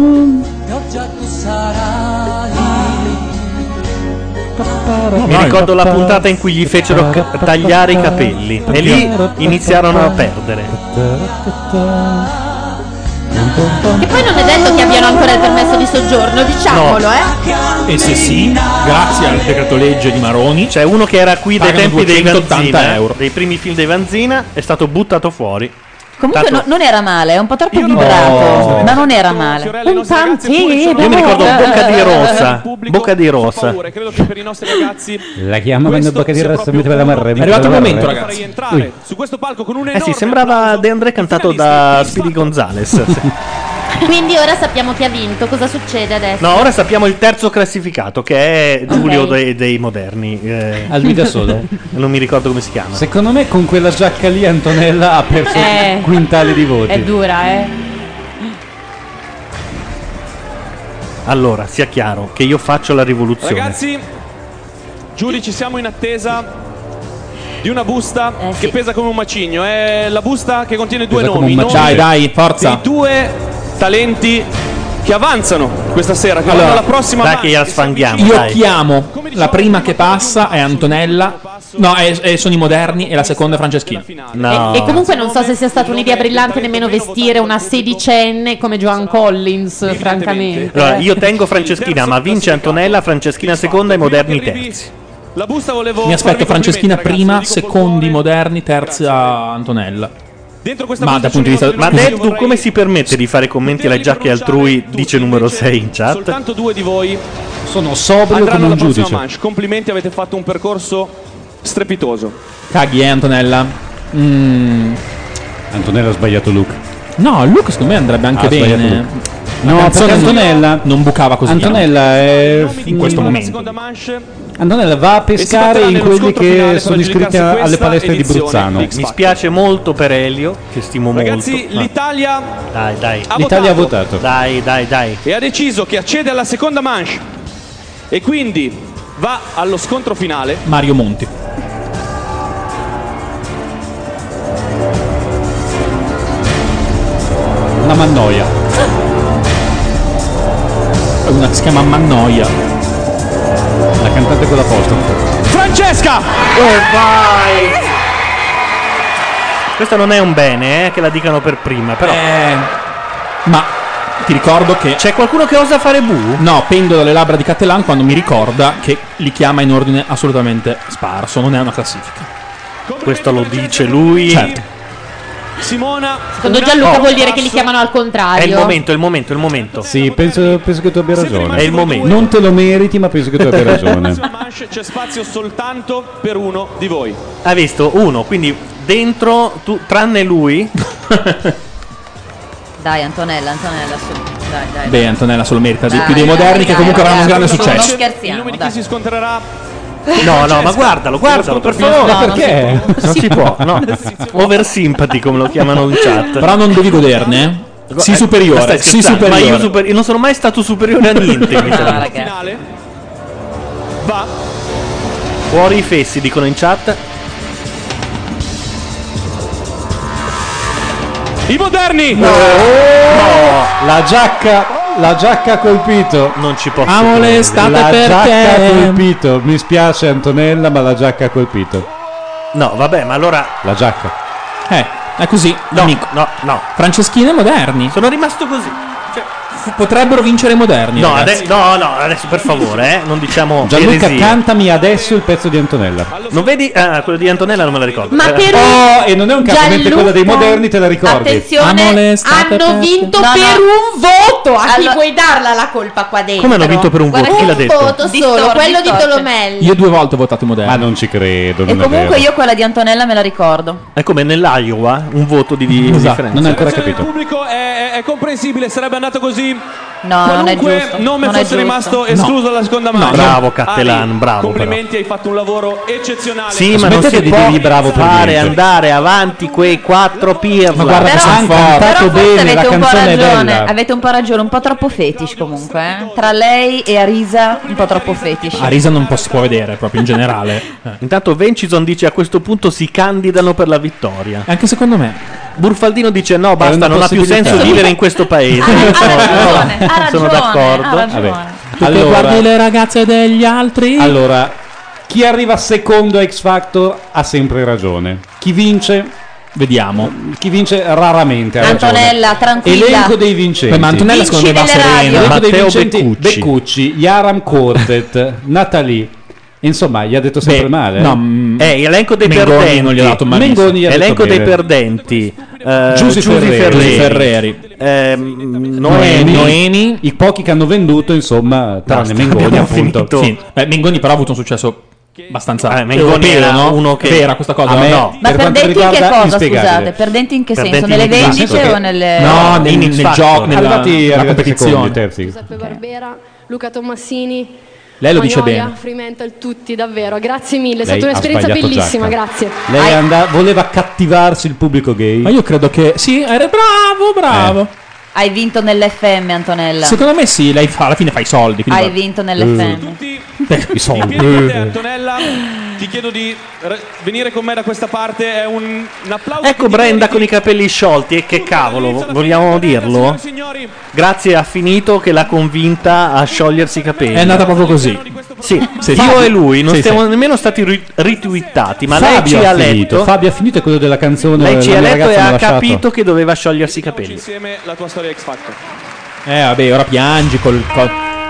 Mi ricordo la puntata in cui gli fecero c- tagliare i capelli e lì iniziarono a perdere. E poi non è detto che abbiano ancora il permesso di soggiorno, diciamolo, eh. E se sì, grazie al decreto legge di Maroni. C'è uno che era qui dai Pagano tempi dei duecentottanta Vanzina, euro. dei primi film dei Vanzina, è stato buttato fuori. Comunque Tanto- no- non era male, è un po' troppo vibrato, ma non era male. Un tantino. Io mi ricordo Bocca di Rosa. Bocca di Rosa. Credo che per i nostri ragazzi La chiamano Bocca di Rosa, mi la marre. È arrivato il momento, farei ragazzi. entrare su questo palco con un Eh sì, enorme sembrava De André cantato da Speedy Gonzales. Quindi ora sappiamo chi ha vinto. Cosa succede adesso? No, ora sappiamo il terzo classificato, che è Giulio Ok. dei, dei Moderni. Eh, Al lui da solo. non mi ricordo come si chiama. Secondo me con quella giacca lì Antonella ha perso Eh. quintali di voti. È dura, eh. Allora, sia chiaro che io faccio la rivoluzione. Ragazzi, giudici, siamo in attesa di una busta Eh, sì. che pesa come un macigno. È la busta che contiene due Pesa come nomi. un nomi Dai, dai, forza. dei due talenti che avanzano questa sera, che Allora, vanno alla prossima dai manche, che gliela si sfanghiamo. avvicinano. Io dai. chiamo la prima che passa è Antonella. No, è- è- sono i Moderni e la seconda è Franceschina. No. E, e comunque non so se sia stata un'idea brillante nemmeno vestire una sedicenne come Joan Collins, francamente. Allora, eh. io tengo Franceschina, ma vince Antonella, Franceschina seconda e Moderni terzi. La busta volevo Mi aspetto farvi Franceschina complimenti, prima, ragazzi, lo dico secondi col Moderni, terza Antonella. cuore. Dentro questa Ma busta dal punto di ci sono vista- Ma due nomi, Ded, io tu vorrei come si permette di fare commenti alle giacche altrui, tutti, dice numero invece sei in chat? Soltanto due di voi Sono sobrio andranno come un alla prossima giudice. manche. Complimenti, avete fatto un percorso strepitoso. Caghi, eh, Antonella. Mm. Antonella ha sbagliato Luke. No, Luke secondo me andrebbe anche Ha sbagliato bene. Luke. La No, canzone perché Antonella non bucava così. Antonella è in questo momento. Antonella va a pescare in quelli che sono iscritti a- alle palestre di edizione Bruzzano. Mi spiace molto per Elio, che stimo Ragazzi, molto. l'Italia Dai, dai. ha L'Italia ha votato. votato. Dai, dai, dai. e ha deciso che accede alla seconda manche e quindi va allo scontro finale. Mario Monti. La Mannoia. Una che si chiama Mannoia. La cantante con l'apostrofo. Francesca! Oh, vai! Questo non è un bene, eh, che la dicano per prima, però. Eh, ma ti ricordo che. C'è qualcuno che osa fare bu? No, pendo dalle labbra di Cattelan quando mi ricorda che li chiama in ordine assolutamente sparso. Non è una classifica. Questo lo dice lui. Certo. Simona. Secondo Gianluca vuol dire che li chiamano al contrario. È il momento, è il momento, è il momento. Sì, penso, penso che tu abbia ragione. È il momento. Non te lo meriti, ma penso che tu abbia ragione. C'è spazio soltanto per uno di voi. Hai visto? Uno, quindi dentro, tu, tranne lui. Dai Antonella, Antonella, su. Dai, dai. Beh, Antonella se lo merita di Dai, più dei dai, moderni dai, che comunque dai, avranno un grande ragazzi, successo. non scherziamo, Il nome di dai. chi si scontrerà? No, no, ma guardalo, guardalo, per favore. No, perché? Non si può, no. Over sympathy, come lo chiamano in chat. Però non devi goderne. eh? Sii Eh, superiore. stai Sii scherzando? superiore. Ma io, super- io non sono mai stato superiore a niente in vita No, mia. ragazzi. Finale. Va. Fuori i fessi, dicono in chat. I moderni. No. La giacca, la giacca ha colpito. Non ci posso Ha credere. molestato La perché. giacca ha colpito. Mi spiace Antonella, ma la giacca ha colpito. No, vabbè, ma allora. La giacca. Eh, è così, No, amico. no, no. Franceschini e moderni. Sono rimasto così. Cioè, F- Potrebbero vincere i moderni. no, ragazzi. ade- no, no, adesso per favore, eh, non diciamo Gianluca, eresie. cantami adesso il pezzo di Antonella. Non vedi? Ah, quello di Antonella non me la ricordo. Ma Eh, per Oh, e non è un caso, mentre Gianluca, quella dei moderni te la ricordi. Attenzione, Amole, state hanno per- vinto No, per no. un voto. A chi Allora- vuoi darla la colpa qua dentro? Come hanno vinto per un Guarda voto? Chi che l'ha detto? Un voto Distorce, solo, quello di distorce. Tolomelli. Io due volte ho votato i moderni. Ma non ci credo, non E è comunque vero. io quella di Antonella me la ricordo. È come nell'Iowa, un voto di, di Esatto, differenza. non è ancora Il capito. pubblico è, è- è comprensibile, sarebbe andato così. No, non è Qualunque giusto. nome non è fosse giusto. rimasto escluso dalla seconda No, manche. bravo Cattelan, Ali, bravo, complimenti, hai fatto un lavoro eccezionale. Sì, ma non Smettete si di può dirgli bravo per fare niente. andare avanti quei quattro pirla. Ma guarda che Però, sono però forti. cantato forse bene, la avete un po' canzone è ragione, bella. avete un po' ragione, un po' troppo fetish comunque, eh? Tra lei e Arisa un po' troppo fetish. Arisa non po- si può vedere proprio in generale. Eh. Intanto Vencison dice a questo punto si candidano per la vittoria. Anche secondo me. Burfaldino dice no, basta, una non ha più possibilità. senso vivere in questo paese. Ha ragione, ha Sono ragione, d'accordo. ha ragione. Vabbè. Tu che Allora- guardi le ragazze degli altri. Allora, chi arriva secondo a X Factor ha sempre ragione. Chi vince, vediamo. Chi vince raramente ha ragione. Antonella, tranquilla. Elenco dei vincenti. Beh, ma Antonella Vinci secondo me va delle radio. serena. Elenco dei Matteo vincenti: Beccucci. Beccucci, Yaram Quartet, Natalie. Insomma, gli ha detto sempre Beh, male. no, eh? mm, Eh, elenco dei Mengoni perdenti. non gli ha dato malissimo. Mengoni gli ha detto Elenco dei bene. perdenti. Eh, Giusy Ferreri. Giusy Ferreri. Ehm, Noemi. Noemi. Noemi. I pochi che hanno venduto, insomma, tranne Basta, Mengoni, abbiamo appunto. finito. Sì. Beh, Mengoni però ha avuto un successo abbastanza Eh, Mengoni europeo, era no? uno che- Vera questa cosa. A me- No. Ma Per quanto perdenti in che riguarda cosa, inspiegabile. scusate? Perdenti in che Perdenti senso? Nelle in- nel vendite senso o che- nelle... No, nel, in nel X Factor. gioco, nella, Arrivati, nella arrivati competizione. secondi, terzi. Giuseppe Barbera, Luca Tommasini, Lei lo dice Magnolia, bene. Fremantle, tutti, davvero. Grazie mille, è Lei stata ha un'esperienza sbagliato bellissima, giacca. grazie. Lei and- voleva cattivarsi il pubblico gay. Ma io credo che sì, era bravo, bravo. Hai vinto nell'F M, Antonella. Secondo me sì, lei fa, alla fine fa i soldi. quindi Hai va- vinto nell'F M. Eh, I soldi. In piedi, Antonella, ti chiedo di re- venire con me da questa parte. È un, un applauso. Ecco Brenda con i capelli sciolti e che cavolo, vo- vogliamo dirlo? Grazie a Finito che l'ha convinta a sciogliersi i capelli. È andata proprio così. Sì, Sì, io Fabio- e lui non sì, siamo sì. nemmeno stati ri- ritweetati, ma lei Fabio ci ha finito. letto. Fabio ha finito, è quello della canzone. Lei ci La ha mia letto e ragazza mi ha lasciato. capito che doveva sciogliersi i capelli. Insieme la tua storia X Factor. Eh, vabbè, ora piangi col. col...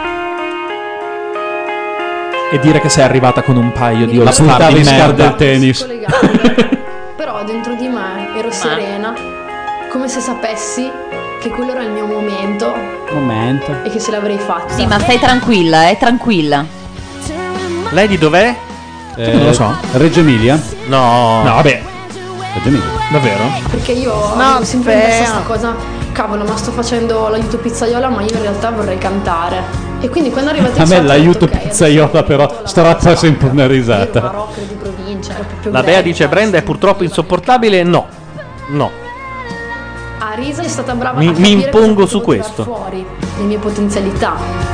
E dire che sei arrivata con un paio di La all-star puntava di in scar merda. del tennis. Collegati. Però dentro di me ero serena, come se sapessi che quello era il mio momento Momento. e che ce l'avrei fatta. Sì, ma stai tranquilla, eh, tranquilla. Lei di dov'è? Eh, Non lo so. Reggio Emilia? No. No, vabbè. Davvero? Perché io No, avevo sempre in testa spero. sta cosa, cavolo, ma sto facendo l'aiuto pizzaiola, ma io in realtà vorrei cantare. E quindi quando arriva il A testo me ho detto, l'aiuto ok, pizzaiola però strappa sempre una risata. ero una rocker di provincia, ero proprio La Bea dice Brenda è purtroppo insopportabile. No, no. Arisa è stata brava Mi- a mi capire impongo cosa su potevo tirar questo. fuori, le mie potenzialità.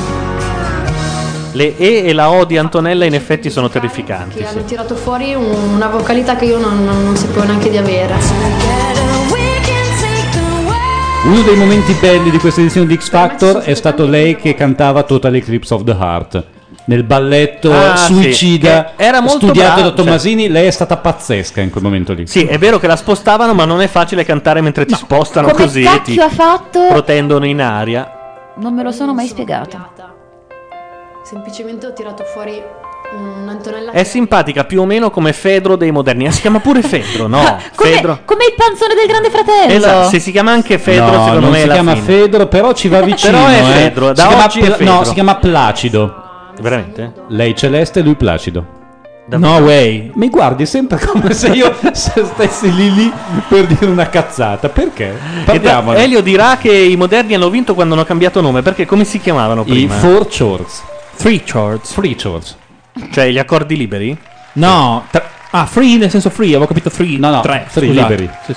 Le E e la O di Antonella in effetti sono terrificanti. Che sì. hanno tirato fuori un- una vocalità che io non, non- non sapevo neanche di avere. Uno dei momenti belli di questa edizione di X Factor è stato lei che cantava Total Eclipse of the Heart. Nel balletto Ah, sì, suicida che era molto studiato brava, da Tommasini, lei è stata pazzesca in quel momento lì. Sì, è vero che la spostavano, ma non è facile cantare mentre ti spostano Come così e ti cacchio ha fatto? protendono in aria. Non me lo sono mai spiegato. Semplicemente ho tirato fuori un'Antonella È simpatica più o meno come Fedro dei moderni. Ah, si chiama pure Fedro, no? Fedro. Come il panzone del Grande Fratello. Esatto, se si chiama anche Fedro, No, secondo non me è si la chiama fine. Fedro, però ci va vicino. Però è eh. Fedro, da si chiama oggi è Pla- Fedro. No, si chiama Placido. Veramente? Lei celeste e lui placido. No way. Mi guardi sempre come se io se stessi lì lì per dire una cazzata. Perché? Parliamone. Elio dirà che i moderni hanno vinto quando hanno cambiato nome, perché come si chiamavano I prima? four chords. Free chords. Free chords. Cioè gli accordi liberi? No. tra- Ah, free nel senso free, avevo capito free. No, no, tre. free, scusate. liberi. Sì, sì.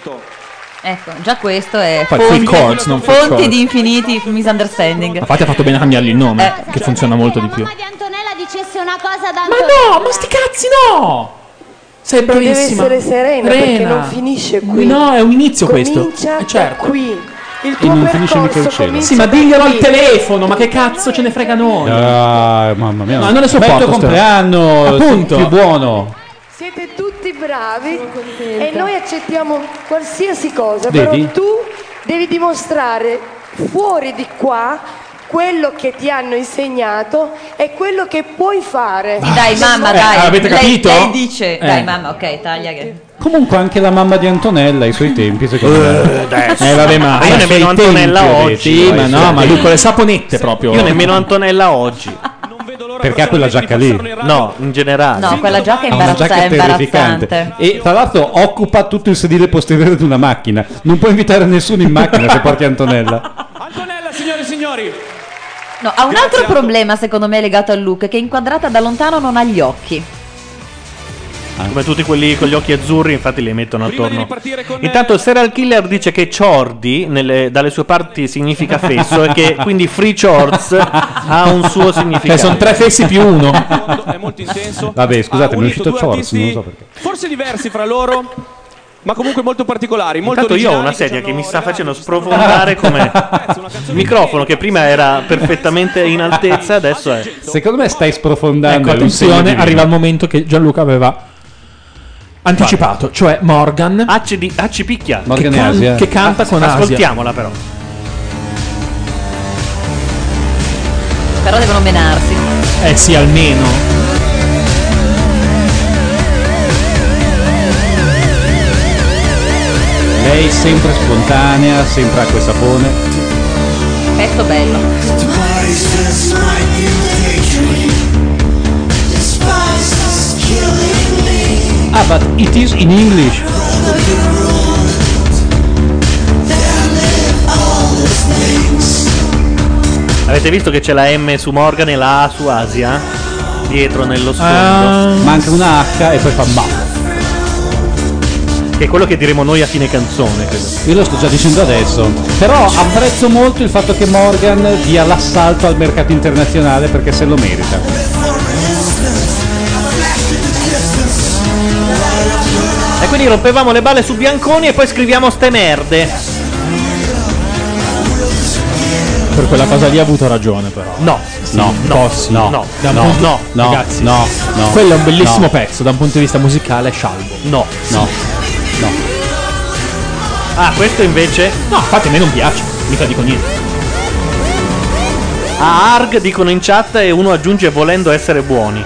Ecco, già questo è Poi fonti, free chords, non free fonti chords. di infiniti misunderstanding. Infatti ha fatto bene a cambiargli il nome, Eh. che funziona molto di più. Antonella dicesse una cosa da Ma no, ma sti cazzi no! Sei Che deve bravissima. essere serena, perché non finisce qui. No, è un inizio questo. Comincia Eh, certo. da qui. Il E tuo non finisce mica il percorso cielo. comincia Sì, ma da diglielo al qui. telefono, ma che cazzo ce ne frega a noi? Ah, mamma mia. No, non ne Ma sopporto il tuo sto- compleanno, Appunto. più buono. Siete tutti bravi e noi accettiamo qualsiasi cosa, Vedi? però tu devi dimostrare fuori di qua quello che ti hanno insegnato e quello che puoi fare. Sì, dai mamma, Eh, dai. avete Lei- capito? Lei, dice, Eh. dai mamma, ok, taglia che... Comunque anche la mamma di Antonella ai suoi tempi, secondo me. adesso. Eh vabbè, ma Ah, io ai nemmeno suoi Antonella tempi, ho oggi. detto. Sì, ma no, ma lui con le saponette proprio. Io nemmeno Antonella oggi. Perché ha quella giacca lì. No, in generale. No, quella giacca è Ha una imbarazza- giacca è terrificante. imbarazzante. E tra l'altro occupa tutto il sedile posteriore di una macchina. Non puoi invitare nessuno in macchina se porti Antonella. Antonella, signore e signori. No, ha un altro problema secondo me legato al look, che inquadrata da lontano non ha gli occhi. Come tutti quelli con gli occhi azzurri, infatti li mettono attorno. Intanto il serial killer dice che ciordi nelle- dalle sue parti significa fesso e che quindi free chords ha un suo significato. Cioè, sono tre fessi più uno. È molto intenso. Vabbè, scusate, mi è unito uscito due Chords, non artisti so perché. Forse diversi fra loro, ma comunque molto particolari. Molto Intanto io ho originali, una sedia che mi sta facendo sprofondare come il microfono che prima era perfettamente in altezza, adesso è. Secondo me stai sprofondando. Ecco, è un segno attenzione, divino. arriva il momento che Gianluca aveva anticipato, cioè Morgan. Acci, di, acci picchia. Morgan che, e can- Asia. che canta con Asia. Ascoltiamola però. Però devono menarsi. Eh sì, almeno. Lei sempre spontanea, sempre acqua e sapone. Pezzo bello. Ah, but it is in English. Avete visto che c'è la M su Morgan e la A su Asia? Dietro nello sfondo. Ah. Manca una H e poi fa ma. Che è quello che diremo noi a fine canzone, credo. Io lo sto già dicendo adesso. Però apprezzo molto il fatto che Morgan dia l'assalto al mercato internazionale perché se lo merita. E quindi rompevamo le balle su Bianconi e poi scriviamo ste merde. Per quella cosa lì ha avuto ragione, però. No, No, no, sì, no, no, Da un no, punto- no, no, ragazzi, no, no. quello è un bellissimo no. pezzo, da un punto di vista musicale, scialbo. no. No, no. Ah, questo invece No, infatti a me non piace, mica dico niente. a Arg dicono in chat e uno aggiunge volendo essere buoni.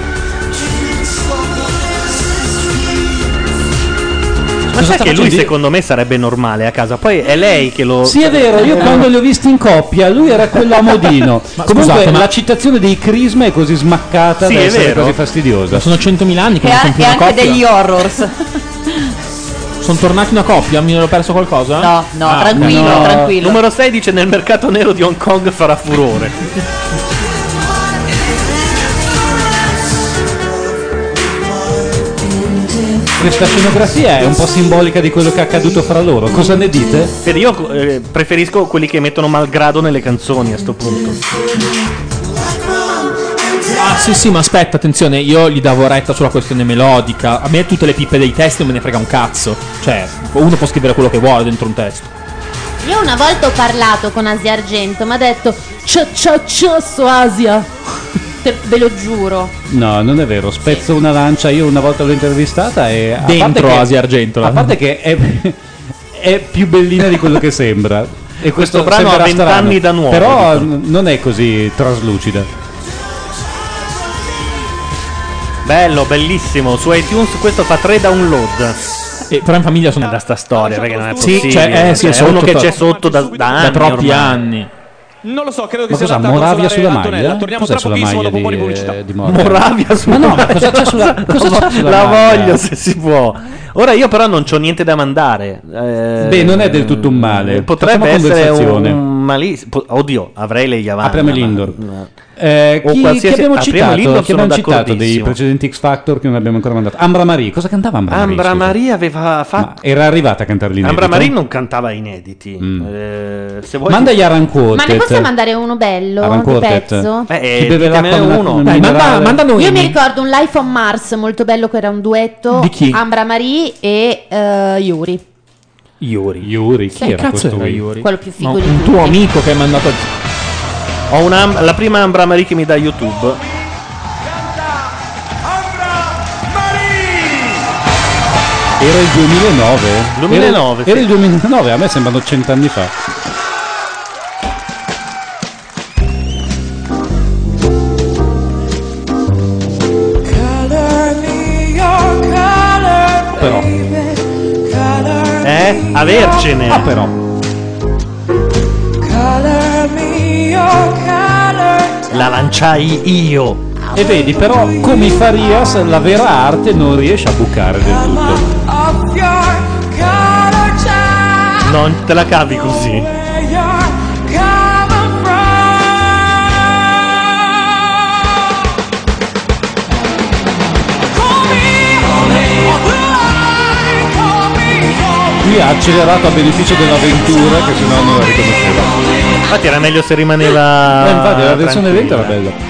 Ma Cosa sai sta che lui facendo? secondo me sarebbe normale a casa, poi è lei che lo... Sì, è vero, io quando li ho visti in coppia, lui era quello a modino. Ma Comunque scusate, ma- la citazione dei Crisma è così smaccata Sì, da è essere vero. quasi fastidiosa. Ma sono centomila anni che E, non ha- sono più e una anche coppia. degli horrors. Sono tornati una coppia, mi ero perso qualcosa? No, no, Ah, tranquillo, no. tranquillo. Numero sei dice nel mercato nero di Hong Kong farà furore. Questa scenografia è un po' simbolica di quello che è accaduto fra loro. Cosa ne dite? Vedi, io eh, preferisco quelli che mettono malgrado nelle canzoni a sto punto. Ah sì sì, ma aspetta, attenzione, io gli davo retta sulla questione melodica. A me tutte le pippe dei testi non me ne frega un cazzo. Cioè, uno può scrivere quello che vuole dentro un testo. Io una volta ho parlato con Asia Argento, mi ha detto ciao ciao ciao su Asia. Te- ve lo giuro. No, non è vero. Spezzo una lancia. Io una volta l'ho intervistata e a Dentro parte che- Asia Argento. A parte che è, è più bellina di quello che sembra. E Questo brano ha sembrerà venti strano, anni da nuovo, però dicono. n- non è così traslucida. Bello, bellissimo. Su iTunes questo fa tre download. E però in famiglia sono da sta storia, perché non è Sì, possibile. cioè, eh, sì, Cioè, è è sotto uno che to- c'è sotto da, da da anni troppi ormai. anni. Non lo so, credo che Ma sia cosa, adatta a Moravia consolare sulla Antonella. maglia? Torniamo Cos'è tra sulla pochissimo maglia dopo un po' di di, pubblicità. eh, di Moravia? Moravia sulla Ma no, ma maglia. cosa c'è sulla, cosa La c'è sulla la maglia? voglio se si può. Ora io però non c'ho niente da mandare. Eh, Beh, non è del tutto un male. Potrebbe Facciamo essere conversazione. un malissimo. Oddio, avrei le Yavanna. Apriamo ma- l'Indoor. no. Eh, O chi, qualsiasi- chi abbiamo apriamo citato, l'Indoor, chi abbiamo sono citato dei d'accordissimo. precedenti X Factor che non abbiamo ancora mandato? Ambra Marie, cosa cantava Ambra Marie? Ambra scusa? Marie aveva fatto. Era arrivata a cantare l'inedito? Ambra Marie non cantava inediti. Eh, se vuoi Manda gli Aran Ma ne possiamo mandare uno bello Aran di Quartet. pezzo? Beh, Chi beve l'acqua ditemene nella- uno. nel Dai, manda, minerale? manda noi. Io mi ricordo un Life on Mars molto bello che era un duetto Di chi? Ambra Marie e eh, Yuri. Yuri. Yuri, chi Che era cazzo questo? era Yuri? Quello più figo No, di un tutti. tuo amico che hai mandato. Ho una, la prima Ambra Marie che mi dà YouTube. Era il duemilanove? duemilanove, Era, era sì. il duemilanove, a me sembrano cent'anni fa. Però. Eh? Avercene. Ah, però. La lanciai io. E vedi, però, come i Farias, la vera arte non riesce a bucare del tutto. Non te la cavi così. Qui ha accelerato a beneficio dell'avventura, che sennò non la riconosceva. Infatti era meglio se rimaneva. Eh, infatti, la versione lenta era tranquilla. bella.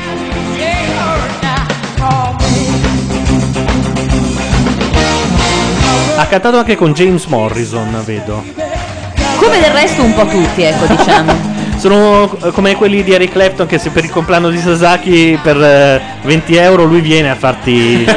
Ha cantato anche con James Morrison, vedo. Come del resto un po' tutti, ecco, diciamo. Sono eh, come quelli di Eric Clapton che se per il compleanno di Sasaki per eh, venti euro lui viene a farti. Il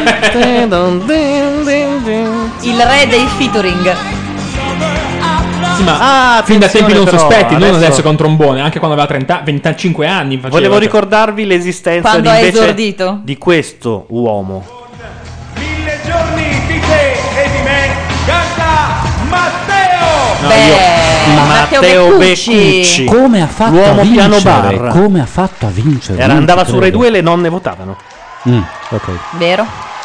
re dei featuring. Sì, ma Ah, fin da tempi non attenzione, però, sospetti, non adesso- adesso con trombone, anche quando aveva trenta, venticinque anni. Faceva, Volevo cioè. ricordarvi l'esistenza Quando di, ha invece esordito? di questo uomo. Mille giorni di te e di me canta Matteo. No, Beh, io- Matteo Matteo Beccucci. Beccucci. Come ha fatto L'uomo a piano vincere? bar. Come ha fatto a vincere? Era, Non andava ci su Rai credo. due e le nonne votavano. Mm, ok. Vero?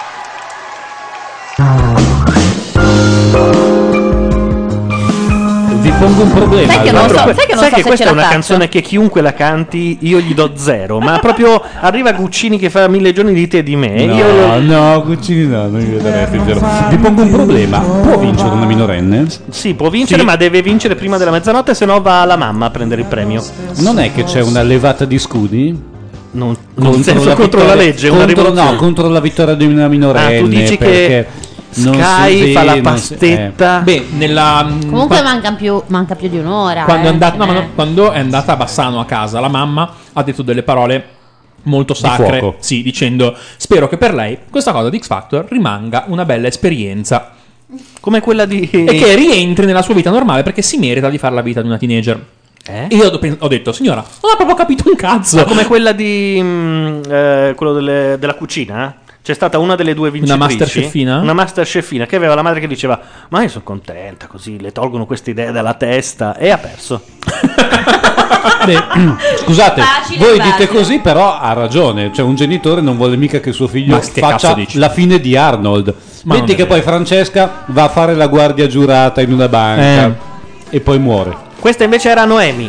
Vi pongo un problema. Sai che non allora. so- Que- sai che non sai so che se questa ce è la una faccio. canzone che chiunque la canti io gli do zero. Ma proprio arriva Guccini che fa mille giorni di te e di me. No, Io lo- no, Guccini no, non mi vedrete zero. Vi pongo un problema. Può vincere una minorenne? Sì, può vincere, Sì. ma deve vincere prima della mezzanotte, se no va la mamma a prendere il premio. Non è che c'è una levata di scudi? Non, nel senso contro la vittoria- legge, una contro, rivoluzione. no, contro la vittoria di una minorenne. Ah, tu dici che perché non Sky si fa la vede, non si- pastetta. Beh, nella. Comunque qua- manca più, manca più di un'ora. quando, eh, è andata, no, ce ma n'è. no, quando è andata a Bassano a casa, la mamma ha detto delle parole molto sacre. fuoco. Sì, dicendo: spero che per lei questa cosa di X Factor rimanga una bella esperienza. Come quella di. E che rientri nella sua vita normale perché si merita di fare la vita di una teenager. Eh? E io ho pen- ho detto, signora, non ha proprio capito un cazzo. Ma come quella di. mm, eh, quello delle- della cucina? C'è stata una delle due vincitrici. Una masterchefina? Una masterchefina che aveva la madre che diceva: Ma io sono contenta, così le tolgono queste idee dalla testa. E ha perso. Beh, scusate, Facile, voi facile. dite così, però ha ragione. Cioè, un genitore non vuole mica che suo figlio Ma che faccia cazzo dici? la fine di Arnold. Ma Metti non è che poi Francesca va a fare la guardia giurata in una banca Eh. e poi muore. Questa invece era Noemi.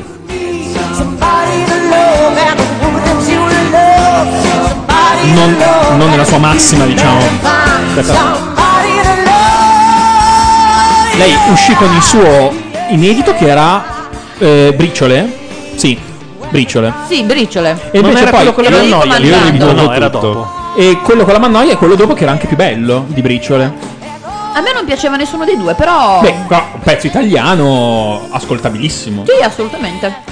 Non, non nella sua massima, diciamo. Aspetta. Lei uscì con il suo inedito che era eh, Briciole. Sì, Briciole. Sì, briciole. E invece poi Te lo dico mangiando. no, era dopo. E quello con la mannoia è quello dopo che era anche più bello di Briciole. A me non piaceva nessuno dei due, però. Beh, però, un pezzo italiano ascoltabilissimo. Sì, assolutamente.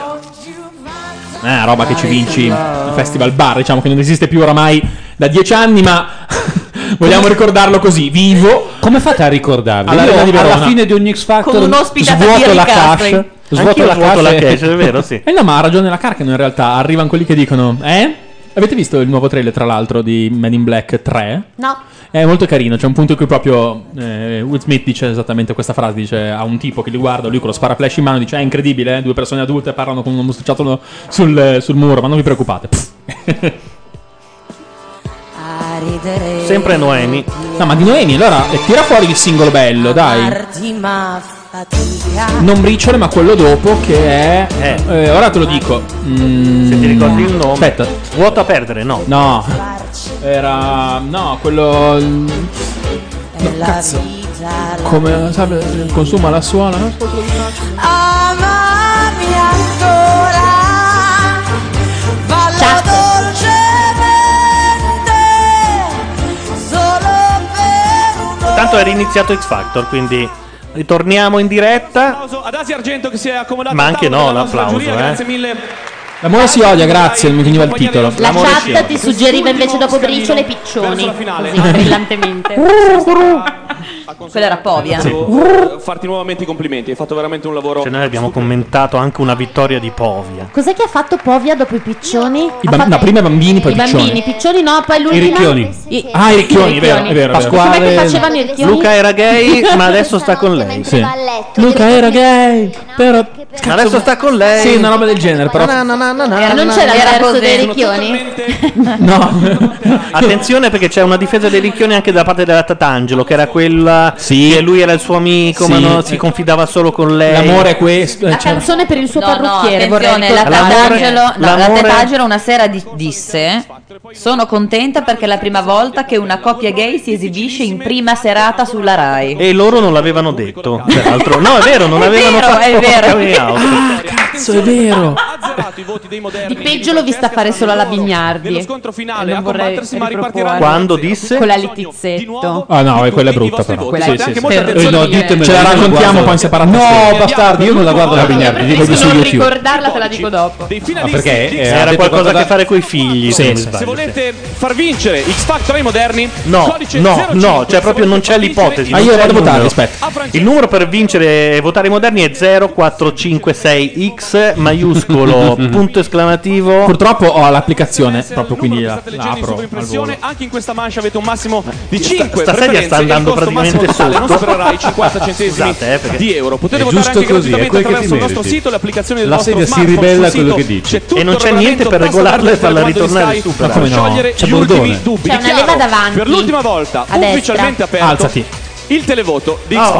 Eh, roba che ci vinci il Festival Bar, diciamo che non esiste più oramai da dieci anni, ma vogliamo ricordarlo così, vivo. Come fate a ricordarlo? All'Arena Io di Verona. alla fine di ogni X Factor Con un'ospitata svuoto di la Ricastri. cache. Svuoto Anch'io la svuoto la cache. cache, è vero, sì. E no, ma ha ragione la Carcano in realtà. Arrivano quelli che dicono: Eh? Avete visto il nuovo trailer, tra l'altro, di Men in Black tre? No. È molto carino, c'è un punto in cui proprio eh, Will Smith dice esattamente questa frase, dice a un tipo che li guarda, lui con lo sparaflash in mano dice: è incredibile, eh? Due persone adulte parlano con uno mostriciattolo sul, sul muro, ma non vi preoccupate. Sempre Noemi. No, ma di Noemi, allora eh, tira fuori il singolo bello, dai. Non Briciole, ma quello dopo che è... eh, ora te lo dico. Mm, Se ti ricordi il nome. Aspetta. Vuoto a perdere, no. No. Era... No, quello... No, cazzo. Come, sai, consuma la suola, no? Amami ancora, ballo dolcemente, solo per un Tanto era iniziato X Factor, quindi ritorniamo in diretta. Ad Asia Argento che si è accomodato Ma al anche tavolo no, della nostra l'applauso, giuria, eh. Grazie mille. L'amore si odia, grazie, mi veniva il titolo. La L'amore si chat odia. ti suggeriva invece dopo Briciole Piccioni. Così, brillantemente. Quella era Povia. Devo farti nuovamente i complimenti, hai fatto veramente un lavoro. Cioè, noi abbiamo commentato anche una vittoria di Povia. Cos'è che ha fatto Povia dopo i Piccioni? I Ha bam- fatto- no, prima i bambini, poi I i Piccioni. bambini, Piccioni no, poi l'ultima. Ricchioni. I- Ah, i Ricchioni, i è vero, Ricchioni. è vero. Pasquale- Com'è che facevano i Ricchioni? Luca era gay, ma adesso sta con lei. Sì. Luca era gay, però... Ma adesso sta con lei. Sì, una roba del genere, però... Eh, non c'era il Era verso così. dei Ricchioni? No. Attenzione perché c'è una difesa dei Ricchioni anche da parte della Tatangelo, che era quella Sì. che lui era il suo amico, Sì. ma non si confidava solo con lei. L'amore è questo. La cioè- canzone per il suo No, no, parrucchiere, vorrei attenzione, la ricordare. Tatangelo, no, la l'amore- Tatangelo una sera di- disse: sono contenta perché è la prima volta che una coppia gay si esibisce in prima serata sulla Rai. E loro non l'avevano detto. Peraltro. No, è vero, non È avevano vero, fatto è vero. coming out. Ah, cazzo, è vero. Azzerato i voti dei moderni. Di peggio l'ho vista fare solo alla Bignardi. Nello scontro finale E a non vorrei combattersi, ma ripartiranno. riproporre. Quando disse? Quella Litizzetto. Ah no, e quella è brutta però. Quella Sì, è sì, sì. molta Eh, attenzione no, perché- ditemelo, Ce la io non raccontiamo guardo- poi in separata No, sede. bastardi, io non la guardo la Bignardi, di vedi su Non YouTube. ricordarla te la dico dopo. Dei Ma finalisti perché di- eh, ha Era detto qualcosa a qualcosa- che fare coi figli, Sì, se non mi sì. sbaglio. Se volete far vincere X Factor ai moderni, No, codice no, zero no, cinque, cioè proprio se non volete c'è far vincere l'ipotesi. il Ma io non c'è vado a il votare, numero. aspetta. a Francesco. Il numero per vincere e votare i moderni è zero quattro cinque sei X maiuscolo punto esclamativo. Purtroppo ho l'applicazione, proprio quindi la, State la leggendo in apro al sovraimpressione, volo. anche in questa mancia avete un massimo di sta- cinque stasera sta andando praticamente non sotto. supererà i cinquanta centesimi Scusate, eh, perché- di euro. Potete È votare giusto anche così, è gratuitamente quel che ti attraverso il nostro meriti. sito, le applicazioni del La vostro sedia si smartphone. ribella a sul quello sito che dici. c'è tutto E non il c'è niente regolamento, per tasta regolarlo e verde farla per quando ritornare Sky su, per Ma come no? sciogliere C'è gli Bordone. ultimi dubbi. C'è una Dichiaro leva davanti. per l'ultima volta A destra. ufficialmente aperto Alzati. il televoto di X Factor.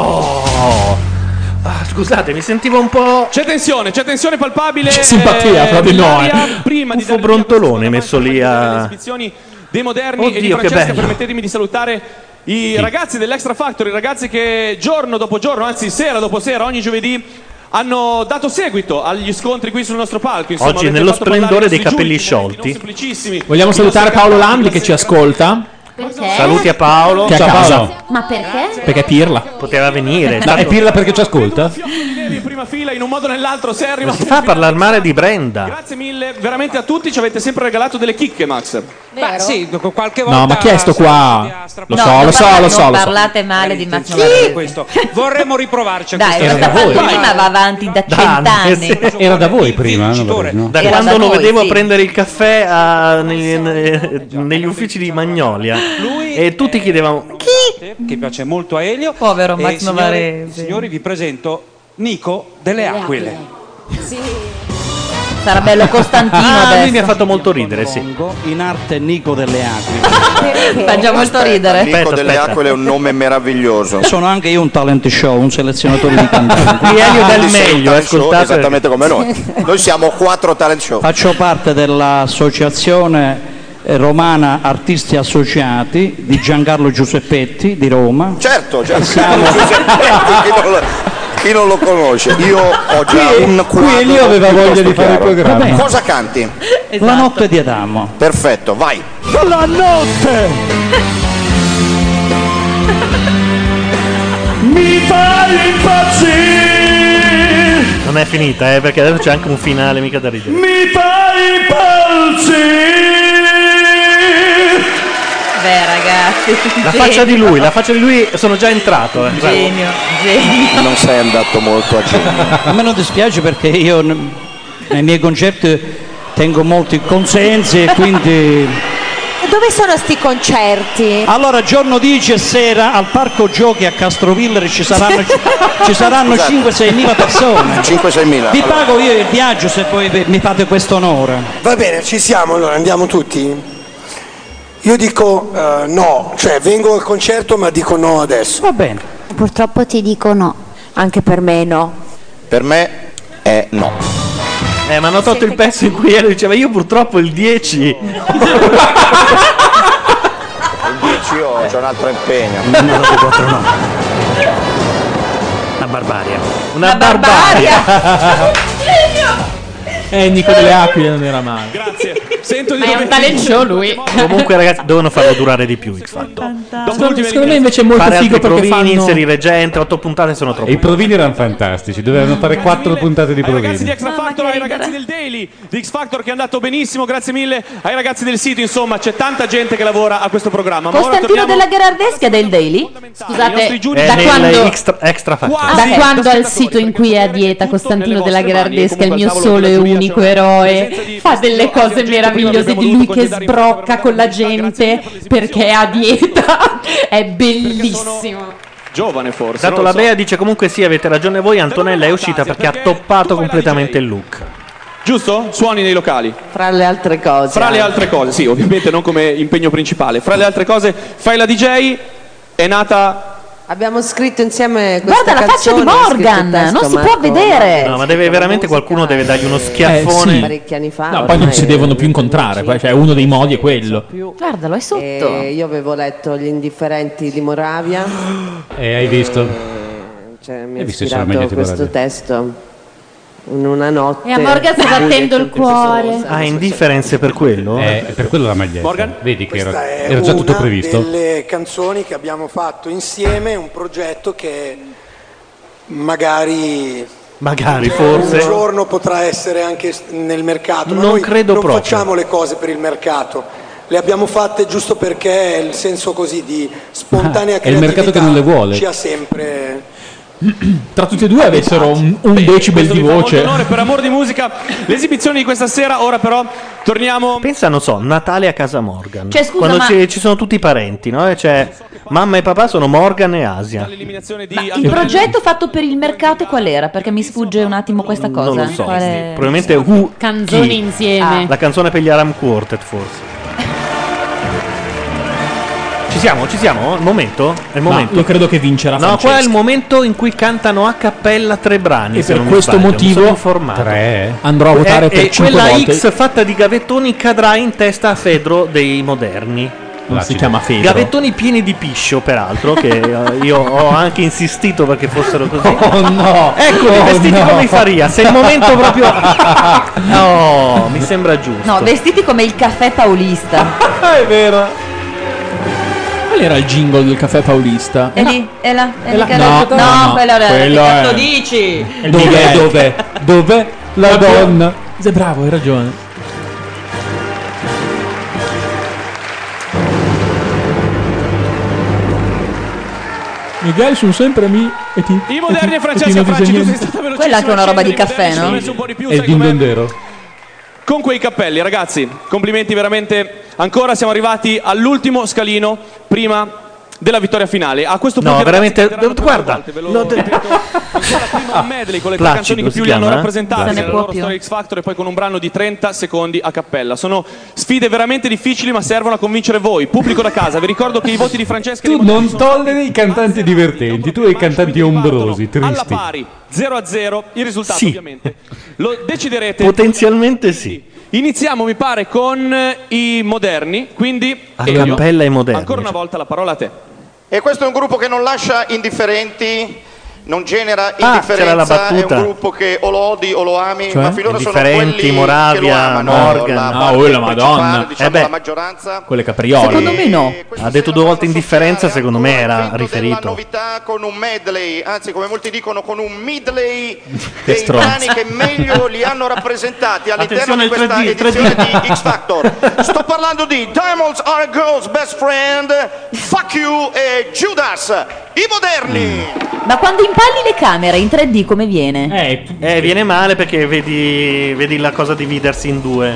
Oh. Ah, scusate, mi sentivo un po'. C'è tensione, c'è tensione palpabile. C'è simpatia, eh, proprio no, nell'aria. eh. Prima di Buffo dare via brontolone questa messo lì seconda a- delle esibizioni dei moderni e di Oddio, che Francesca, bello. permettetemi di salutare i ragazzi dell'Extra Factory, i ragazzi che giorno dopo giorno, anzi sera dopo sera, ogni giovedì hanno dato seguito agli scontri qui sul nostro palco. Insomma, Oggi avete nello fatto parlare splendore i dei nostri capelli giudici, momenti sciolti. non semplicissimi. Vogliamo I salutare nostri Paolo cantanti Landi che ci ascolta, Perché? Saluti a Paolo. che è a Ciao, casa, Paolo. Ma perché? perché è Pirla. Poteva venire. Ma è Pirla perché ci ascolta? in prima fila in un modo o nell'altro sei Non arrivato si fa a parlare male di Brenda. Grazie mille veramente a tutti, ci avete sempre regalato delle chicche, Max. Beh, sì, qualche volta. No, ma chi è sto qua? Lo No, so, non lo so, parla- lo so, non lo so. parlate male di Max Sì, Novarese. questo. Vorremmo riprovarci a Dai, questa questa sera. pantomima va avanti da cent'anni. Era da voi prima, vincitore. no? Da Era quando da lo noi, vedevo sì. a prendere il caffè a- negli, ne- negli uffici di Magnolia e tutti chiedevano Chi? Che piace molto a Elio. Povero E, Max signori- Novarese. Signori, vi presento Nico delle Aquile. Sarà bello Costantino Ah, lui adesso. mi ha fatto molto ridere, sì. In arte Nico delle Aquile. Fa già molto ridere. Nico delle Aquile è un nome meraviglioso. Sono anche io un talent show, un selezionatore di cantanti. Qui Elio del Sei un meglio, talent show ascoltate. esattamente come noi. Noi siamo quattro talent show. Faccio parte dell'associazione eh, romana Artisti Associati di Giancarlo Giuseppetti di Roma. Certo, certo. Siamo- chi, non lo, chi non lo conosce? Io ho già Qui- un qui quadro Elio aveva piuttosto voglia di fare il chiaro. programma. Vabbè. Cosa canti? La notte di Adamo. Perfetto, vai. La notte Mi fai impazzire, Non è finita, eh, perché adesso c'è anche un finale mica da ridere. mi fai impazzire. Beh, ragazzi. La faccia di lui, la faccia di lui, sono già entrato. Eh. Genio, genio. Non sei andato molto a genio. A me non dispiace perché io n- nei miei concerti tengo molti consensi e quindi... Dove sono sti concerti? Allora giorno dieci e sera al Parco Giochi a Castrovillere ci saranno, ci saranno Scusate. cinque sei mila persone. cinque sei mila. Vi pago io il viaggio se poi vi- mi fate questo onore. Va bene, ci siamo allora, andiamo tutti? Io dico eh, no, cioè vengo al concerto ma dico no adesso. Va bene. Purtroppo ti dico no. Anche per me no. Per me è no. Eh, ma hanno tolto il pezzo in cui Elio diceva io purtroppo il dieci. Il dieci io c'ho un altro impegno. Una barbaria. Una barbaria. Eh, Nico delle Aquile non era male. Grazie. Sento di Ma è un dover- talent show lui. Comunque ragazzi, dovevano farlo durare di più X Factor. Secondo, secondo me invece è molto Fare figo altri perché provini, fanno... inserire gente, otto puntate sono troppo. E i provini erano fantastici, dovevano fare quattro puntate di Ai ragazzi di provini. Extra Factor, ai ragazzi del Daily di X Factor che è andato benissimo, grazie mille ai ragazzi del sito, insomma c'è tanta gente che lavora a questo programma. Ma ora Costantino torniamo della Gherardeschi è del Daily? I nostri Scusate, giudici. da È quando, nel extra, extra Factor. Quasi da da quando al spettatori, sito in cui è a dieta tutto Costantino nelle della vostre mani, e Gherardesca, il comunque mio al tavolo solo e della giuria unico c'è una eroe, presenza di fa delle festival, cose gente che meravigliose abbiamo di lui dovuto che concedere in sbrocca con la Grazie gente per perché è a dieta. È bellissimo. giovane forse. Dato non la lo so. Bea dice comunque sì, avete ragione voi, Antonella è uscita perché ha toppato completamente il look. Giusto? Suoni nei locali. Fra le altre cose. Fra le altre cose, sì, ovviamente non come impegno principale. Fra le altre cose, fai la D J, è nata... Abbiamo scritto insieme questa Guarda la faccia di canzone, ha scritto Morgan, il testo non si può Marco vedere. No, ma deve veramente qualcuno deve dargli uno schiaffone. Eh, sì. parecchi anni fa. No, poi non ormai si devono più incontrare, poi, cioè uno dei modi è quello. Guardalo, è sotto. E io avevo letto Gli indifferenti di Moravia. E hai visto? Cioè, mi Hai ha visto i Sono ispirato meglio di questo Moravia? testo in una notte. E a Morgan sta buia e battendo il cuore. tempestosa. Ah, indifferenze per quello? Eh, è per quello la maglietta. Morgan? Vedi che era, Questa è era già tutto una previsto. delle canzoni che abbiamo fatto insieme, un progetto che magari Magari, un forse. giorno potrà essere anche s- nel mercato, ma Non noi credo non proprio. facciamo le cose per il mercato, le abbiamo fatte giusto perché il senso così di spontanea Ah, è il mercato che non le vuole. ci ha sempre... Tra tutti e due avessero un, un decibel Questo di mi fa molto voce. onore, per amor di musica, l'esibizione di questa sera. Ora però torniamo. Pensa, non so, Natale a casa Morgan. Cioè, scusa, Quando ma- ci, ci sono tutti i parenti, no? E c'è mamma e papà sono Morgan e Asia. L'eliminazione di Ma il Antonelli. progetto fatto per il mercato qual era? Perché mi sfugge un attimo questa cosa. Non lo so. Quale- Probabilmente Who Canzoni chi? insieme. La canzone per gli Aram Quartet, forse. Ci siamo? Ci siamo? Il momento? È il Ma momento. io credo che vincerà No, Francesca. qua è il momento in cui cantano a cappella tre brani. E se per non mi questo sbaglio, mi motivo- sono informato. Tre? Andrò a votare E, per e cinque quella volte. X fatta di gavettoni cadrà in testa a Fedro dei moderni. Non si chiama Fedro. Gavettoni pieni di piscio, peraltro, che eh, io ho anche insistito perché fossero così. Oh no! Eccoli, Oh, vestiti no. come i Faria. Se il momento proprio. No, mi sembra giusto. No, vestiti come il caffè paulista. È vero. Qual era il jingle del caffè paulista? È lì, è là, è È lì là. che No, ha detto- no, no, no, quello era quello che cazzo è- dici? Dov'è, dov'è, dov'è la donna? Sei bravo, hai ragione. Miguel sono sempre mi e ti. I moderni e ti- Francesca ti- ti- Franci, tu disegno- sei stata velocissima. Quella è anche una roba di Scendere, i caffè, moderni ci no? hanno messo un po' di più, È il sai com'è? dindondero. Con quei cappelli, ragazzi, complimenti veramente. Ancora siamo arrivati all'ultimo scalino. Prima della vittoria finale. A questo punto No, i ragazzi veramente. canteranno Guarda, volte, ve lo lo- ripeto. C'è la prima medley con le tre Placido canzoni che si più li hanno chiama, eh? rappresentati Placido. nella loro storia X Factor e poi con un brano di trenta secondi a cappella. Sono sfide veramente difficili, ma servono a convincere voi, pubblico da casa. Vi ricordo che i voti di Francesca e di Tu non tolleri i cantanti divertenti, tu hai i cantanti ombrosi, alla tristi. pari, zero a zero. Il risultato Sì. ovviamente lo deciderete. Potenzialmente sì. Iniziamo, mi pare, con i moderni, quindi A Elio, cappella ai moderni, ancora una volta la parola a te. E questo è un gruppo che non lascia indifferenti, non genera Ah, c'era la indifferenza, è battuta. un gruppo che o lo odi o lo ami, Cioè? ma finora sono Indifferenti, quelli Moravia, che lo amano, Morgan. la Ah, parte oh, la principale, Madonna. diciamo, Eh beh. la maggioranza. Quelle capriole. Secondo me no. Ha detto due volte indifferenza, secondo me era La riferito. novità con un medley, anzi come molti dicono con un medley dei stronzo. brani che meglio li hanno rappresentati all'interno Attenzione, di questa il tre D, edizione di X Factor. Sto parlando di Diamonds Are a Girl's Best Friend, Fuck You e Judas, i moderni. Ma quando impalli le camere in tre D come viene? Eh, Eh, viene male perché vedi, vedi la cosa dividersi in due.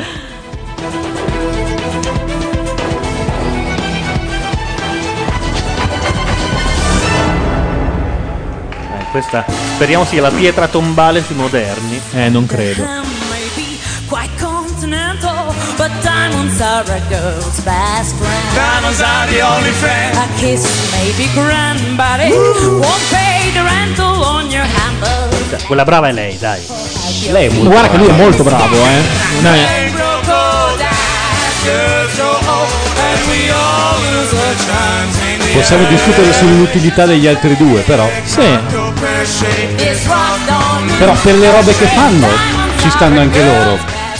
Eh, questa speriamo sia la pietra tombale sui moderni. Eh, non credo. Quite continental, but diamonds are a girl's best friend. Diamonds are the only friend. A kiss may be grand, but it won't pay the rental on your handle. Quella brava è lei, dai. Lei è molto Guarda che lui è molto bravo, eh. Non è- Possiamo discutere sull'utilità degli altri due, però. Sì. Però per le robe che fanno ci stanno anche loro.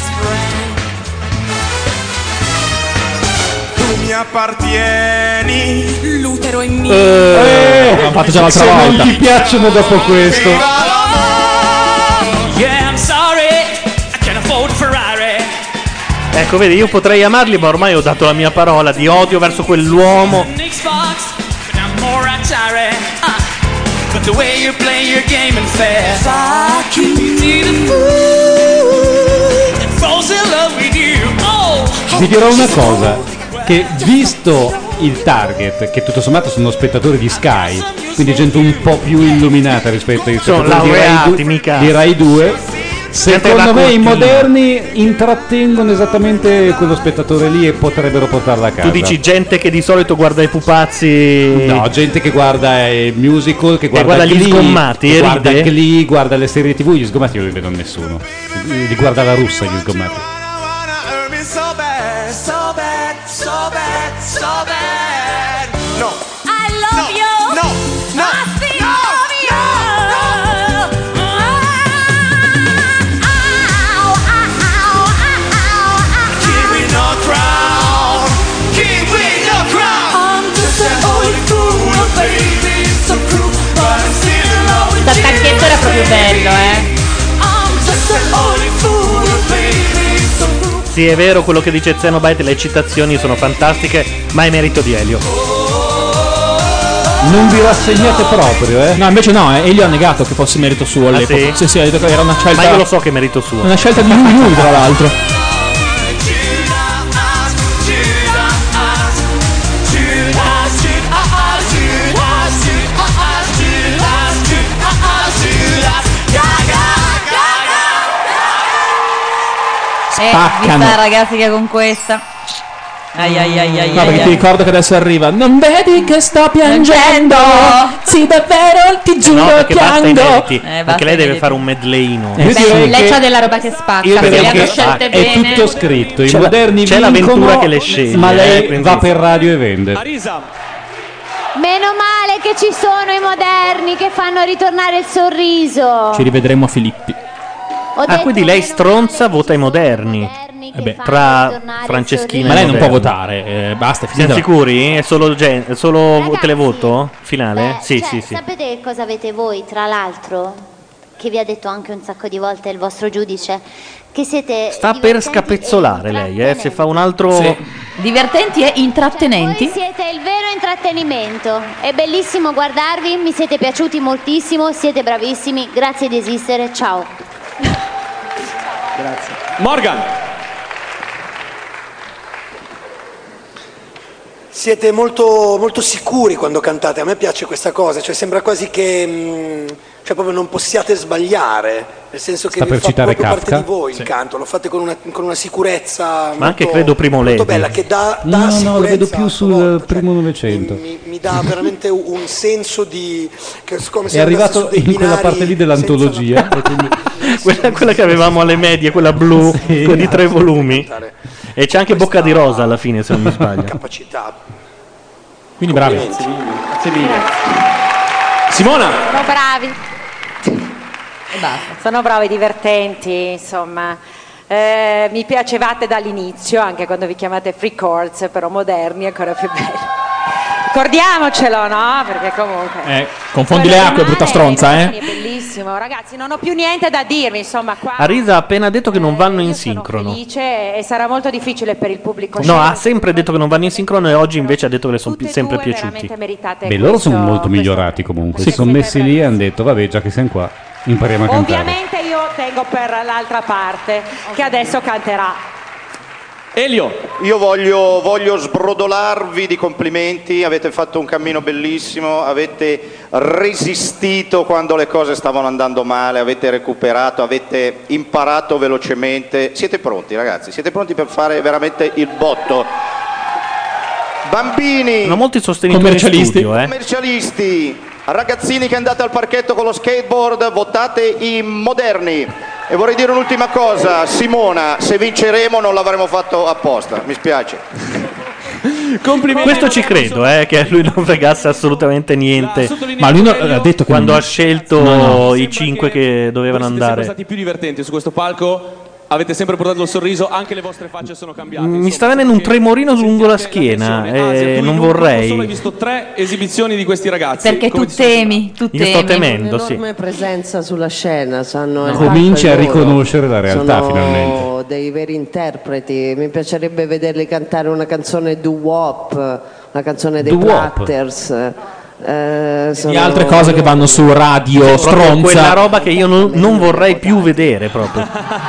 Tu mi appartieni. L'utero è mio. Eh, l'hanno fatto già l'altra se volta. non gli piacciono dopo questo. Yeah, I'm sorry, I can't afford a Ferrari. Ecco, vedi, io potrei amarli, ma ormai ho dato la mia parola di odio verso quell'uomo. Xbox, but I'm more Atari. Uh, but the way you play your game and fair. Fuck you. You need a fool that falls in love with you. Oh, Vi dirò una cosa, che visto il target, che tutto sommato sono spettatori di Sky, quindi gente un po' più illuminata rispetto ai Sono spettatori di Rai, laureati, du- mica. di Rai due, secondo me i moderni intrattengono esattamente quello spettatore lì e potrebbero portarla a casa. Tu dici gente che di solito guarda i pupazzi. No, gente che guarda i musical, che guarda, guarda gli Glee, sgommati che e guarda ride? Glee, guarda le serie tivù, gli sgommati non li vedo nessuno. Li guarda la russa gli sgommati. Hurt me so bad, so bad, so bad, so bad. No. I love you. No. No. I still No. love you. King with no crown. King with no crown. I'm just an only fool, oh baby, so cruel, but I'm still in love with Dal you. tacchetto era proprio bello, eh. I'm just an only fool, oh baby, so cruel. Sì, è vero quello che dice Zenobite, le citazioni sono fantastiche, ma è merito di Elio. Non vi rassegnate proprio, eh? No, invece no, eh, Elio ha negato che fosse merito suo all'epoca. sì? Sì, sì, ha detto che era una scelta. Ma io lo so che è merito suo. Una scelta di lui, lui tra l'altro. Eh, Spaccano. vista ragazzi che con questa. Ai ai ai ai No, ai, perché ai. ti ricordo che adesso arriva. Non vedi che sto piangendo? Sì, davvero, ti giuro, No, perché basta i piango. meriti. Eh, perché basta lei i deve meriti. fare un medleyino. Io Beh, direi lei che- c'ha della roba che spacca, Io se direi le hanno che scelte è bene. tutto scritto, i C'è la- moderni c'è vincono, l'avventura che le sceglie, ma lei eh, quindi- va per radio e vende. Arisa. Meno male che ci sono i moderni che fanno ritornare il sorriso. Ci rivedremo a Filippi. Ho Ah, detto quindi lei meno stronza vota i moderni. che Eh beh, fanno Tra ritornare il Franceschina Ma e lei non può moderni. votare, eh, basta, è Siamo finita. sicuri? È solo, gen- è solo Ragazzi, televoto finale? Beh, sì, cioè, sì, sì. Sapete che cosa avete voi, tra l'altro? Che vi ha detto anche un sacco di volte il vostro giudice? Che siete Sta per divertenti scapezzolare e lei, eh? Se fa un altro. Sì. Divertenti e intrattenenti. Voi siete il vero intrattenimento. È bellissimo guardarvi, mi siete piaciuti moltissimo, siete bravissimi. Grazie di esistere, ciao. Morgan. siete molto, molto sicuri quando cantate, a me piace questa cosa, cioè sembra quasi che mh, cioè proprio non possiate sbagliare, nel senso che Sta vi per fa citare proprio parte Kafka? di voi Sì. il canto, lo fate con una, con una sicurezza Ma anche molto- credo Primo molto Levi. bella, che dà, dà No, no, no, lo vedo sicurezza più a sua volta, sul primo Novecento. mi, mi dà veramente un senso di... Che, come se È arrivato andasse su dei in quella binari parte lì dell'antologia. e quindi- quella, quella che avevamo alle medie, quella blu, quella di tre volumi. E c'è anche Bocca di Rosa alla fine, se non mi sbaglio. capacità. Quindi bravi. Grazie mille. Simona. Sono bravi. Sono bravi, divertenti, insomma. Eh, mi piacevate dall'inizio, anche quando vi chiamate free chords, però moderni, ancora più belli. Ricordiamocelo, no? Perché comunque... Eh, confondi le acque, brutta stronza, È eh. bellissimo, ragazzi, non ho più niente da dirvi, insomma, qua Arisa ha appena detto che non vanno in sincrono. felice e sarà molto difficile per il pubblico. No, ha sempre detto che non vanno in sincrono e oggi invece ha detto che le sono pi- sempre piaciuti. veramente meritate Beh, loro sono questo- molto migliorati comunque. Si sono messi lì e hanno detto, vabbè, già che siamo qua, impariamo a cantare. Ovviamente io tengo per l'altra parte, che adesso canterà. Elio. Io voglio, voglio sbrodolarvi di complimenti, avete fatto un cammino bellissimo, avete resistito quando le cose stavano andando male, avete recuperato, avete imparato velocemente. Siete pronti ragazzi? Siete pronti per fare veramente il botto? Bambini, Sono molti sostenitori in Commercialisti. studio, eh. commercialisti, ragazzini che andate al parchetto con lo skateboard, votate i moderni. E vorrei dire un'ultima cosa, Simona, se vinceremo non l'avremo fatto apposta, mi spiace. Complimenti. Questo ci credo, eh, che a lui non fregasse assolutamente niente. Ma lui no- ha detto che quando non- ha scelto No, no. i cinque che dovevano Siete sempre andare. stati più divertenti su questo palco. Avete sempre portato il sorriso, anche le vostre facce sono cambiate. Mi sta venendo un tremorino lungo la schiena e non Solo hai vorrei. visto tre esibizioni di questi ragazzi. Perché Come tu temi, tu Io temi. sto temendo, sì. Un'enorme presenza sulla scena, sanno il Cominci a fatto loro. riconoscere la realtà Sono finalmente. dei veri interpreti. Mi piacerebbe vederli cantare una canzone doo-wop, una canzone dei Doo-wop. Platters. Eh, Di sono- altre cose che vanno su radio, Proprio stronza. quella roba che io non, non vorrei più vedere proprio.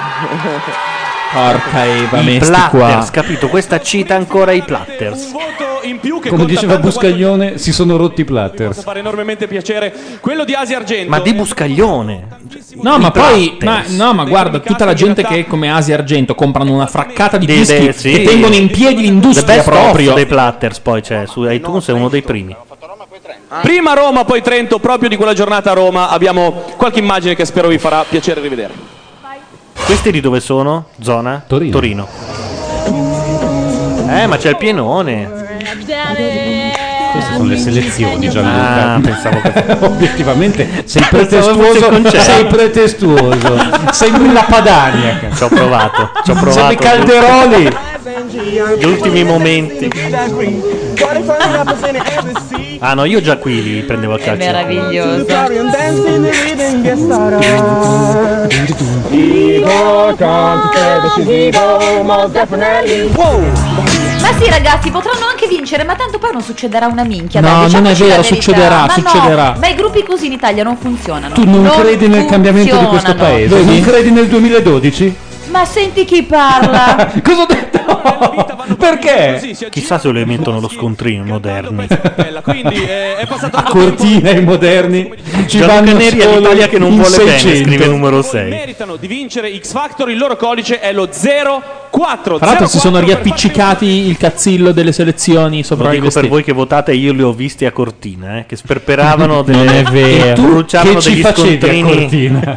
Porca Eva, I mesti Platters, qua. capito? Questa cita ancora i Platters. in più che Come conta diceva tanto quanto Buscaglione, si sono rotti i possa platters. fare enormemente piacere quello di Asia Argento. Ma di Buscaglione. No, ma I poi, ma, Platters. no, ma guarda, tutta la gente che come Asia Argento comprano una fraccata di Dei- dischi dei- sì. che tengono in piedi The l'industria best proprio. of dei Platters poi c'è su iTunes, è uno dei primi. Prima Roma, poi Trento, proprio di quella giornata a Roma abbiamo qualche immagine che spero vi farà piacere rivedere. Questi di dove sono? Zona? Torino. Eh, ma c'è il pienone. Queste sono le selezioni, Gianluca. Ah, pensavo che... Obiettivamente sei Pensavo fosse il pretestuoso, concerto. sei pretestuoso. Sembri la Padania. Ci ho provato, ci ho provato. Sembri Calderoli. Gli ultimi momenti. Ah no, io già qui li prendevo a È calcio. meraviglioso. Ma sì ragazzi, potranno anche vincere, ma tanto poi non succederà una minchia. No, dai, non diciamoci è vero, la verità. succederà, Ma no, succederà. ma i gruppi così in Italia non funzionano. Tu non, credi nel cambiamento di questo funzionano. paese? Non credi nel duemiladodici? Ma senti chi parla. Cosa ho detto? Perché? Chissà se lo emettono lo scontrino moderni. Quindi eh, è passato A Cortina i moderni ci Gianluca vanno Neri è solo l'Italia che non in vuole bene, seicento. scrive numero sei. meritano di vincere X Factor, il loro codice è lo zero quattro. Tra l'altro si sono riappiccicati il cazzillo delle selezioni sopra Lo i dico per vestiti. voi che votate, io li ho visti a Cortina, eh, che sperperavano delle... Non è vero. e bruciavano Che ci degli facevi a scontrini. Cortina?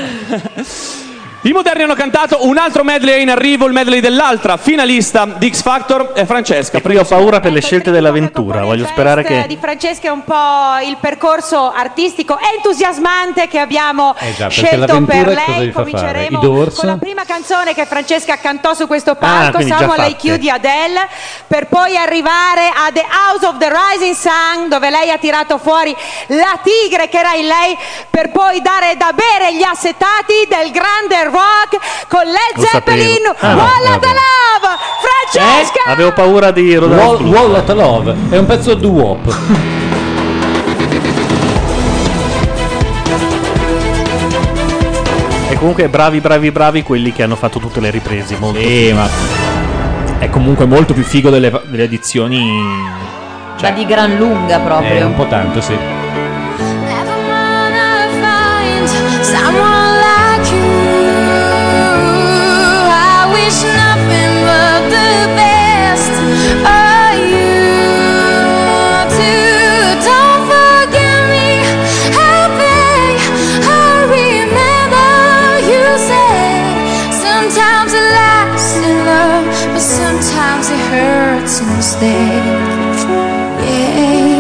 I moderni hanno cantato un altro medley è in arrivo, il medley dell'altra finalista di X Factor è Francesca. E qui ho paura per le scelte dell'avventura, voglio sperare Questa che... di Francesca è un po' il percorso artistico entusiasmante che abbiamo Eh già, perché scelto per l'avventura cosa lei. vi fa fare? Cominceremo I Doors? con la prima canzone che Francesca cantò su questo palco, quindi già Someone fatte. Like You di Adele, per poi arrivare a The House of the Rising Sun, dove lei ha tirato fuori la tigre che era in lei, per poi dare da bere gli assetati del grande rock con Led Lo Zeppelin, sapevo. Ah, no, Walla vabbè. the Love, Francesca! Avevo paura di rodare Wall, il blu. Wall at Love è un pezzo doo-wop. E comunque bravi, bravi, bravi quelli che hanno fatto tutte le riprese. Molto. Sì, ma è comunque molto più figo delle, delle edizioni. Ma di gran lunga proprio. È un po' tanto, sì. Someone like you, I wish nothing but the best of you too. Don't forget me, I beg, I remember you said sometimes it lasts in love, but sometimes it hurts instead. Yeah.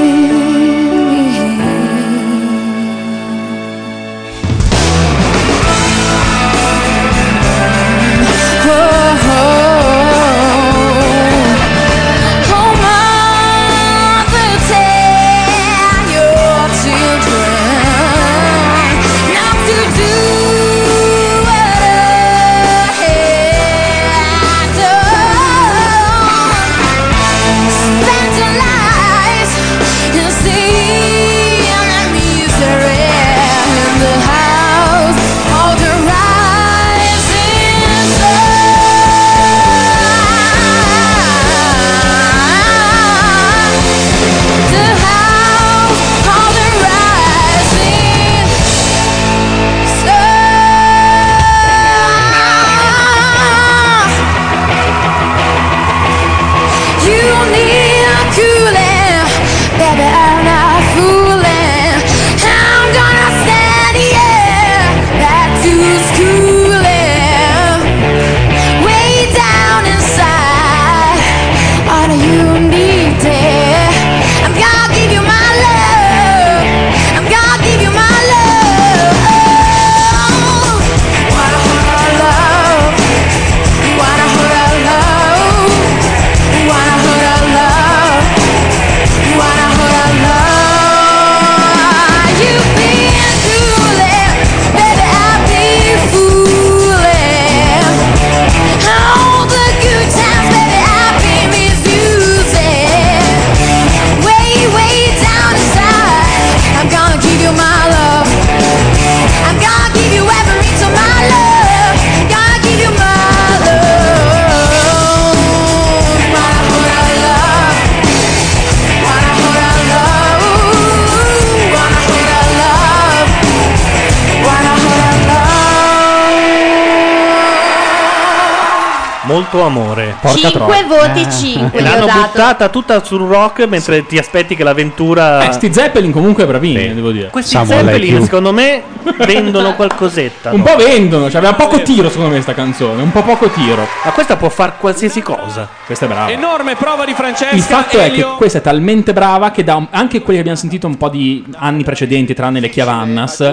Molto amore. Porca Cinque troia. voti, Eh. cinque E gli ho l'hanno dato. buttata tutta sul rock mentre ti aspetti che l'avventura. Eh, sti Zeppelin comunque bravini, devo dire. Questi Zeppelin, secondo me, vendono qualcosetta. Un po' vendono, cioè aveva poco tiro secondo me sta canzone, un po' poco tiro. Ma questa può far qualsiasi cosa. Questa è brava. Enorme prova di Francesca. Il fatto è Elio. che questa è talmente brava che da un- anche quelli che abbiamo sentito un po' di anni precedenti, tranne le Chiavannas,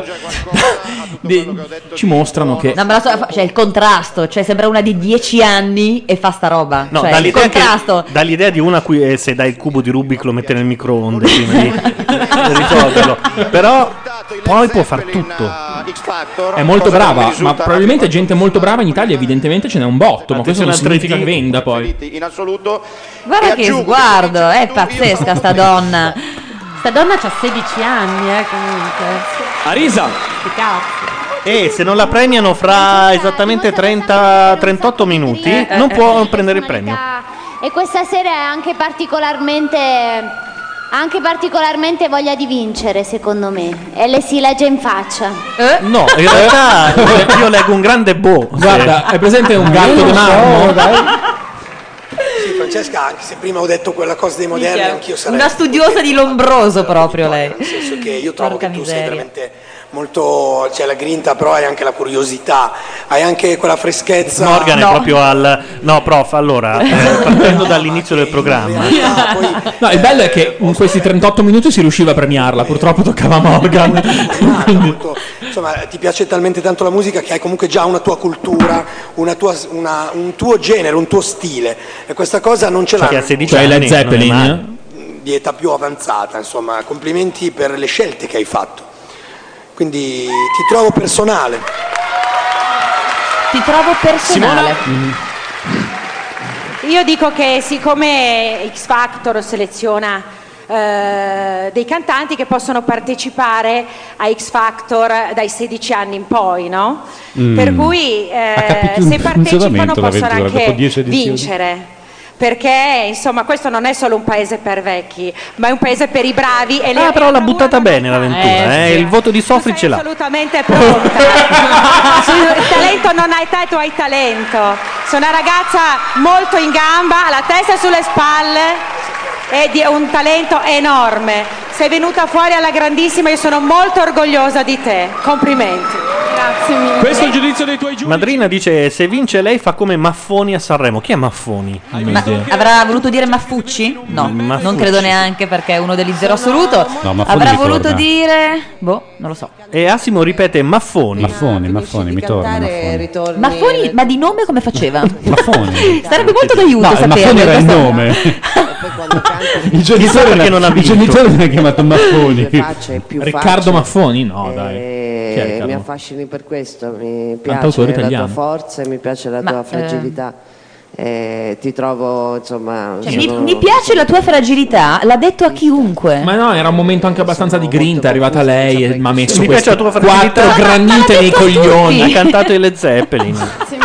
de- ci mostrano che No, ma la so- cioè il contrasto, cioè sembra una di dieci anni e fa sta roba. No, cioè, il dall'idea, contrasto. che, dall'idea di una a cui eh, se dai il cubo di Rubik lo mette nel microonde prima di risolverlo. Però poi può far tutto. è molto brava, ma probabilmente gente molto brava in Italia evidentemente ce n'è un botto, ma questo non significa che venda poi. In assoluto. Guarda che sguardo, è pazzesca sta donna. Sta donna ha sedici anni, eh, comunque. Arisa. Che cazzo. E se non la premiano fra esattamente trenta trentotto minuti, Eh, non eh, può prendere il premio. E questa sera è anche particolarmente ha anche particolarmente voglia di vincere, secondo me. E le si legge in faccia. No, in realtà io leggo un grande boh. Guarda, è presente un gatto di marmo? Sì, Francesca, anche se prima ho detto quella cosa dei moderni, Minchia, anch'io sarei. una studiosa di Lombroso proprio lei. Nel senso che io trovo Porca che tu miseria. sei veramente molto, c'è la grinta, però hai anche la curiosità, hai anche quella freschezza. Morgan è proprio al. No, prof, allora, eh, partendo dall'inizio del programma. No, il bello è che in questi trentotto minuti si riusciva a premiarla, purtroppo toccava a Morgan. Insomma, ti piace talmente tanto la musica che hai comunque già una tua cultura, una tua, una- un tuo genere, un tuo stile, e questa cosa non ce Cioè, che l'hanno a sedici Cioè, anni Led non è Zeppelin? male. di età più avanzata, insomma, complimenti per le scelte che hai fatto. Quindi ti trovo personale. Ti trovo personale. Io dico che siccome X Factor seleziona eh, dei cantanti che possono partecipare a X Factor dai sedici anni in poi, no? Mm. Per cui eh, Ha capito il se partecipano funzionamento possono l'avventura, dopo anche dieci edizioni. vincere. perché insomma questo non è solo un paese per vecchi, ma è un paese per i bravi. E le Ah, però l'ha buttata bene l'avventura, eh, il voto di Sofri ce l'ha. assolutamente pronta. Sul talento non hai età e tu hai talento. Sono una ragazza molto in gamba, la testa sulle spalle e di un talento enorme. Sei venuta fuori alla grandissima, io sono molto orgogliosa di te. Complimenti. Grazie mille. Questo è il giudizio dei tuoi giudici. Madrina dice se vince lei fa come Maffoni a Sanremo. Chi è Maffoni? Ma avrà voluto dire Maffucci? No, Maffucci. non credo neanche perché è uno degli zero assoluto. No, Maffoni avrà mi voluto torna. dire, boh, non lo so. E Assimo ripete Maffoni. Maffoni, Maffoni, mi torna. Maffoni. Maffoni, ma di nome come faceva? Maffoni. Sarebbe molto d'aiuto No, saperlo. Maffoni era il questo- nome. I Chissà genitori perché non ha I vinto. genitori mi hanno chiamato Maffoni. facce, più Riccardo facce. Maffoni? No, dai. Eh, Chi è Riccardo? mi affascini per questo, mi Cantautore piace la italiano. tua forza e mi piace la Ma, tua fragilità. Eh, ti trovo insomma. Cioè, mi, sono- mi piace la tua fragilità, l'ha detto a chiunque. Ma no, era un momento anche abbastanza di grinta. È arrivata lei e mi ha messo Mi piace queste la tua fragilità. quattro granite nei coglioni. Ha cantato i Led Zeppelin.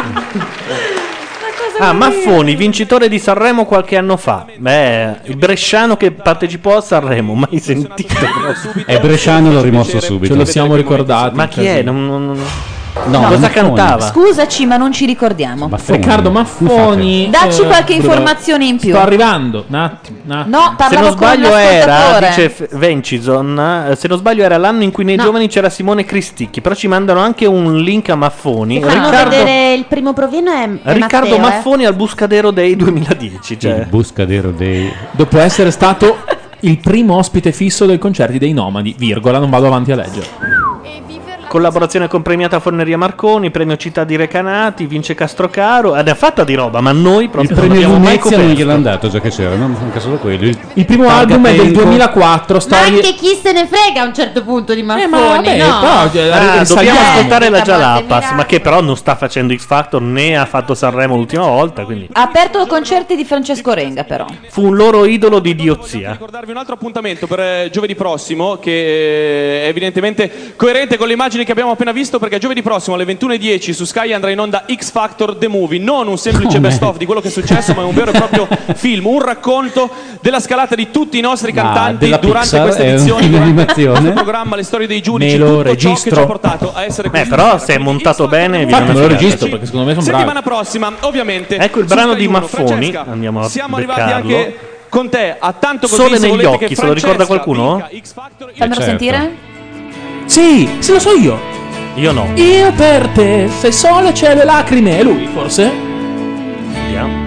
Ah, Maffoni, vincitore di Sanremo qualche anno fa. Beh, il bresciano che partecipò a Sanremo, mai sentito. È bresciano, l'ho rimosso subito. Ce lo siamo ricordati. Ma chi è? Non, non- non- No, cosa Maffoni. cantava? Scusaci, ma non ci ricordiamo. Maffoni. Riccardo Maffoni. Dacci eh, qualche bro- informazione in più. Sto arrivando. Un attimo. un attimo. No, Se parlavo non con sbaglio era, l'ascoltatore. dice F- Vencison, eh, se non sbaglio era l'anno in cui nei No. giovani c'era Simone Cristicchi, però ci mandano anche un link a Maffoni. Ti fanno Riccardo, vedere il primo provino è, è Riccardo Matteo, eh. Maffoni al Buscadero Day duemiladieci. Cioè. Il Buscadero dei... Dopo essere stato il primo ospite fisso dei concerti dei Nomadi, virgola, non vado avanti a leggere. Collaborazione con premiata Forneria Marconi, premio Città di Recanati, vince Castrocaro. Ed è fatta di roba, ma noi Il proprio non premio abbiamo mai Lumezia non coperto. gliel'hanno dato, già che c'era, non manca solo quello. Il, Il primo album è del duemilaquattro, Ma storie... anche chi se ne frega a un certo punto di Maffoni, ma vabbè, no? però, cioè, Ah, dobbiamo risaliamo. ascoltare la Mica Jalapas, batte ma che però non sta facendo X Factor né ha fatto Sanremo l'ultima volta, quindi Ha aperto concerti di Francesco Renga, però. fu un loro idolo di idiozia. Ricordarvi un altro appuntamento per eh, giovedì prossimo che eh, è evidentemente coerente con le immagini che abbiamo appena visto, perché giovedì prossimo alle ventuno e dieci su Sky andrà in onda X Factor The Movie, non un semplice Come? best of di quello che è successo, ma è un vero e proprio film, un racconto della scalata di tutti i nostri Ma cantanti della durante Pixar questa è un edizione, film durante d'animazione? questo programma, le storie dei giudici, Me lo tutto ciò che registro. ci ha portato a essere Beh, così. però se è montato bene, vi Infatti viene me lo una registro figata. perché secondo me sono bravi. Settimana prossima, ovviamente. Ecco il su brano Sky di uno. Maffoni, Francesca, andiamo a siamo arrivati beccarlo. anche con te a tanto così. Sole se negli volete occhi, che se lo ricorda Francesca qualcuno? vinca X Factor, Fammelo certo. sentire. Sì, se lo so io. Io no. Io per te, sei sole, cielo e lacrime. E lui, forse? Vediamo.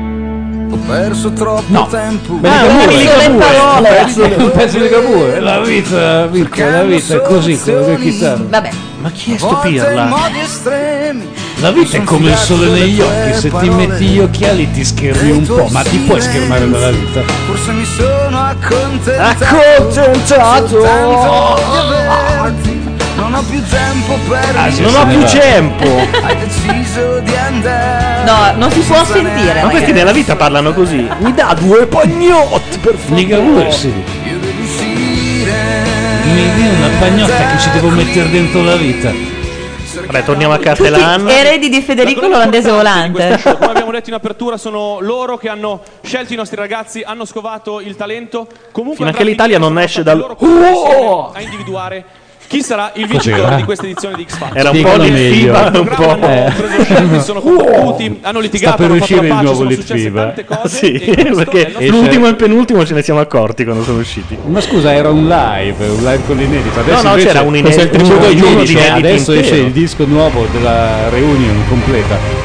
Ho perso troppo No. tempo. Beh, Ah, Ligabue. un Sole Ligabue. parole. Un pezzo, un pezzo di Ligabue. La vita, Mirko, la vita è così con le chitarre. Vabbè. Ma chi è sto Volte in pirla? modi estremi. La vita è come il sole negli occhi, se ti metti gli occhiali ti schermi un po', ma ti puoi schermare dalla vita. Forse mi sono accontentato. Accontentato. Soltanto di averti. Non ho più tempo per Ah, sì, Non se ho ne più va. tempo. Hai deciso di andare. No, non si può sentire. Ma questi ragazzi. nella vita parlano così. Mi dà due pagnotti per favore. Ligabue, sì. Io devo uscire. Mi viene una pagnotta che ci devo mettere dentro la vita. Vabbè, torniamo a Tutti Catalan. eredi di Federico l'olandese volante. Show, come abbiamo detto in apertura, sono loro che hanno scelto i nostri ragazzi, hanno scovato il talento. Comunque Fino a andrà che l'Italia non vinto, esce sono dal- stati loro insieme a individuare chi sarà il vincitore Cos'era? di questa edizione di X Factor. Era un po' Spiegalo lì meglio. FIBA, Il un po'. programma hanno preso scelti, sono combattuti, hanno Sta litigato, per hanno fatto uscire la il pace, nuovo sono Lit successe FIBA. tante cose. Sì, e questo è perché il nostro- l'ultimo e il penultimo ce ne siamo accorti quando sono usciti. Ma scusa, era un live, un live con l'inedito. Adesso no, invece c'era un questo è il inedito, tributo ai uno di giudici. inediti Adesso intero. esce il disco nuovo della reunion completa.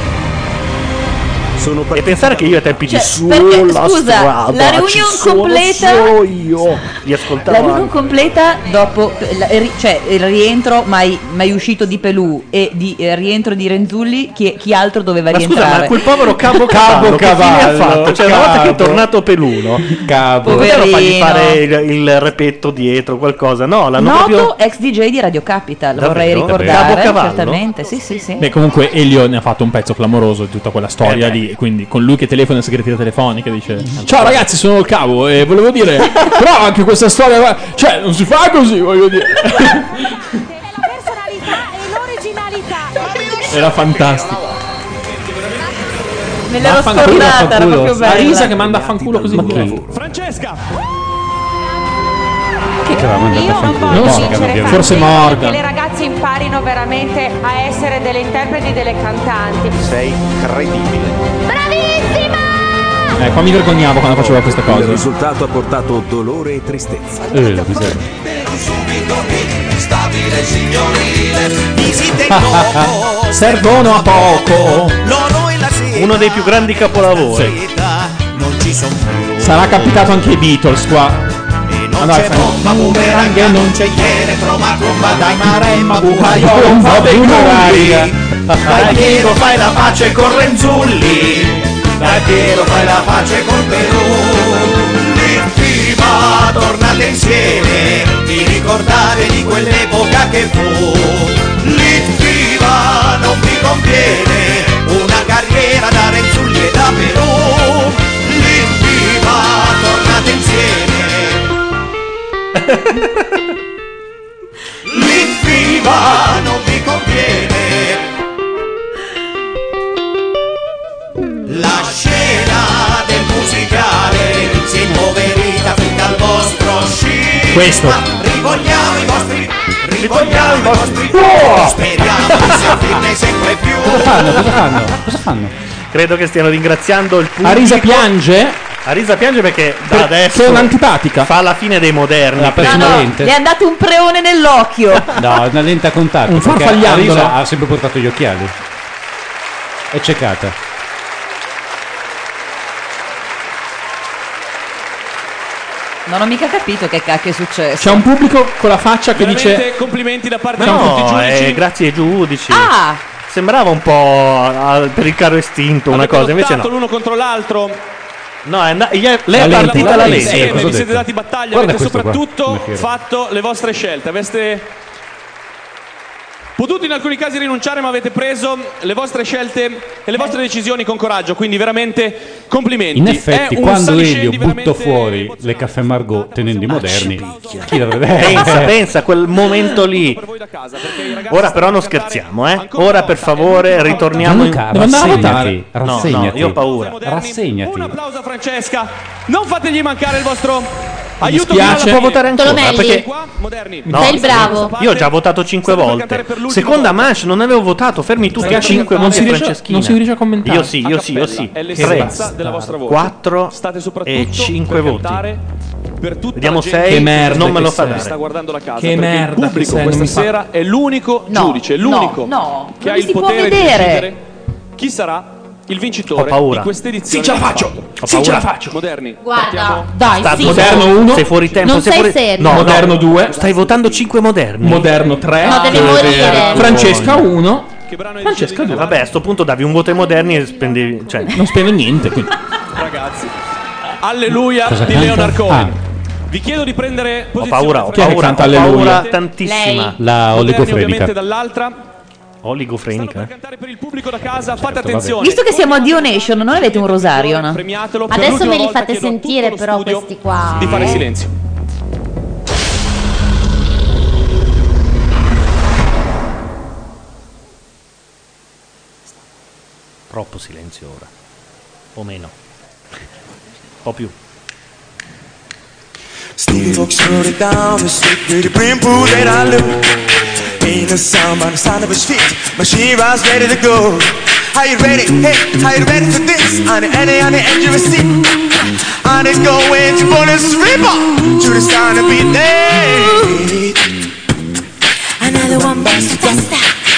E pensare che io ai tempi Cioè, di sulla perché, scusa, strada la reunion ci sono completa- solo io li La ascoltavo reunion anche. completa dopo, la- ri- cioè il rientro mai, mai uscito di Pelù e di eh, rientro di Renzulli, chi, chi altro doveva Ma scusa, rientrare? ma quel povero Cabo Cabo Cavallo, che fine ha Cavallo, fatto? Cioè, una volta che è Cabo. tornato Peluno, Capo. potevano fargli Poverino. fare il, il repetto dietro, qualcosa. No, l'hanno Noto proprio... ex D J di Radio Capital, vorrei Davvero? ricordare, Cabo Cavallo? certamente, sì sì sì. Beh, comunque Elio ne ha fatto un pezzo clamoroso di tutta quella storia Eh beh. lì. Quindi con lui che telefona in segreteria telefonica dice: ciao ragazzi, sono il cavo e volevo dire, però anche questa storia, cioè, non si fa così, voglio dire. La personalità e l'originalità. Era fantastico. Me l'ero Vaffanculo, scordata, era vaffanculo. proprio bella. Arisa che manda a fanculo così in diretta. Francesca! Chi che aveva mandato Io a non fanculo? voglio Morgan, vincere ovviamente. Forse Che Morgan. le ragazze imparino veramente a essere delle interpreti, delle cantanti. Sei credibile. Eh, qua mi vergognavo quando facevo queste Il cose. risultato ha portato dolore e tristezza. Eh, la miseria. Stabile signorile, visite Servono a poco. l'oro e la sera. Uno dei più grandi capolavori. Non ci sono più. Sarà capitato anche ai Beatles qua. Non Allora, c'è fai- bomba, boomerang e non c'è chietro, ma comba dai maremma, bucaio, Un po' dei boomerang. Dai Piero, fai la pace con Renzulli. Dai Piero, fai la pace col Perù. Viva, tornate insieme, vi ricordate di quell'epoca che fu. Viva, non vi conviene una carriera da Renzulli e da Perù. Viva, tornate insieme. Viva, non vi conviene. La scena del musicale si è impoverita fin dal vostro sci. Questo. Rivogliamo i vostri, rivogliamo i vostri. Speriamo di sentirne sempre più. Cosa fanno? Cosa fanno? Cosa fanno? Credo che stiano ringraziando il pubblico. Arisa piange. Arisa piange perché da Per- adesso è un'antipatica. fa la fine dei moderni. Ha preso No, una no, lente. le ha dato un preone nell'occhio. No, una lente a contatto. Un perché farfagliandolo. Arisa ha sempre portato gli occhiali. È ciecata. Non ho mica capito che cacchio è successo. C'è un pubblico con la faccia che Veramente dice complimenti da parte No, di tutti i giudici. eh, grazie ai giudici. Ah! Sembrava un po' ah, per il carro estinto una Avete cosa, invece lottato no. l'uno contro l'altro. No, è and- gli è- lei La è lente, partita la la lente. lente. Sì, Insieme cosa ho vi siete detto? dati battaglia, Guarda avete questo qua, soprattutto come fiero. fatto le vostre scelte. Aveste potuto in alcuni casi rinunciare, ma avete preso le vostre scelte e le vostre decisioni con coraggio, quindi veramente complimenti. In effetti, È un quando saliscendi Elio veramente buttò fuori le caffè Margot tenendo i moderni, chi l'avrebbe Pensa, pensa a quel momento lì. Ora però non scherziamo, eh. Ora per favore ritorniamo in... Gianluca, Devo andare a rassegnati, No, no, rassegnati. io ho paura. Rassegnati. Un applauso a Francesca. Non fategli mancare il vostro aiuto. dispiace. finale. Può votare ancora, Tolomelli. perché- Qua, moderni. No, Sei il bravo. Io ho già votato cinque State per cantare volte. per l'ultima Seconda manche non avevo votato, fermi tutti Ragazzi, cinque non voti si riesce- Franceschina. non si riesce a commentare. Io sì, A io sì, io cappella, sì. è Tre, l'essenza della vostra voce. quattro State soprattutto e cinque per voti. cantare per tutta Vediamo la gente sei, Che merda non me che lo fa sei. che sta dare. guardando la casa. Che perché merda il che pubblico sei, non questa mi fa- sera è l'unico No, giudice, no, l'unico no, che non ha mi il si può potere di vedere. decidere chi sarà il vincitore Ho paura. di questa edizione. Sì, ce la di faccio. Fatto. Ho Sì, ce la paura. faccio. Moderni. Guarda, partiamo. dai, Sta- sì. Moderno uno. Sei fuori tempo. Non sei sei fuori... serio. No, Moderno no. due. Stai votando cinque moderni. Moderno tre. No, deve morire. Francesca uno. Che brano hai Francesca deciso di Eh, due. vabbè, a sto punto davi un voto ai moderni e spendevi... Cioè, Non spendo niente. quindi. Ragazzi. Alleluia Cosa di canta? Leonard Cohen. Ah. Vi chiedo di prendere ho posizione. paura, ho Chi è che paura, ho canta Alleluia? paura tantissima. Lei. La Moderni oligofrenica. ovviamente dall'altra. Oligofrenica. Per cantare per il pubblico da casa, fate Certo, attenzione. Visto che siamo a Dio Nation, non avete un rosario, no? Premiatelo. Per Adesso l'ultima me li volta fate chiedo a tutto sentire lo però studio questi qua. di fare eh. silenzio. Troppo silenzio ora. O meno. Un po' più. Stevie folks wrote it down, the sweet pretty brim pool that I look. Ain't no sound by the sound of his feet, machine rides ready to go. Are you ready? Hey, are you ready for this? On the end, on the edge of a seat. On it going to bonus river, to the sound of beat day. Another one bites the dust.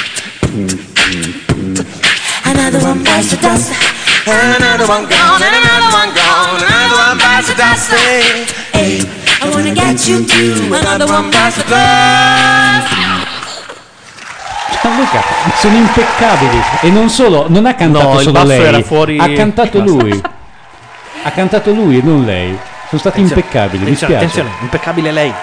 Another one bites the dust. Another one gone, and another one gone, another one bites the dust. Hey, Hey, I wanna get you too. Another one bites the dust. Gianluca, sono impeccabili. E non solo, non ha cantato No, il solo basso lei, era fuori- ha cantato Basta. lui. Ha cantato lui e non lei. Sono stati Attenzione, impeccabili, mi attenzione, spiace. attenzione, impeccabile lei.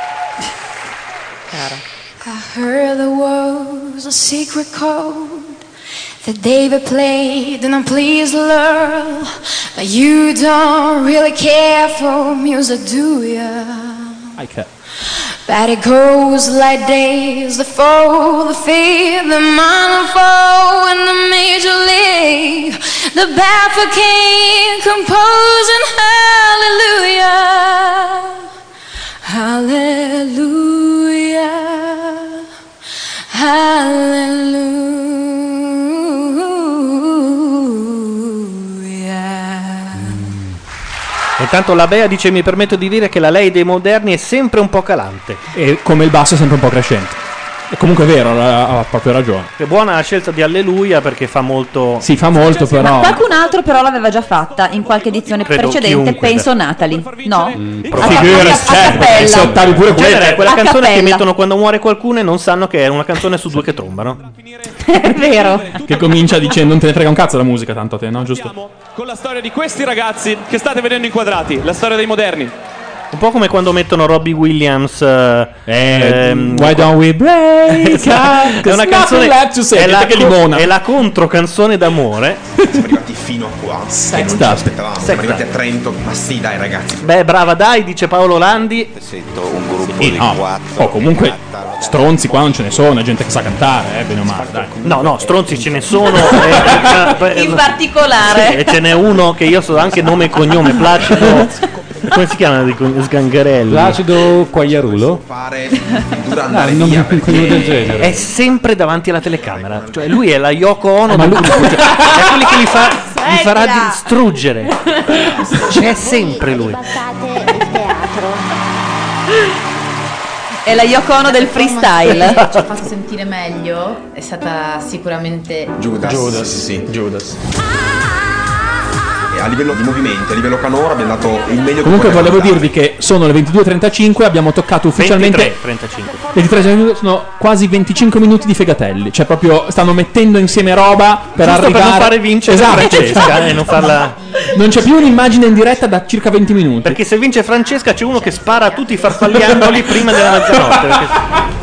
I heard there was a secret code that David played and I'm pleased to learn that you don't really care for music, do ya? I care. But it goes like days, the fall, the fear, the mindful, and the major league. the barefoot king composing hallelujah, hallelujah, hallelujah. Intanto la Bea dice: mi permetto di dire che la lei dei moderni è sempre un po' calante. E come il basso è sempre un po' crescente. E comunque è vero, ha, ha proprio ragione. È buona la scelta di Alleluia perché fa molto. Sì, fa molto, Ma però. qualcun altro però l'aveva già fatta in qualche edizione Credo precedente, chiunque. penso Natalie. No? Figures, certo, cappella. ottavi pure quella. A È quella canzone che cappella. mettono quando muore qualcuno e non sanno che è una canzone su due che trombano. È vero. Che comincia dicendo: non te ne frega un cazzo la musica, tanto a te, no? Giusto? Con la storia di questi ragazzi che state vedendo inquadrati, la storia dei moderni. Un po' come quando mettono Robbie Williams. eh, ehm, Why don't we break up? È una canzone. Left to say, È la, che co- limona. è la contrò canzone d'amore. Siamo arrivati fino a qua. Sex E non ci Dub. aspettavamo. Sex Siamo arrivati a Dub. Trento. Ma sì, dai, ragazzi. Beh, brava, dai, dice Paolo Landi. Un gruppo Sì, no. Oh, comunque stronzi qua non ce ne sono, è gente che sa cantare, eh, bene o male, dai. No, no, stronzi ce ne sono. eh, eh, In particolare. Sì, e ce n'è uno che io so anche nome e cognome, Placido. Come si chiama? Di cogn- Sgangarelli. Placido Quagliarulo? Fare No, dura andare un nome- via un cognome del perché genere. È sempre davanti alla telecamera. Cioè, lui è la Yoko Ono Ma del lui- gruppo. Cioè, è quelli che li, fa, li farà distruggere. C'è sempre lui. È la Yoko Ono del freestyle. Ci ha fatto sentire meglio è stata sicuramente Judas. Judas. Sì, sì. Judas. E a livello di movimenti, a livello canora abbiamo dato il meglio Comunque che volevo potevamo dirvi che sono le ventidue e trentacinque, abbiamo toccato ufficialmente ventitré trentacinque. ventitré minuti, sono quasi venticinque minuti di fegatelli, cioè proprio stanno mettendo insieme roba per Giusto per arrivare non fare vincere Esatto. Francesca e non farla. Non c'è più un'immagine in diretta da circa venti minuti. Perché se vince Francesca c'è uno che spara a tutti i farfalliandoli prima della mezzanotte. Perché...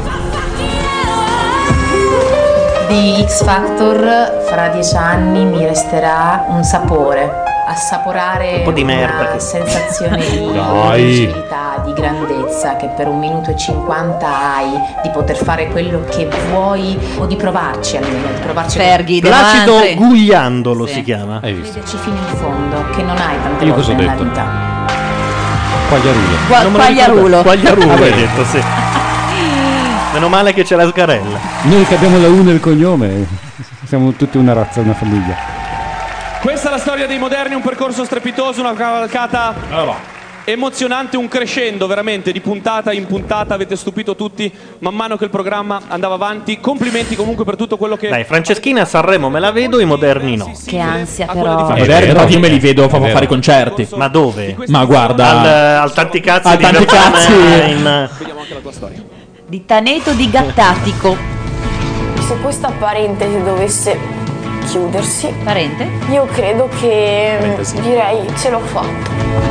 di X Factor fra dieci anni mi resterà un sapore, assaporare Un po' di merda una che- sensazione di Dai. invincibilità, di grandezza che per un minuto e cinquanta hai, di poter fare quello che vuoi o di provarci almeno, di provarci Ferghi, De Placido Mantri. Gugliandolo Sì. si chiama. crederci fino in fondo, che non hai tante Io volte cosa ho nella detto? vita. Quagliarulo. Gua- Non me lo Quagliarulo. ricordo. Quagliarulo Ah, hai beh. detto, sì. Meno male che c'è la sgarella. Noi che abbiamo la U nel cognome, siamo tutti una razza, una famiglia. Questa è la storia dei moderni, un percorso strepitoso, una cavalcata emozionante, un crescendo veramente di puntata in puntata. Avete stupito tutti man mano che il programma andava avanti. Complimenti comunque per tutto quello che. Dai, Franceschina a Sanremo me la vedo, i moderni no. Che ansia A quella però. di Ma È vedere, vero, infatti io me li è vedo proprio vero. fare i concerti. Ma dove? Ma guarda, Al, al tanti cazzi Al di tanti Verdone cazzi. in- Vediamo anche la tua storia. Di Taneto di Gattatico. Se questa parentesi dovesse chiudersi, Parente? io credo che Parentesi. direi ce l'ho fatto.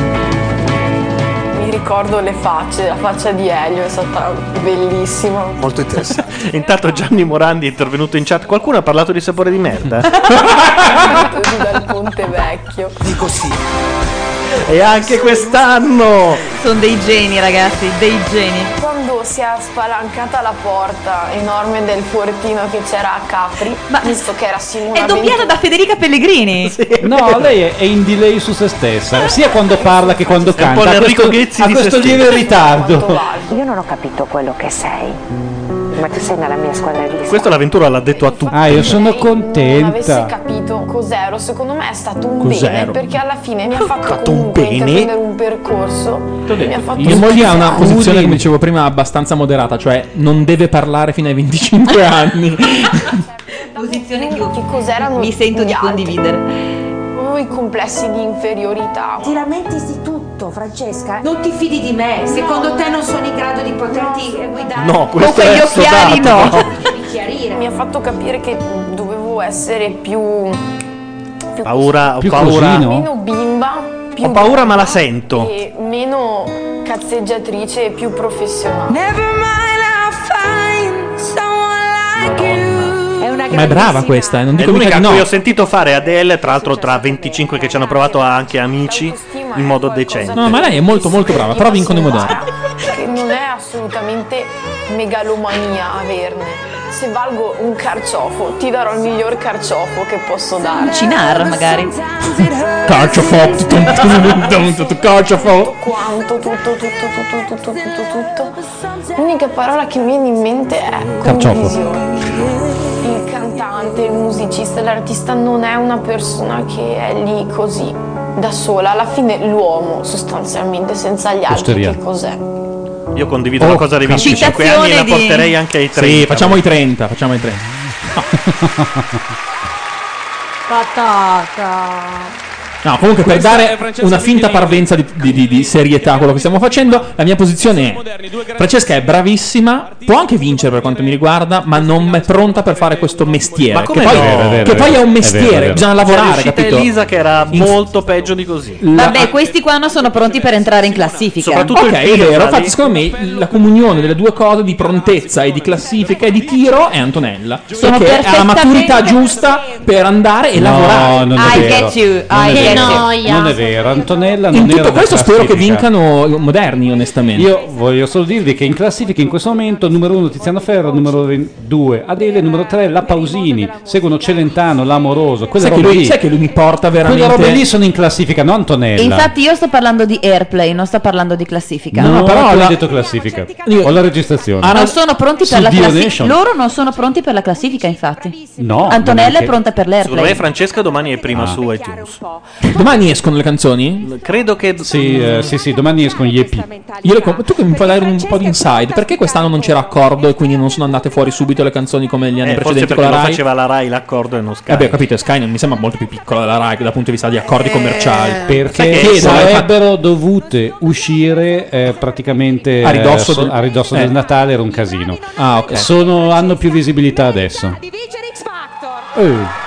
Mi ricordo le facce, la faccia di Elio è stata bellissima. Molto interessante. Intanto Gianni Morandi è intervenuto in chat. Qualcuno ha parlato di sapore di merda? Giù dal Ponte Vecchio. Dico sì. E anche quest'anno! Sono dei geni, ragazzi, dei geni. Quando si è spalancata la porta enorme del fortino che c'era a Capri, visto che era Simona È doppiata Ventura- da Federica Pellegrini. No, lei è, è in delay su se stessa, sia quando parla che quando È un po' canta. Ha l'Enrico questo, Ghezzi ha di questo se stesso. lieve ritardo. Io non ho capito quello che sei, ma tu sei nella mia squadra di Questo l'avventura l'ha detto a tutti. Ah, io sono non avesse contenta. capito cos'ero, secondo me è stato un Cos'ero? bene, perché alla fine mi ha fatto Fatto un comunque bene? intraprendere un percorso, mi ha fatto mia moglie ha una schifo. posizione, come dicevo prima, abbastanza moderata, cioè non deve parlare fino ai venticinque anni. Posizione che che cos'erano mi sento gli di altri. condividere. Avevo i complessi di inferiorità. Ti lamenti di tutto, Francesca? Non ti fidi di me? Secondo te non sono in grado di poterti eh, guidare? No, questo Con quegli è occhiali sodato, no. Devi chiarire. Mi ha fatto capire che dovevo essere più, più Paura, ho Più paura. così, no? meno bimba, più Ho paura ma la sento. e meno cazzeggiatrice e più professionale. È una Ma è brava questa, eh, non È dico mica l'unica di a cui ho no. sentito fare Adele, tra l'altro tra venticinque che ci hanno provato anche amici in modo decente. No, ma lei è molto molto brava, però vincono i moderni. Che non è assolutamente megalomania averne. se valgo un carciofo, ti darò il miglior carciofo che posso dare. Cinar, magari. Carciofo. Carciofo. Quanto, tutto, tutto, tutto, tutto, tutto, tutto. L'unica parola che mi viene in mente è condivisione. Il cantante, il musicista, l'artista non è una persona che è lì così, da sola. Alla fine l'uomo, sostanzialmente, senza gli altri, Osteria. che cos'è? Io condivido Oh, la cosa dei venticinque anni e la di- porterei anche ai trenta. Sì, facciamo i trenta, facciamo i trenta. Patata. No, comunque per Questa è dare Francesca una finta Michelini. parvenza di, di- di- di serietà a quello che stiamo facendo, la mia posizione è: Francesca è bravissima, può anche vincere per quanto mi riguarda, ma non è pronta per fare questo mestiere. Ma come che poi, no? È vero, è vero, che è poi vero. è un È mestiere, vero, è vero. bisogna C'è lavorare, riuscita capito? Elisa che era molto peggio di così. Vabbè, questi qua non sono pronti per entrare in classifica. Ok, è vero, infatti secondo me la comunione delle due cose di prontezza e di classifica e di tiro è Antonella. Sono perché ha la maturità giusta per andare e No, lavorare. non è I vero. get you, Non I è get vero. you. Non è vero, Antonella non In era tutto da questo spero che classifica. vincano i moderni, onestamente. Io voglio solo dirvi che in classifica in questo momento numero uno Tiziano Ferro, numero due Adele, numero tre La Pausini, seguono Celentano, L'Amoroso. Quelle Sai che, robe lui, lì, sai che lui mi porta veramente. quelle robe lì sono in classifica, non Antonella. Infatti io sto parlando di airplay, non sto parlando di classifica. no, però la- ho detto classifica. Ho la registrazione. Non sono pronti per Su la Dio classifica. Nation. Loro non sono pronti per la classifica, infatti. No, Antonella non è è che- pronta per Secondo me l'airplay. Francesca domani è prima Ah. su iTunes. Domani escono le canzoni? Credo che Sì, eh, sì, sì, domani escono gli E P. Io le comp- tu che mi puoi dare un po' di inside? Perché quest'anno non c'era accordo e quindi non sono andate fuori subito le canzoni come gli anni Eh, forse precedenti perché con la lo Rai? faceva la Rai l'accordo e non Sky. Vabbè, ho capito, Sky non mi sembra molto più piccola della Rai dal punto di vista di accordi commerciali. Perché Sai che chiedo, eh, sarebbero dovute uscire eh, praticamente A ridosso eh, so- del- a ridosso eh. del Natale, era un casino. Ah, ok. Sono, hanno più visibilità adesso. Eh.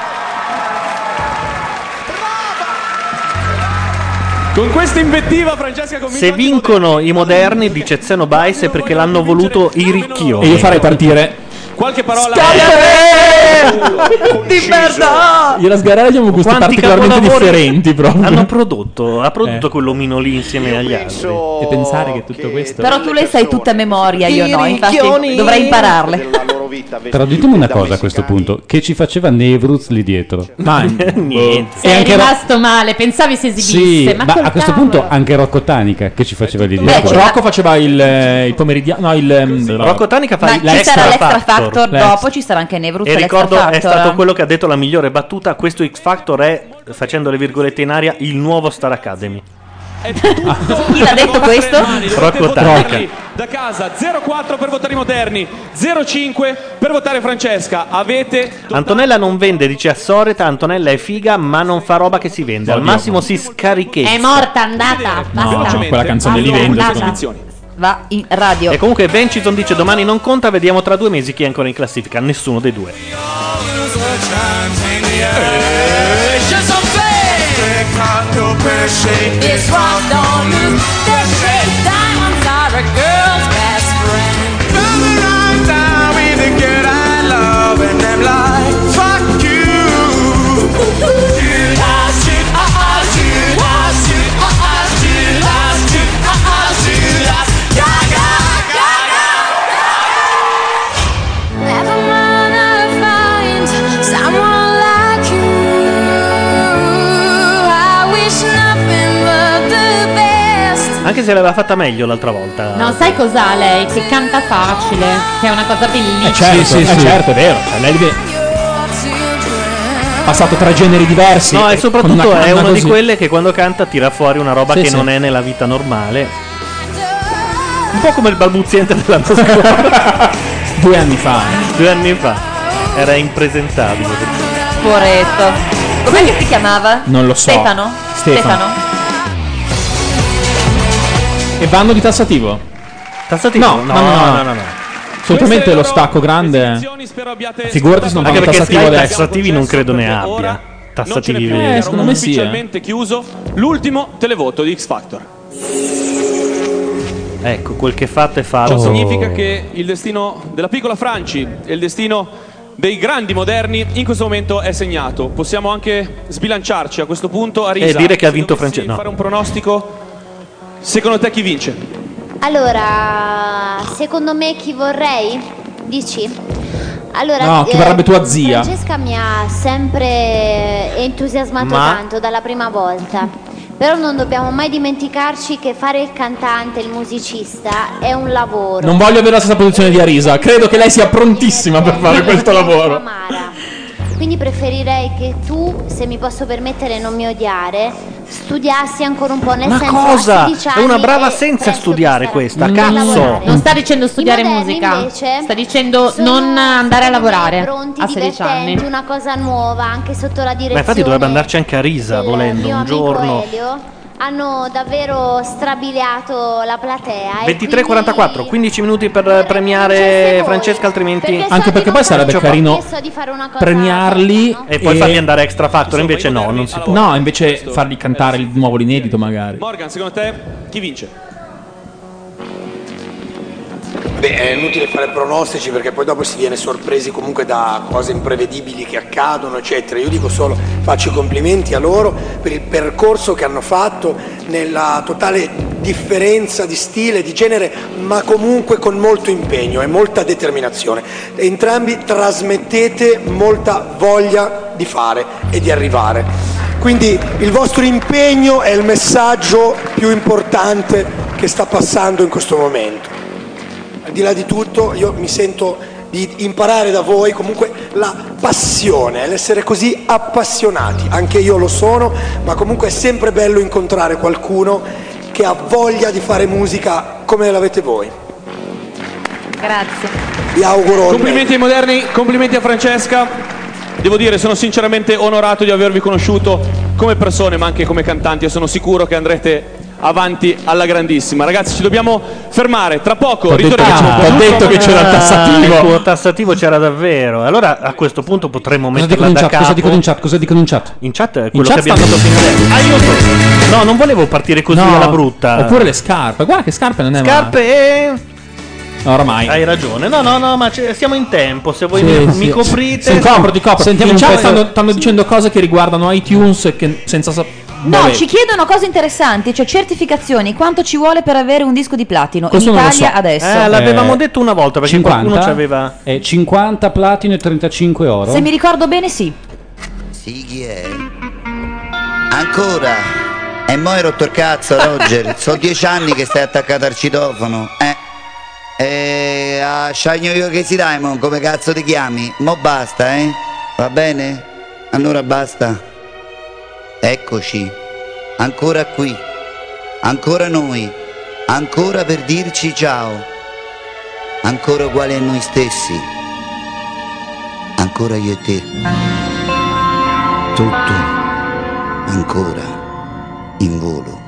Con questa invettiva Francesca convince Se vincono i moderni, dice Zeno Bais, è perché l'hanno voluto i ricchioni. E io farei partire. qualche parola di merda. Io e la Sgarella abbiamo gusti Quanti particolarmente capolavori differenti proprio. hanno prodotto, ha prodotto Eh. quell'omino lì insieme agli altri. E pensare che tutto questo Però tu le sai tutte a memoria, io no, infatti ricchioni. dovrei impararle. Però ditemi una cosa a questo punto, che ci faceva Nevruz lì dietro? Ma niente. Sei anche Ro- rimasto male, pensavi si esibisse. Sì, ma ma col a questo cavolo. punto anche Rocco Tanica che ci faceva lì Beh, dietro. Rocco faceva il, eh, il pomeridiano. No, il. ehm, Rocco Tanica fa Ma il- ci l'extra sarà l'extra factor. factor, L'extra. dopo, ci sarà anche Nevruz E e l'extra ricordo è factor. stato quello che ha detto la migliore battuta. Questo X Factor è, facendo le virgolette in aria, il nuovo Star Academy. Chi l'ha detto questo? Rocco Tanica. Da casa zero quattro per votare i moderni, zero cinque per votare Francesca. Avete Antonella non vende, dice a Soreta. Antonella è figa, ma non fa roba che si vende. Al Oddio. massimo si scarichezza. È morta, andata. No, Basta. quella canzone li vende. secondo me. Va in radio. E comunque Bencison dice domani non conta, vediamo tra due mesi chi è ancora in classifica. Nessuno dei due. This one don't lose their shape. Diamonds are a girl's best friend. Moving on down with a girl I love, and I'm like, fuck you. Shoot, I shoot, ah, ah, shoot, I shoot, ah, ah, shoot, I shoot, ah, ah, shoot, I gaga, gaga. Never mind, I'll find someone like you. I wish nothing but the best. Anche se l'aveva fatta meglio l'altra volta. No, sai cos'ha lei? Che canta facile, che è una cosa bellissima. Eh, certo, Sì, sì, eh, sì. certo, è vero. Cioè, lei deve- ha passato tre generi diversi. No, e con soprattutto una è canna una di così. quelle che quando canta tira fuori una roba Sì, che sì. non è nella vita normale. Un po' come il balbuziente dell'anno scorso. Due anni fa. eh. Due anni fa. Era impresentabile. Poretto. Com'è che si chiamava? Non lo so. Stefano? Stefano. E vanno di tassativo? Tassativo? No, no, no, no, no, no. Solitamente lo stacco grande. Figurati se non Anche vanno perché tassativo Sky adesso. tassativi non credo ne abbia. Tassativi veri. Eh, secondo me sì. eh. ufficialmente chiuso l'ultimo televoto di X Factor. Ecco, quel che fatto è fatto. Ciò significa che il destino della piccola Franci e il destino dei grandi moderni in questo momento è segnato. Possiamo anche sbilanciarci a questo punto. Arisa, E dire che ha se vinto dovessi Francesco. No. fare un pronostico, secondo te chi vince? Allora, secondo me chi vorrei? Dici? Allora, No, che eh, verrebbe tua zia. Francesca mi ha sempre entusiasmato Ma- tanto dalla prima volta. Però non dobbiamo mai dimenticarci che fare il cantante, il musicista è un lavoro. Non voglio avere la stessa posizione di Arisa. Credo che lei sia prontissima per fare questo lavoro. Quindi preferirei che tu, se mi posso permettere, non mi odiare, studiassi ancora un po', nel Ma senso cosa? a sedici È una anni brava e senza studiare questa, Mm. cazzo. Non sta dicendo studiare I moderni, musica, invece, sta dicendo sono, non andare a lavorare pronti, a sedici divertenti, anni. una cosa nuova, anche sotto la direzione. Ma infatti dovrebbe andarci anche a Risa, volendo, mio un amico giorno. Elio. Hanno davvero strabiliato la platea. e ventitré e quarantaquattro, quindici minuti per premiare Francesca, altrimenti... Anche perché poi sarebbe carino premiarli E poi farli andare a Extra Factor, invece no, non si può. No, invece fargli cantare il nuovo l'inedito magari. Morgan, secondo te chi vince? Beh, è inutile fare pronostici perché poi dopo si viene sorpresi comunque da cose imprevedibili che accadono, eccetera. Io dico solo faccio i complimenti a loro per il percorso che hanno fatto nella totale differenza di stile, di genere, ma comunque con molto impegno e molta determinazione. Entrambi trasmettete molta voglia di fare e di arrivare. Quindi il vostro impegno è il messaggio più importante che sta passando in questo momento. Al di là di tutto io mi sento di imparare da voi comunque la passione, l'essere così appassionati, anche io lo sono, ma comunque è sempre bello incontrare qualcuno che ha voglia di fare musica come l'avete voi. Grazie. Vi auguro Complimenti ai moderni, complimenti a Francesca. Devo dire, sono sinceramente onorato di avervi conosciuto come persone, ma anche come cantanti, e sono sicuro che andrete avanti alla grandissima. Ragazzi, ci dobbiamo fermare. Tra poco ritorniamo. Ah, ho detto che c'era il tassativo. Il tuo tassativo c'era davvero. Allora a questo punto potremmo Cosa metterla dicono in da chat? capo. Cosa dicono in chat? Cosa dicono in chat? In chat è In quello chat che abbiamo stanno- detto fino adesso. Aiuto! No, non volevo partire così No, alla brutta. Oppure le scarpe. Guarda che scarpe non è Scarpe e... male. Ormai. Hai ragione. No, no, no, ma c'è- siamo in tempo. Se voi Sì, mi, sì. mi coprite... Sì, copro, ti copro. Sentiamo in un chat po'- stanno, stanno dicendo cose che riguardano iTunes che senza sapere. No, ci chiedono cose interessanti, cioè certificazioni, quanto ci vuole per avere un disco di platino Questo in non lo Italia so. adesso. Eh, l'avevamo detto una volta perché cinquanta? qualcuno ci aveva... È cinquanta platino e trentacinque oro. Se mi ricordo bene, sì. Sì, chi è? Ancora? E mo' hai rotto il cazzo, Roger. Sono dieci anni che stai attaccato al citofono. Eh? E a Shagno io che si Diamond, come cazzo ti chiami? Mo' basta, eh? Va bene? Allora basta. Eccoci, ancora qui, ancora noi, ancora per dirci ciao, ancora uguali a noi stessi, ancora io e te, tutto ancora in volo,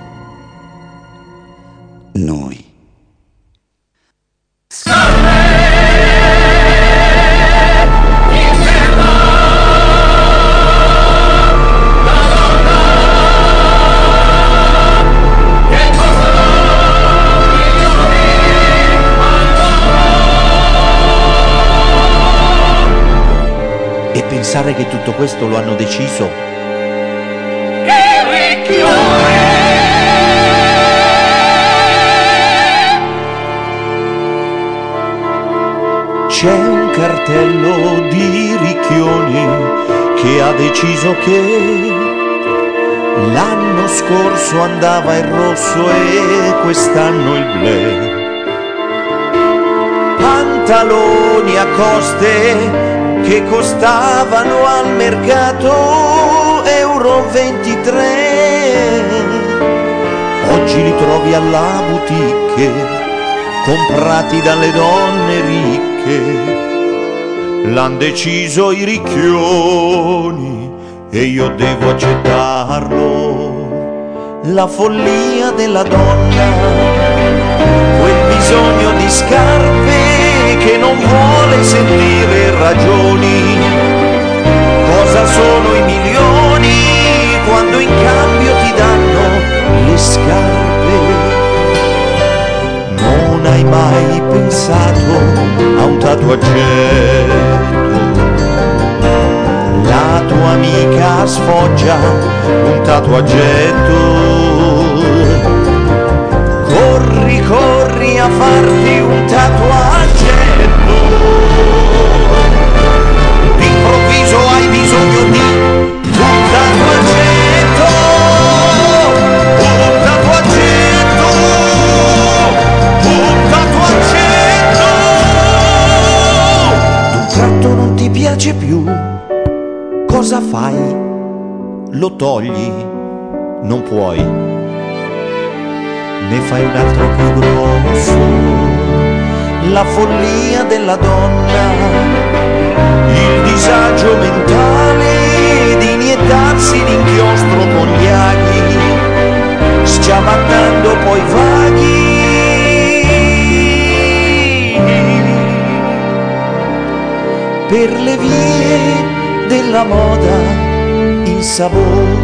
noi. E pensare che tutto questo lo hanno deciso c'è un cartello di Ricchioni che ha deciso che l'anno scorso andava il rosso e quest'anno il blu. Pantaloni a coste che costavano al mercato euro ventitré, oggi li trovi alla boutique comprati dalle donne ricche. L'han deciso i ricchioni e io devo accettarlo, la follia della donna, quel bisogno di scarpe che non vuole sentire ragioni. Cosa sono i milioni quando in cambio ti danno le scarpe? Non hai mai pensato a un tatuaggetto? La tua amica sfoggia un tatuaggetto. Corri, corri a farti un tatuaggetto. piace più, cosa fai? Lo togli? Non puoi. Ne fai un altro più grosso. La follia della donna, il disagio mentale di iniettarsi l'inchiostro con gli aghi, sciabannando poi vaghi. Per le vie della moda, il sapore.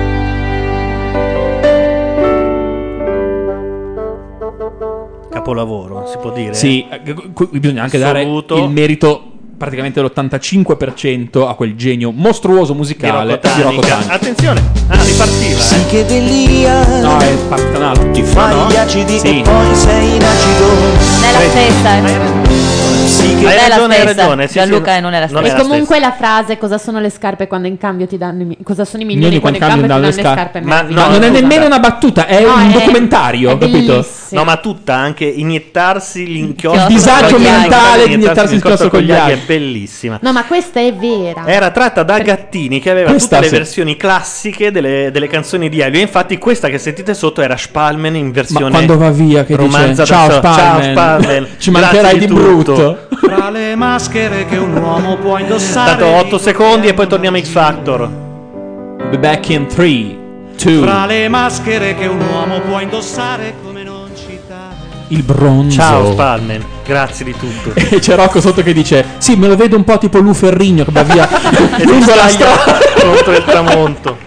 Capolavoro, si può dire? Sì, eh, qui bisogna anche dare Assoluto. il merito praticamente l'ottantacinque per cento a quel genio mostruoso musicale di Rocco Tanica. Attenzione, ah, ripartiva. eh. Psichedelia. No, è partita un'altra. Ti fai no? gli acidi Sì. e poi sei in acido. Non è la stessa, eh. Sì, Non hai è la ragione, hai stessa. ragione. Sì, Gianluca sì, non è la non stessa. E comunque la frase cosa sono le scarpe quando in cambio ti danno i mi- cosa sono i Milioni milioni quando in cambio ti danno le scarpe, Ma ma Ma non è nemmeno una battuta, è No, un è- documentario, è capito? bellissimo. No, ma tutta, anche iniettarsi l'inchiostro. Il disagio con gli aghi, mentale di iniettarsi l'inchiostro con gli aghi. è bellissima. No, ma questa è vera. Era tratta da Gattini, che aveva Questa tutte le sì. versioni classiche delle, delle canzoni di Elio. E infatti questa che sentite sotto era Spalmen in versione Ma quando va via che romanza dice ciao da- Spalman, ciao Spalman, ci grazie mancherai di tutto." brutto. Tra le maschere che un uomo può indossare. Dato otto secondi e poi torniamo a X Factor. Be back in three, two. Fra le maschere che un uomo può indossare come non citare. Il bronzo. Ciao Spalmen, grazie di tutto. E c'è Rocco sotto che dice sì, me lo vedo un po' tipo Lu Ferrigno che va via E lungo la sbaglia strada contro il tramonto.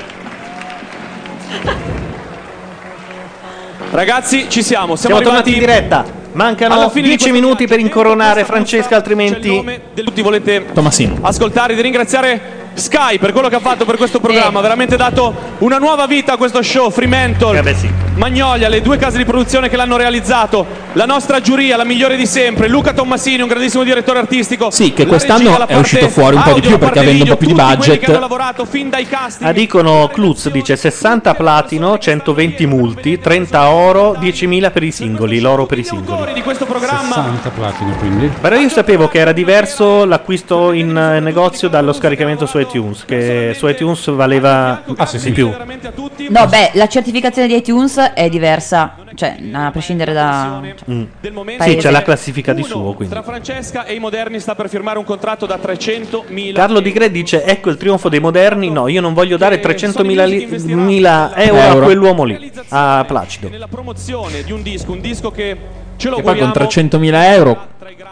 Ragazzi, ci siamo. Siamo, Siamo tornati in arrivati diretta. Mancano alla fine di dieci questo minuti per incoronare Francesca, altrimenti Tutti volete Tomasino. ascoltare, di ringraziare Sky per quello che ha fatto per questo programma, ha veramente dato una nuova vita a questo show. Fremantle, Eh beh, sì. Magnolia, le due case di produzione che l'hanno realizzato, la nostra giuria, la migliore di sempre, Luca Tommasini, un grandissimo direttore artistico. Sì, che la quest'anno regia, la è uscito parte fuori un po' di audio, più la perché parte avendo un po' video, più di tutti quelli che hanno budget. lavorato fin dai casting. Ah, dicono Cluz dice sessanta platino, centoventi multi, trenta oro, diecimila per i singoli, l'oro per i singoli. di questo programma. sessanta platino quindi. Però io sapevo che era diverso l'acquisto in eh, negozio dallo scaricamento su iTunes, che su iTunes valeva di più. No, beh, la certificazione di iTunes è diversa, cioè a prescindere da Mm. Sì, Sì, c'è la classifica di suo, quindi. Tra Francesca e i Moderni sta per firmare un contratto da trecentomila. Carlo Di Gre dice ecco il trionfo dei moderni, no, io non voglio dare trecentomila li- mila euro, Euro. a quell'uomo lì, a Placido. Nella promozione di un disco, un disco che ce lo E poi con auguriamo. trecentomila euro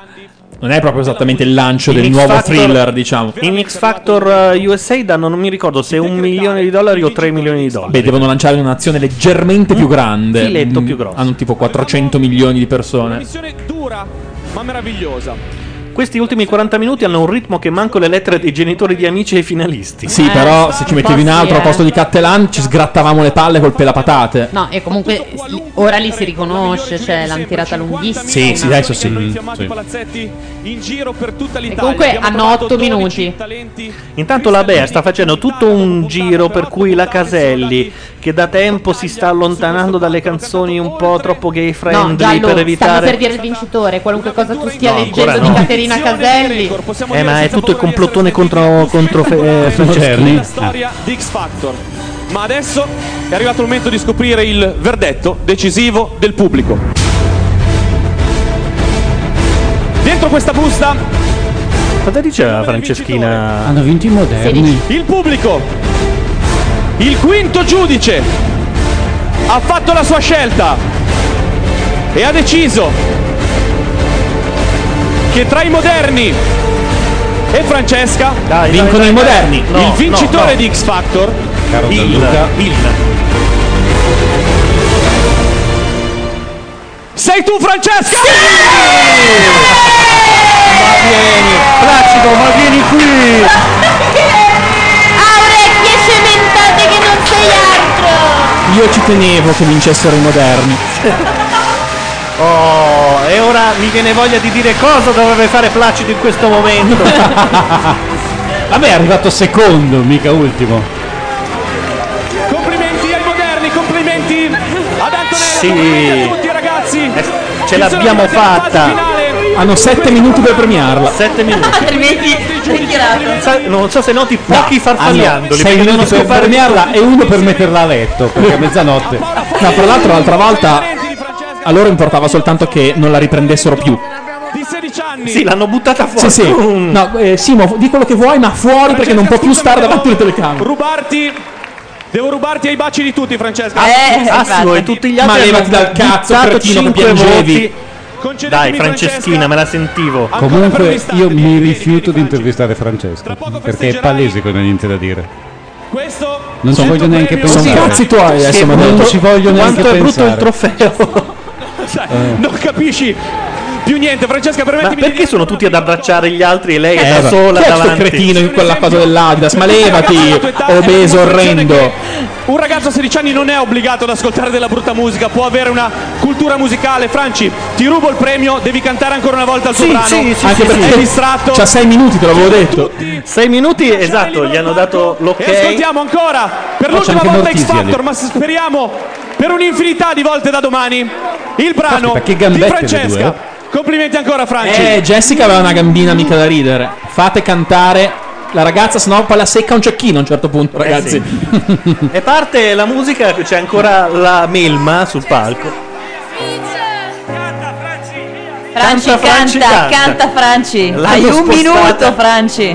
non è proprio esattamente il lancio In del X nuovo Factor- thriller, diciamo. In X Factor uh, U S A danno, non mi ricordo se un milione di dollari o tre milioni di dollari. Beh, devono lanciare un'azione leggermente più grande. filetto Mm, più grosso. Hanno tipo quattrocento milioni di persone. Missione dura, ma meravigliosa. Questi ultimi quaranta minuti hanno un ritmo che manco le lettere dei genitori di amici ai finalisti. Sì, però se ci mettevi in altro al posto di Cattelan ci sgrattavamo le palle col pelapatate. No, e comunque sì, ora lì si riconosce, cioè l'hanno tirata lunghissima. Sì, sì, adesso sì. Chiamati sì. palazzetti in giro per tutta E l'Italia. comunque Abbiamo hanno trovato otto dodici minuti. talenti. Intanto la Bea sta facendo tutto un giro per cui la Caselli, che da tempo si sta allontanando dalle canzoni un po' troppo gay No, friendly Giallo, per stanno evitare... per dire il vincitore, qualunque cosa tu stia No, leggendo ancora di no. Caterina Caselli. Eh, ma è tutto il complottone contro, contro Fe- eh, Franceschini. La storia di X Factor. Ma adesso è arrivato il momento di scoprire il verdetto decisivo del pubblico. Dentro questa busta Cosa diceva Franceschina? Hanno vinto i moderni. il pubblico, il quinto giudice, ha fatto la sua scelta e ha deciso che tra i moderni e Francesca Dai, Vincono dai, i dai, moderni. dai. No, il vincitore no, no. di X Factor, Caro Il, Gianluca. il. sei tu Francesca! Ma vieni, Placido, ma vieni qui! Ha orecchie cementate che non sei altro! Io ci tenevo che vincessero i moderni. Oh, e ora mi viene voglia di dire cosa dovrebbe fare Placido in questo momento. Vabbè, è arrivato secondo, mica ultimo. Complimenti ai moderni, complimenti ad Antonella, Sì. complimenti a tutti ragazzi. Ce l'abbiamo fatta. Hanno sette minuti per premiarla. Sette minuti. altrimenti Sa- non so se noti pochi farfalliandoli. sei perché devono minuti per scopare farmiarla e uno per metterla a letto, perché a mezzanotte. No, tra l'altro l'altra volta a loro importava soltanto che non la riprendessero più. Sì, l'hanno buttata fuori. Sì, sì. No, eh, Simo, di quello che vuoi, ma fuori perché non può più stare davanti alle telecamere. Rubarti. Devo rubarti ai baci di tutti, Francesca. Eh, Assimo e tutti gli altri Ma hanno levati dal cazzo, buttato cretino, che cinque piangevi. voti. Dai, Franceschina, me la sentivo. Comunque io mi rifiuto di intervistare Francesca, perché è palese che non ha niente da dire. Non ci voglio neanche pensare. Sono cazzi tuoi adesso, ma non ci voglio neanche Quanto è brutto pensare. il trofeo. Non capisci più niente, Francesca, Ma permettimi perché sono tutti ad abbracciare gli altri e lei è Eh, da sola chi è sto davanti? cretino in quella cosa dell'Adidas? Ma levati, obeso orrendo. Un ragazzo a sedici anni non è obbligato ad ascoltare della brutta musica, può avere una cultura musicale. Franci, ti rubo il premio, devi cantare ancora una volta il tuo Sì, brano. sì, sì, Anche sì, perché sì. è distratto. C'ha sei minuti, te l'avevo detto. Sei minuti, esatto, gli hanno dato l'ok. E ascoltiamo ancora per Oh, c'è l'ultima anche volta X Mortisia lì. Factor, ma speriamo per un'infinità di volte da domani. Il brano Caspita, che di gambette le Francesca. due, Complimenti ancora, Franci. Eh, Jessica aveva una gambina mica da ridere. Fate cantare la ragazza, sennò poi la secca un cecchino a un certo punto, ragazzi. E parte la musica, c'è ancora la melma sul palco. Franci, Canta, Franci, canta, canta. canta Franci. L'hanno Hai un spostata. minuto, Franci.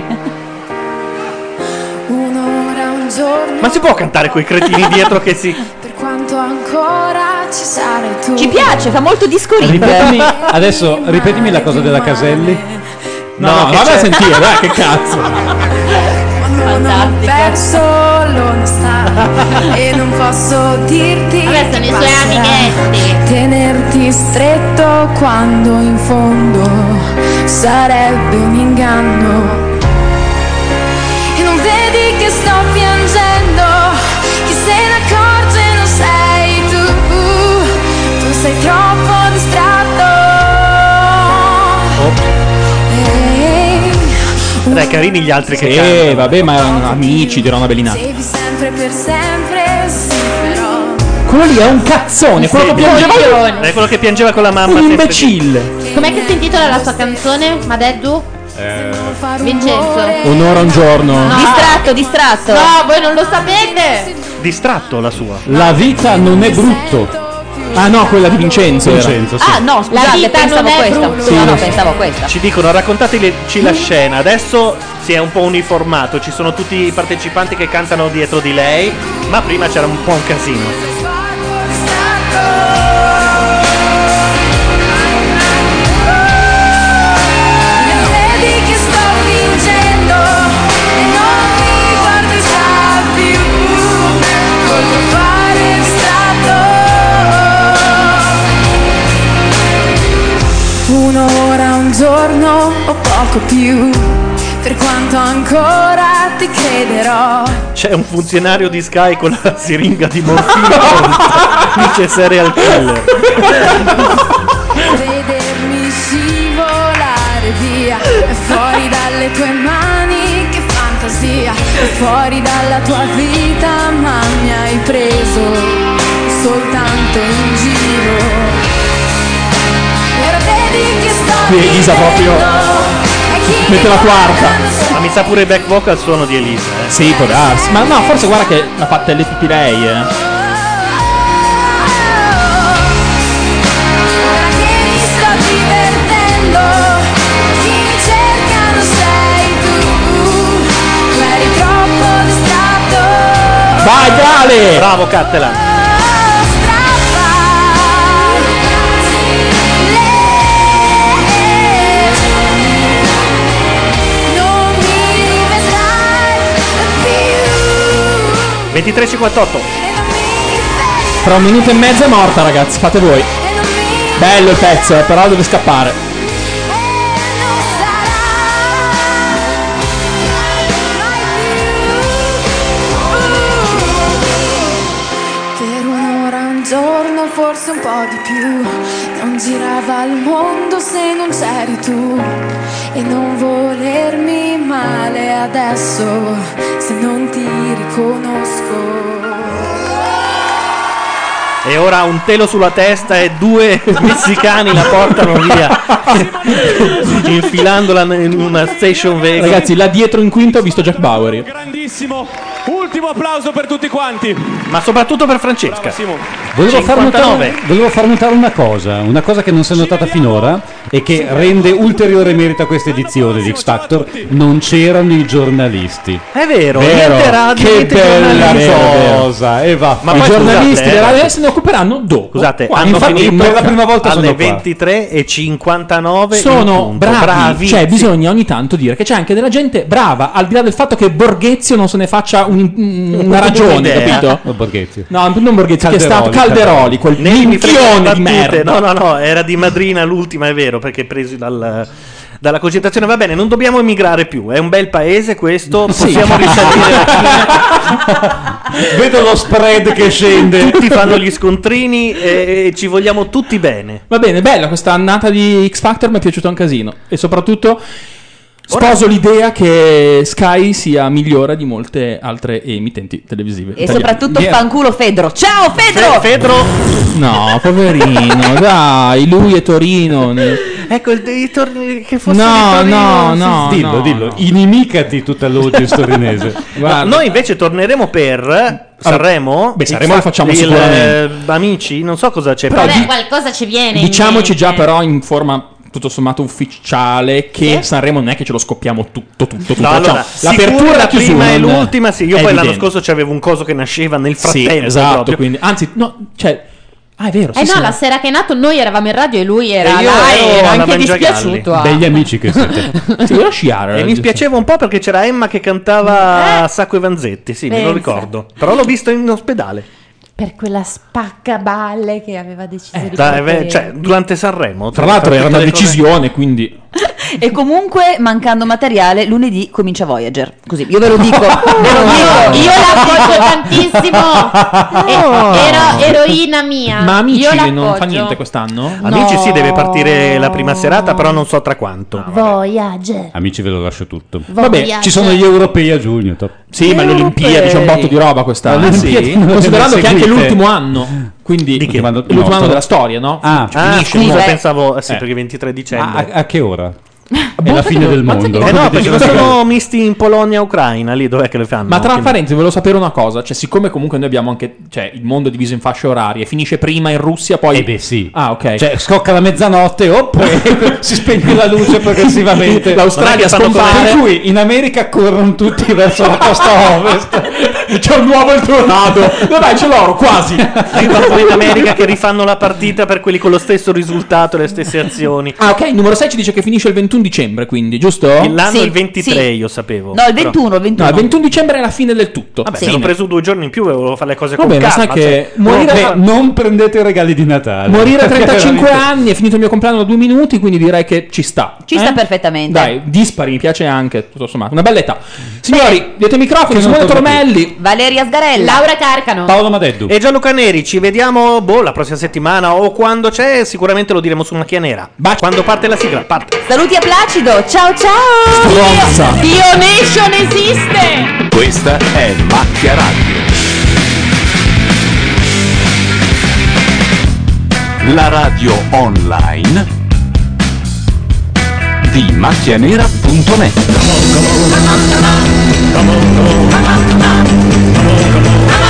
Un'ora, un giorno. Ma si può cantare quei cretini dietro che si... Per quanto ancora ci sarai tu. Ci piace, fa molto disco Ripetimi, adesso ripetimi la cosa della Caselli. No, no, che vada a c'è- sentire, dai, che cazzo. Non ho perso l'onestà e non posso dirti. Vabbè, sono i che suoi passerà. amighetti. Tenerti stretto quando in fondo sarebbe un inganno. E non vedi che sto piangendo? Chi se ne accorge non sei tu. Tu sei troppo distratto. Ehi, Dai, carini gli altri che Eh, cantano. vabbè, ma erano amici, dirò una bellinata. Devi sempre per sempre, sì però. Quello lì è un cazzone, quello che piangeva io. È quello che piangeva con la mamma. Un sempre. imbecille. Com'è che si intitola la sua canzone, Madeddu? Vincenzo. Un'ora un giorno. Distratto, distratto. No, voi non lo sapete. Distratto la sua. La vita non è brutto. Ah no, quella di Vincenzo. era. Vincenzo, sì. Ah no, La scusate, vita pensavo non è questa. brutta. Sì, no, no, lo so. pensavo questa. Ci dicono, raccontateci la scena. Adesso si è un po' uniformato, ci sono tutti i partecipanti che cantano dietro di lei, ma prima c'era un po' un casino. Vedi che sto fingendo e non mi guardi già più col tuo fare distratto. Un'ora, un giorno o poco più, per quanto ancora ti crederò. C'è un funzionario di Sky con la siringa di morfina. Dice serial killer. Vedermi scivolare via, è fuori dalle tue mani, che fantasia, è fuori dalla tua vita, ma mi hai preso soltanto in giro. Ora vedi che sto Qui Elisa proprio mette la quarta. Ma mi sa pure i back vocal suono di Elisa. Eh. Sì, può darsi. Ma no, forse guarda che l'ha fatta le tutti lei, eh. Ora che mi sto divertendo, chi mi cerca non sei tu, tu eri troppo distratto. Vai, Gale! Bravo Cattelan. ventitré cinquantotto. Tra un minuto e mezzo è morta, ragazzi, fate voi. Bello il pezzo, eh, però deve scappare. Per un'ora, un giorno, forse un po' di più, non girava il mondo se non c'eri tu. E non volermi male adesso se non ti riconosco. E ora un telo sulla testa e due messicani la portano via, infilandola in una station wagon. Ragazzi, là dietro in quinto ho visto Jack Bowery. Grandissimo, ultimo applauso per tutti quanti. Ma soprattutto per Francesca. Volevo far, cinquantanove. notare, volevo far notare una cosa, una cosa che non si è notata finora e che rende ulteriore merito a questa edizione di X Factor. Non c'erano i giornalisti. È vero, Vero, niente radio, che niente bella giornalisti. cosa. E va. Ma I poi giornalisti scusate, della eh, RAI se ne occuperanno dopo. Scusate, Qua, hanno infatti, finito per la prima volta alle sono qua. ventitré e cinquantanove. Sono in punto. bravi, bravi. cioè bisogna ogni tanto dire che c'è anche della gente brava, al di là del fatto che Borghezio non se ne faccia un- un- una ragione, Un'idea. capito? Oh, Borghezio. No, non Borghezio, che è stato Calderoli, Calderoli, quel Nelly mi frega le minchione di battute. merda. No, no, no, era di Madrina l'ultima, è vero, perché presi dal, dalla concentrazione. Va bene, non dobbiamo emigrare più, è un bel paese questo, Sì. possiamo risalire la Vedo lo spread che scende. Tutti fanno gli scontrini e, e ci vogliamo tutti bene. Va bene, bella questa annata di X Factor, mi è piaciuto un casino. E soprattutto sposo l'idea che Sky sia migliore di molte altre emittenti televisive. E italiane. soprattutto Yeah. fanculo Fedro. Ciao Fedro! Fedro! No, poverino, dai, lui è Torino. ne- Ecco, il, il tor- che fosse No, di Torino, no, sì, no, dillo, no, dillo. no. Inimicati tutta l'audience torinese. No, noi invece torneremo per Sanremo. Beh, Sanremo lo facciamo Il, sicuramente. eh, amici, non so cosa c'è. Però però di- di- Qualcosa ci viene. in Diciamoci già mente. però in forma tutto sommato ufficiale che Sanremo non è che ce lo scoppiamo tutto, tutto, tutto. No, allora, Facciamo sicuro l'apertura e la la chiusura. prima e non- l'ultima, sì. Io è poi l'anno evidente. scorso c'avevo un coso che nasceva nel Sì, frattempo. esatto, proprio. quindi anzi, no, cioè ah, è vero, sì, Eh no, sì. la sera che è nato noi eravamo in radio e lui era E io là ero e era alla anche Mangiagalli. dispiaciuto. ah. Begli amici che siete. Sì, io sciare. E mi spiaceva un po' perché c'era Emma che cantava Sacco e Vanzetti, sì, me lo Pensa. ricordo. Però l'ho visto in ospedale. Per quella spaccaballe che aveva deciso di Dai, portare. beh, cioè, durante Sanremo. Tra l'altro era una tutte le cose- decisione, quindi E comunque, mancando materiale, lunedì comincia Voyager. Così, io ve lo dico. ve lo dico. Io l'appoggio tantissimo. E- Era eroina mia. ma Amici Io non fa l'appoggio. niente quest'anno? Amici No. sì, deve partire la prima serata, però non so tra quanto. Voyager. Amici, ve lo lascio tutto. Vabbè, Voyager. Ci sono gli europei a giugno. top. Sì, ma le Olimpiadi c'è un botto di roba quest'anno. Le Olimpiadi Sì. non le Considerando che è anche seguite. l'ultimo anno, quindi Di che? è l'ultimo anno della storia, no? Ah, Ci Ah, finisce, scusa, no? pensavo, eh sì, Eh. perché ventitré a, dicembre. a- a che ora? È la fine del mondo. Eh no, perché non sono misti in Polonia e Ucraina, lì dov'è che le fanno? Ma tra Quindi- parentesi volevo sapere una cosa, cioè siccome comunque noi abbiamo anche, cioè il mondo è diviso in fasce orarie, finisce prima in Russia, poi Eh beh sì. Ah, ok. Cioè scocca la mezzanotte, op, e si spegne la luce progressivamente. L'Australia Non è che fanno scompare. Per cui in America corrono tutti verso la costa ovest. C'è un nuovo il tornado. No, dai, ce l'ho quasi. Arrivano poi in America che rifanno la partita per quelli con lo stesso risultato e le stesse azioni. Ah, ok, il numero sei ci dice che finisce il ventuno dicembre, quindi, giusto? L'anno Sì, è il ventitré, sì. io sapevo. No, il Però- ventuno, il ventuno. No, il ventuno dicembre è la fine del tutto. Vabbè, Sì. mi ero preso due giorni in più e volevo fare le cose con Vabbè, ma calma. sai che cioè, morire- uno- Beh, non prendete i regali di Natale. Morire a trentacinque Veramente. anni, è finito il mio compleanno da due minuti, quindi direi che ci sta. Ci Eh? sta perfettamente. Dai, dispari, mi piace anche, tutto sommato. Una bella età. Signori, dietro i microfoni, Che non Simone tocca più. Tormelli. Valeria Sgarella. Laura Carcano. Paolo Madeddu. E Gianluca Neri, ci vediamo boh, la prossima settimana o quando c'è, sicuramente lo diremo su Macchia Nera. Baci. Quando parte la sigla, parte. Saluti a Placido. Ciao ciao. Stronza. Dio Nation esiste. Questa è Macchia Radio. La radio online di macchianera punto net.